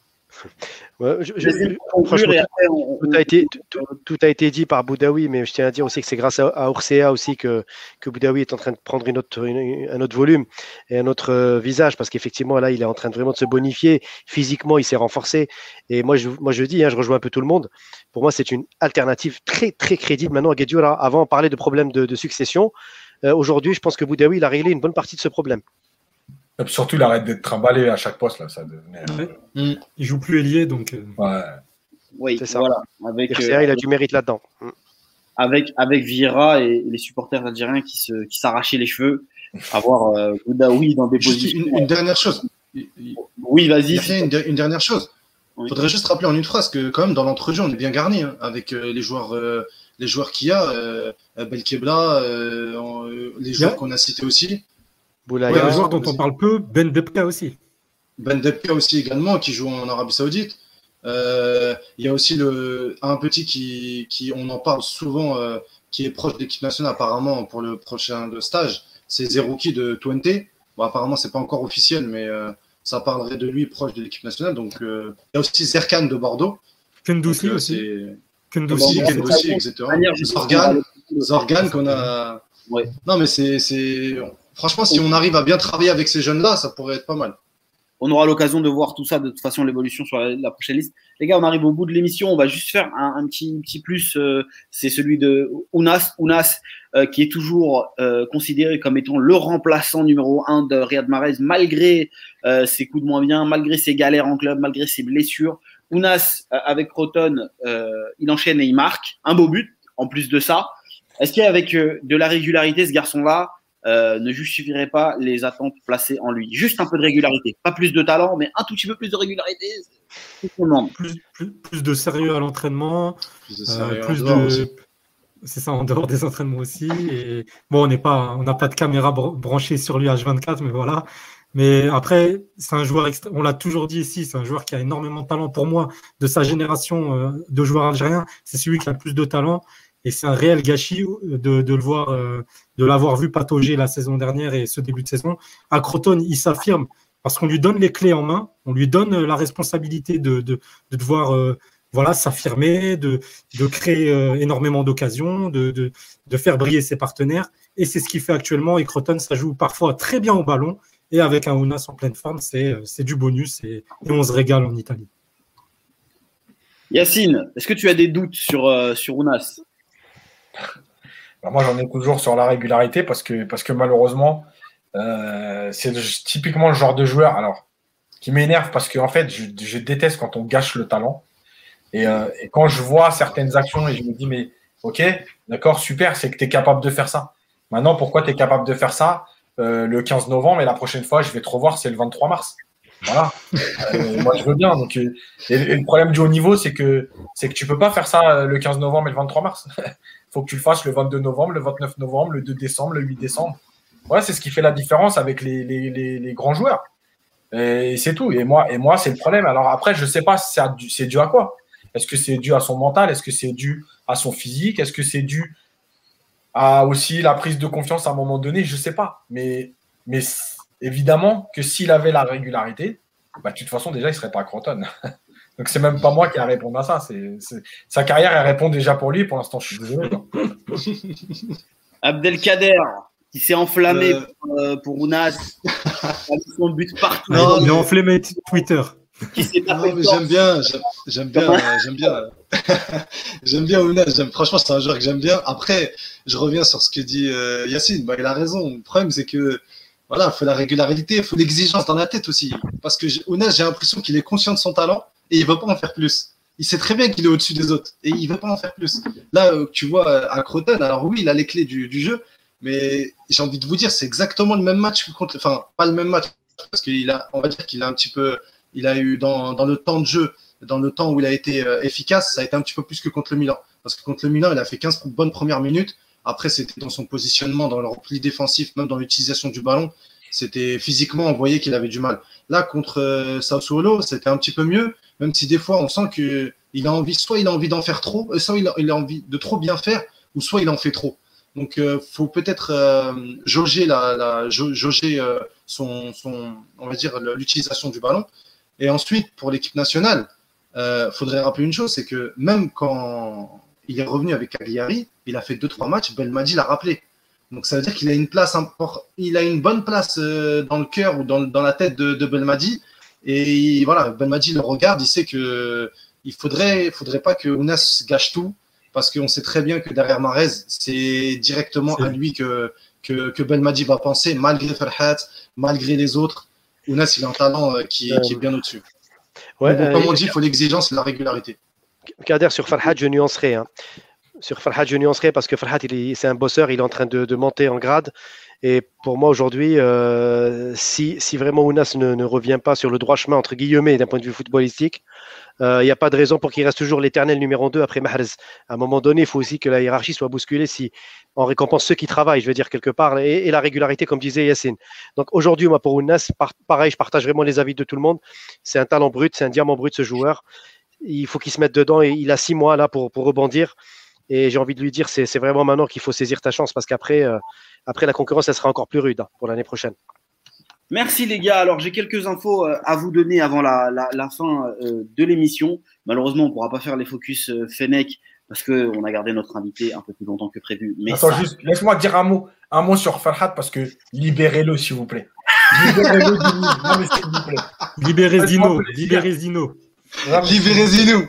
Ouais, je, je, je, franchement, tout, tout, a été, tout, tout a été dit par Boudaoui, mais je tiens à dire aussi que c'est grâce à, à Orcea aussi que, que Boudaoui est en train de prendre une autre, une, un autre volume et un autre euh, visage, parce qu'effectivement, là, il est en train de vraiment de se bonifier. Physiquement, il s'est renforcé. Et moi, je, moi, je dis, hein, je rejoins un peu tout le monde. Pour moi, c'est une alternative très, très crédible maintenant à Guedjura. Avant, on parlait de problème de, de succession. Euh, aujourd'hui, je pense que Boudaoui, il a réglé une bonne partie de ce problème. Surtout, il arrête d'être trimballé à chaque poste. Là, ça devenait, ouais. euh... Il joue plus ailier, donc. Ouais. Oui, c'est ça. Voilà. Avec, euh, il a du mérite là-dedans. Avec, avec Vieira et les supporters algériens qui, se, qui s'arrachaient les cheveux, avoir euh, Boudaoui dans des juste positions. Une, une dernière chose. Oui, vas-y. Une, une dernière chose. Il oui. faudrait juste rappeler en une phrase que, quand même, dans l'entrejeu, on est bien garni hein, avec euh, les joueurs. Euh, les joueurs qu'il y a, euh, Belkebla, euh, les joueurs yeah. qu'on a cités aussi. Boulaya, ouais, les joueurs dont on parle peu, Ben Depka aussi. Ben Depka aussi également, qui joue en Arabie Saoudite. Euh, il y a aussi le, un petit qui, qui, on en parle souvent, euh, qui est proche de l'équipe nationale apparemment pour le prochain de stage. C'est Zerouki de Twente. Bon, apparemment, c'est pas encore officiel, mais euh, ça parlerait de lui proche de l'équipe nationale. Donc, euh, il y a aussi Zerkan de Bordeaux. Kendoussi euh, aussi. Kendoussi, Kendoussi, exactement. Zorgan, Zorgan qu'on a. Ouais. Non, mais c'est, c'est. Franchement, si on arrive à bien travailler avec ces jeunes-là, ça pourrait être pas mal. On aura l'occasion de voir tout ça, de toute façon, l'évolution sur la, la prochaine liste. Les gars, on arrive au bout de l'émission. On va juste faire un, un petit, petit plus. Euh, c'est celui de Ounas. Ounas, euh, qui est toujours euh, considéré comme étant le remplaçant numéro un de Riyad Mahrez, malgré euh, ses coups de moins bien, malgré ses galères en club, malgré ses blessures. Ounas, euh, avec Croton, euh, il enchaîne et il marque. Un beau but, en plus de ça. Est-ce qu'avec euh, de la régularité, ce garçon-là, Euh, ne justifierait pas les attentes placées en lui. Juste un peu de régularité. Pas plus de talent, mais un tout petit peu plus de régularité. C'est ce qu'on demande. Plus, plus, plus de sérieux à l'entraînement. Plus de sérieux euh, plus de... C'est ça, en dehors des entraînements aussi. Et bon, on n'est pas, on n'a pas de caméra br- branchée sur lui H vingt-quatre, mais voilà. Mais après, c'est un joueur, extra... on l'a toujours dit ici, c'est un joueur qui a énormément de talent. Pour moi, de sa génération euh, de joueurs algériens, c'est celui qui a le plus de talent. Et c'est un réel gâchis de, de le voir, euh, de l'avoir vu patauger la saison dernière et ce début de saison. À Croton, il s'affirme parce qu'on lui donne les clés en main, on lui donne la responsabilité de, de, de devoir euh, voilà, s'affirmer, de, de créer euh, énormément d'occasions, de, de, de faire briller ses partenaires. Et c'est ce qu'il fait actuellement. Et Crotone, ça joue parfois très bien au ballon. Et avec un Ounas en pleine forme, c'est, c'est du bonus et, et on se régale en Italie. Yacine, est-ce que tu as des doutes sur, euh, sur Ounas? Alors moi, j'en ai toujours sur la régularité parce que, parce que malheureusement, euh, c'est typiquement le genre de joueur alors, qui m'énerve parce que en fait, je, je déteste quand on gâche le talent. Et, euh, et quand je vois certaines actions et je me dis, mais ok, d'accord, super, c'est que tu es capable de faire ça. Maintenant, pourquoi tu es capable de faire ça euh, le quinze novembre et la prochaine fois, je vais te revoir, c'est le vingt-trois mars. Voilà. Euh, moi, je veux bien. Donc, euh, et, et le problème du haut niveau, c'est que, c'est que tu peux pas faire ça le quinze novembre et le vingt-trois mars. Il faut que tu le fasses le vingt-deux novembre, le vingt-neuf novembre, le deux décembre, le huit décembre. Voilà, c'est ce qui fait la différence avec les, les, les, les grands joueurs. Et c'est tout. Et moi, et moi c'est le problème. Alors après, je sais pas si c'est, dû, c'est dû à quoi. Est-ce que c'est dû à son mental? Est-ce que c'est dû à son physique? Est-ce que c'est dû à aussi la prise de confiance à un moment donné? Je sais pas. Mais, mais évidemment que s'il avait la régularité, bah, de toute façon, déjà, il ne serait pas à Crotone. Donc, c'est même pas moi qui ai à répondre à ça. C'est, c'est... Sa carrière, elle répond déjà pour lui. Pour l'instant, je suis désolé. Abdelkader, qui s'est enflammé euh... pour, euh, pour Ounas, avec son but partout. Non, il a enflammé Twitter. Qui s'est non, mais j'aime bien, j'aime, j'aime bien, j'aime bien, j'aime bien Ounas. J'aime, franchement, c'est un joueur que j'aime bien. Après, je reviens sur ce que dit euh, Yacine. Bah, il a raison. Le problème, c'est que voilà, il faut la régularité, il faut l'exigence dans la tête aussi. Parce que Ounas, j'ai l'impression qu'il est conscient de son talent et il ne veut pas en faire plus. Il sait très bien qu'il est au-dessus des autres et il ne veut pas en faire plus. Là, tu vois, à Crotone, alors oui, il a les clés du, du jeu, mais j'ai envie de vous dire, c'est exactement le même match que contre. Enfin, pas le même match, parce qu'il a, on va dire qu'il a un petit peu. Il a eu dans, dans le temps de jeu, dans le temps où il a été euh, efficace, ça a été un petit peu plus que contre le Milan. Parce que contre le Milan, il a fait quinze bonnes premières minutes. Après, c'était dans son positionnement, dans le repli défensif, même dans l'utilisation du ballon. C'était physiquement, on voyait qu'il avait du mal. Là, contre euh, Sassuolo, c'était un petit peu mieux, même si des fois, on sent qu'il a envie, soit il a envie d'en faire trop, soit il a, il a envie de trop bien faire, ou soit il en fait trop. Donc, il euh, faut peut-être euh, jauger, la, la, jauger euh, son, son, on va dire, l'utilisation du ballon. Et ensuite, pour l'équipe nationale, il euh, faudrait rappeler une chose, c'est que même quand il est revenu avec Cagliari, il a fait deux trois matchs, Belmadi l'a rappelé. Donc ça veut dire qu'il a une place, il a une bonne place euh, dans le cœur ou dans, dans la tête de, de Belmadi. Et il, voilà, Belmadi le regarde, il sait que il faudrait, faudrait pas que Ounas gâche tout, parce qu'on sait très bien que derrière Mahrez, c'est directement c'est... à lui que, que, que Belmadi va penser, malgré Ferhat, malgré les autres. Ounas, il a un talent euh, qui, euh... qui est bien au-dessus. Ouais, donc, euh, comme on dit, il faut l'exigence et la régularité. Kader, sur Ferhat, je nuancerai. Hein. Sur Ferhat, je nuancerai parce que Ferhat, il est, c'est un bosseur, il est en train de, de monter en grade. Et pour moi, aujourd'hui, euh, si, si vraiment Ounas ne, ne revient pas sur le droit chemin, entre guillemets, d'un point de vue footballistique, il euh, n'y a pas de raison pour qu'il reste toujours l'éternel numéro deux après Mahrez. À un moment donné, il faut aussi que la hiérarchie soit bousculée si on récompense ceux qui travaillent, je veux dire, quelque part, et, et la régularité, comme disait Yacine. Donc aujourd'hui, moi, pour Ounas, par, pareil, je partage vraiment les avis de tout le monde. C'est un talent brut, c'est un diamant brut, ce joueur. Il faut qu'il se mette dedans et il a six mois là pour, pour rebondir. Et j'ai envie de lui dire, c'est, c'est vraiment maintenant qu'il faut saisir ta chance parce qu'après, euh, après la concurrence, elle sera encore plus rude hein, pour l'année prochaine. Merci les gars. Alors j'ai quelques infos à vous donner avant la, la, la fin de l'émission. Malheureusement, on ne pourra pas faire les focus Fennec parce qu'on a gardé notre invité un peu plus longtemps que prévu. Mais Attends, ça... juste, laisse-moi dire un mot, un mot sur Ferhat parce que libérez-le s'il vous plaît. Libérez-le du non, mais s'il vous plaît. Libérez Zino. Libérez Zino. Libérez Zino.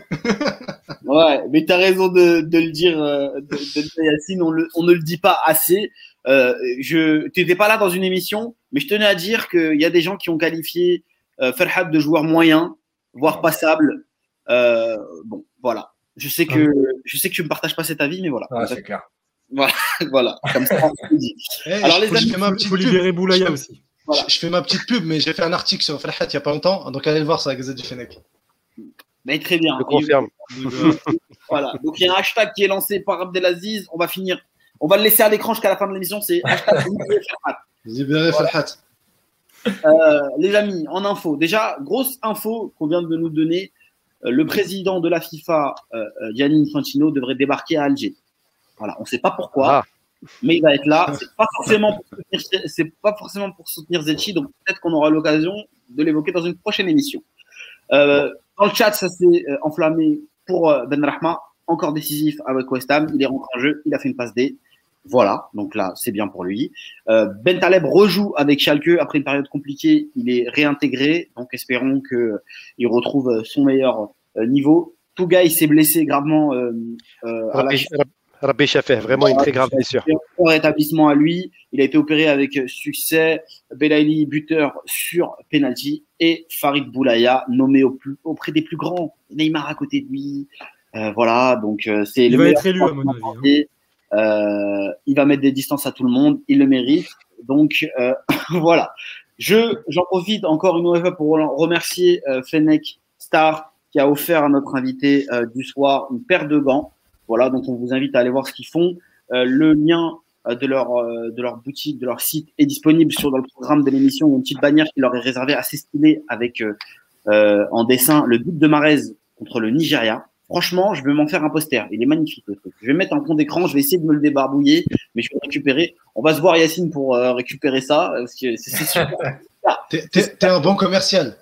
Ouais, mais tu as raison de, de le dire, de, de le dire Yacine. On, le, on ne le dit pas assez. Euh, je, tu n'étais pas là dans une émission, mais je tenais à dire qu'il y a des gens qui ont qualifié euh, Ferhat de joueur moyen, voire passable. Euh, bon, voilà. Je sais que ah. je sais que tu ne partages pas cet avis, mais voilà. Ah, c'est clair. Voilà, voilà. Comme ça, on se dit. Hey, Alors, je, les amis, je fais ma petite faut libérer Boulaya aussi. Voilà. Je, je fais ma petite pub, mais j'ai fait un article sur Ferhat il n'y a pas longtemps, donc allez le voir sur la Gazette du Fennec. Mais très bien. Je confirme. Voilà. Donc il y a un hashtag qui est lancé par Abdelaziz. On va finir. On va le laisser à l'écran jusqu'à la fin de l'émission. C'est hashtag Libérez Ferhat. Euh, les amis, en info. Déjà, grosse info qu'on vient de nous donner. Euh, le président de la FIFA, euh, Gianni Infantino, devrait débarquer à Alger. Voilà. On ne sait pas pourquoi, ah. mais il va être là. C'est pas forcément pour soutenir, c'est pas forcément pour soutenir Zetchi. Donc peut-être qu'on aura l'occasion de l'évoquer dans une prochaine émission. Euh, dans le chat, ça s'est euh, enflammé pour euh, Benrahma, encore décisif avec West Ham. Il est rentré en jeu, il a fait une passe D. Voilà, donc là, c'est bien pour lui. Euh, Bentaleb rejoue avec Schalke après une période compliquée. Il est réintégré, donc espérons qu'il retrouve son meilleur euh, niveau. Tougaï s'est blessé gravement euh, euh, à la Rabbi Chafé, vraiment une très grave blessure. Pour rétablissement à lui, il a été opéré avec succès. Belaïli, buteur sur penalty, et Farid Boulaya, nommé au plus, auprès des plus grands. Neymar à côté de lui. Euh, voilà, donc euh, c'est il le va meilleur être élu à mon avis. Hein. Euh, il va mettre des distances à tout le monde, il le mérite. Donc euh, voilà. Je, j'en profite encore une fois pour remercier euh, Fennec Star qui a offert à notre invité euh, du soir une paire de gants. Voilà, donc on vous invite à aller voir ce qu'ils font. Euh, le lien euh, de leur euh, de leur boutique, de leur site est disponible sur dans le programme de l'émission. Il y a une petite bannière qui leur est réservée, assez stylée, avec euh, euh, en dessin le but de Mahrez contre le Nigeria. Franchement, je vais m'en faire un poster. Il est magnifique le truc. Je vais mettre un fond d'écran, je vais essayer de me le débarbouiller, mais je vais le récupérer. On va se voir Yacine pour euh, récupérer ça, parce que c'est, c'est super. t'es, t'es, t'es un bon commercial.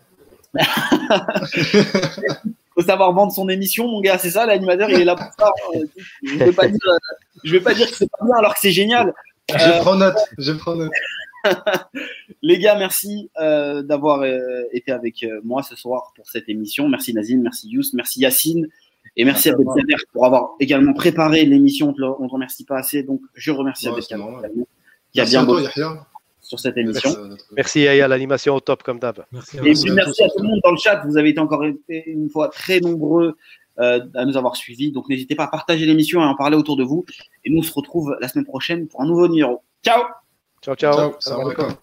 Faut savoir vendre son émission, mon gars, c'est ça, l'animateur, il est là pour ça. Je vais pas dire, je vais pas dire que c'est pas bien alors que c'est génial. Je euh... prends note, je prends note. Les gars, merci euh, d'avoir euh, été avec euh, moi ce soir pour cette émission. Merci Nazim, merci Yous, merci Yacine. Et merci, merci à Abdelkader pour avoir également préparé l'émission. On ne te remercie pas assez, donc je remercie ouais, Abdelkader qui a bien bossé sur cette émission. Merci, merci Yaya, l'animation au top comme d'hab. Merci, et puis merci à tout le monde dans le chat. Vous avez été encore une fois très nombreux euh, à nous avoir suivis. Donc n'hésitez pas à partager l'émission et à en parler autour de vous. Et nous on se retrouve la semaine prochaine pour un nouveau numéro. Ciao. Ciao, ciao. Ciao.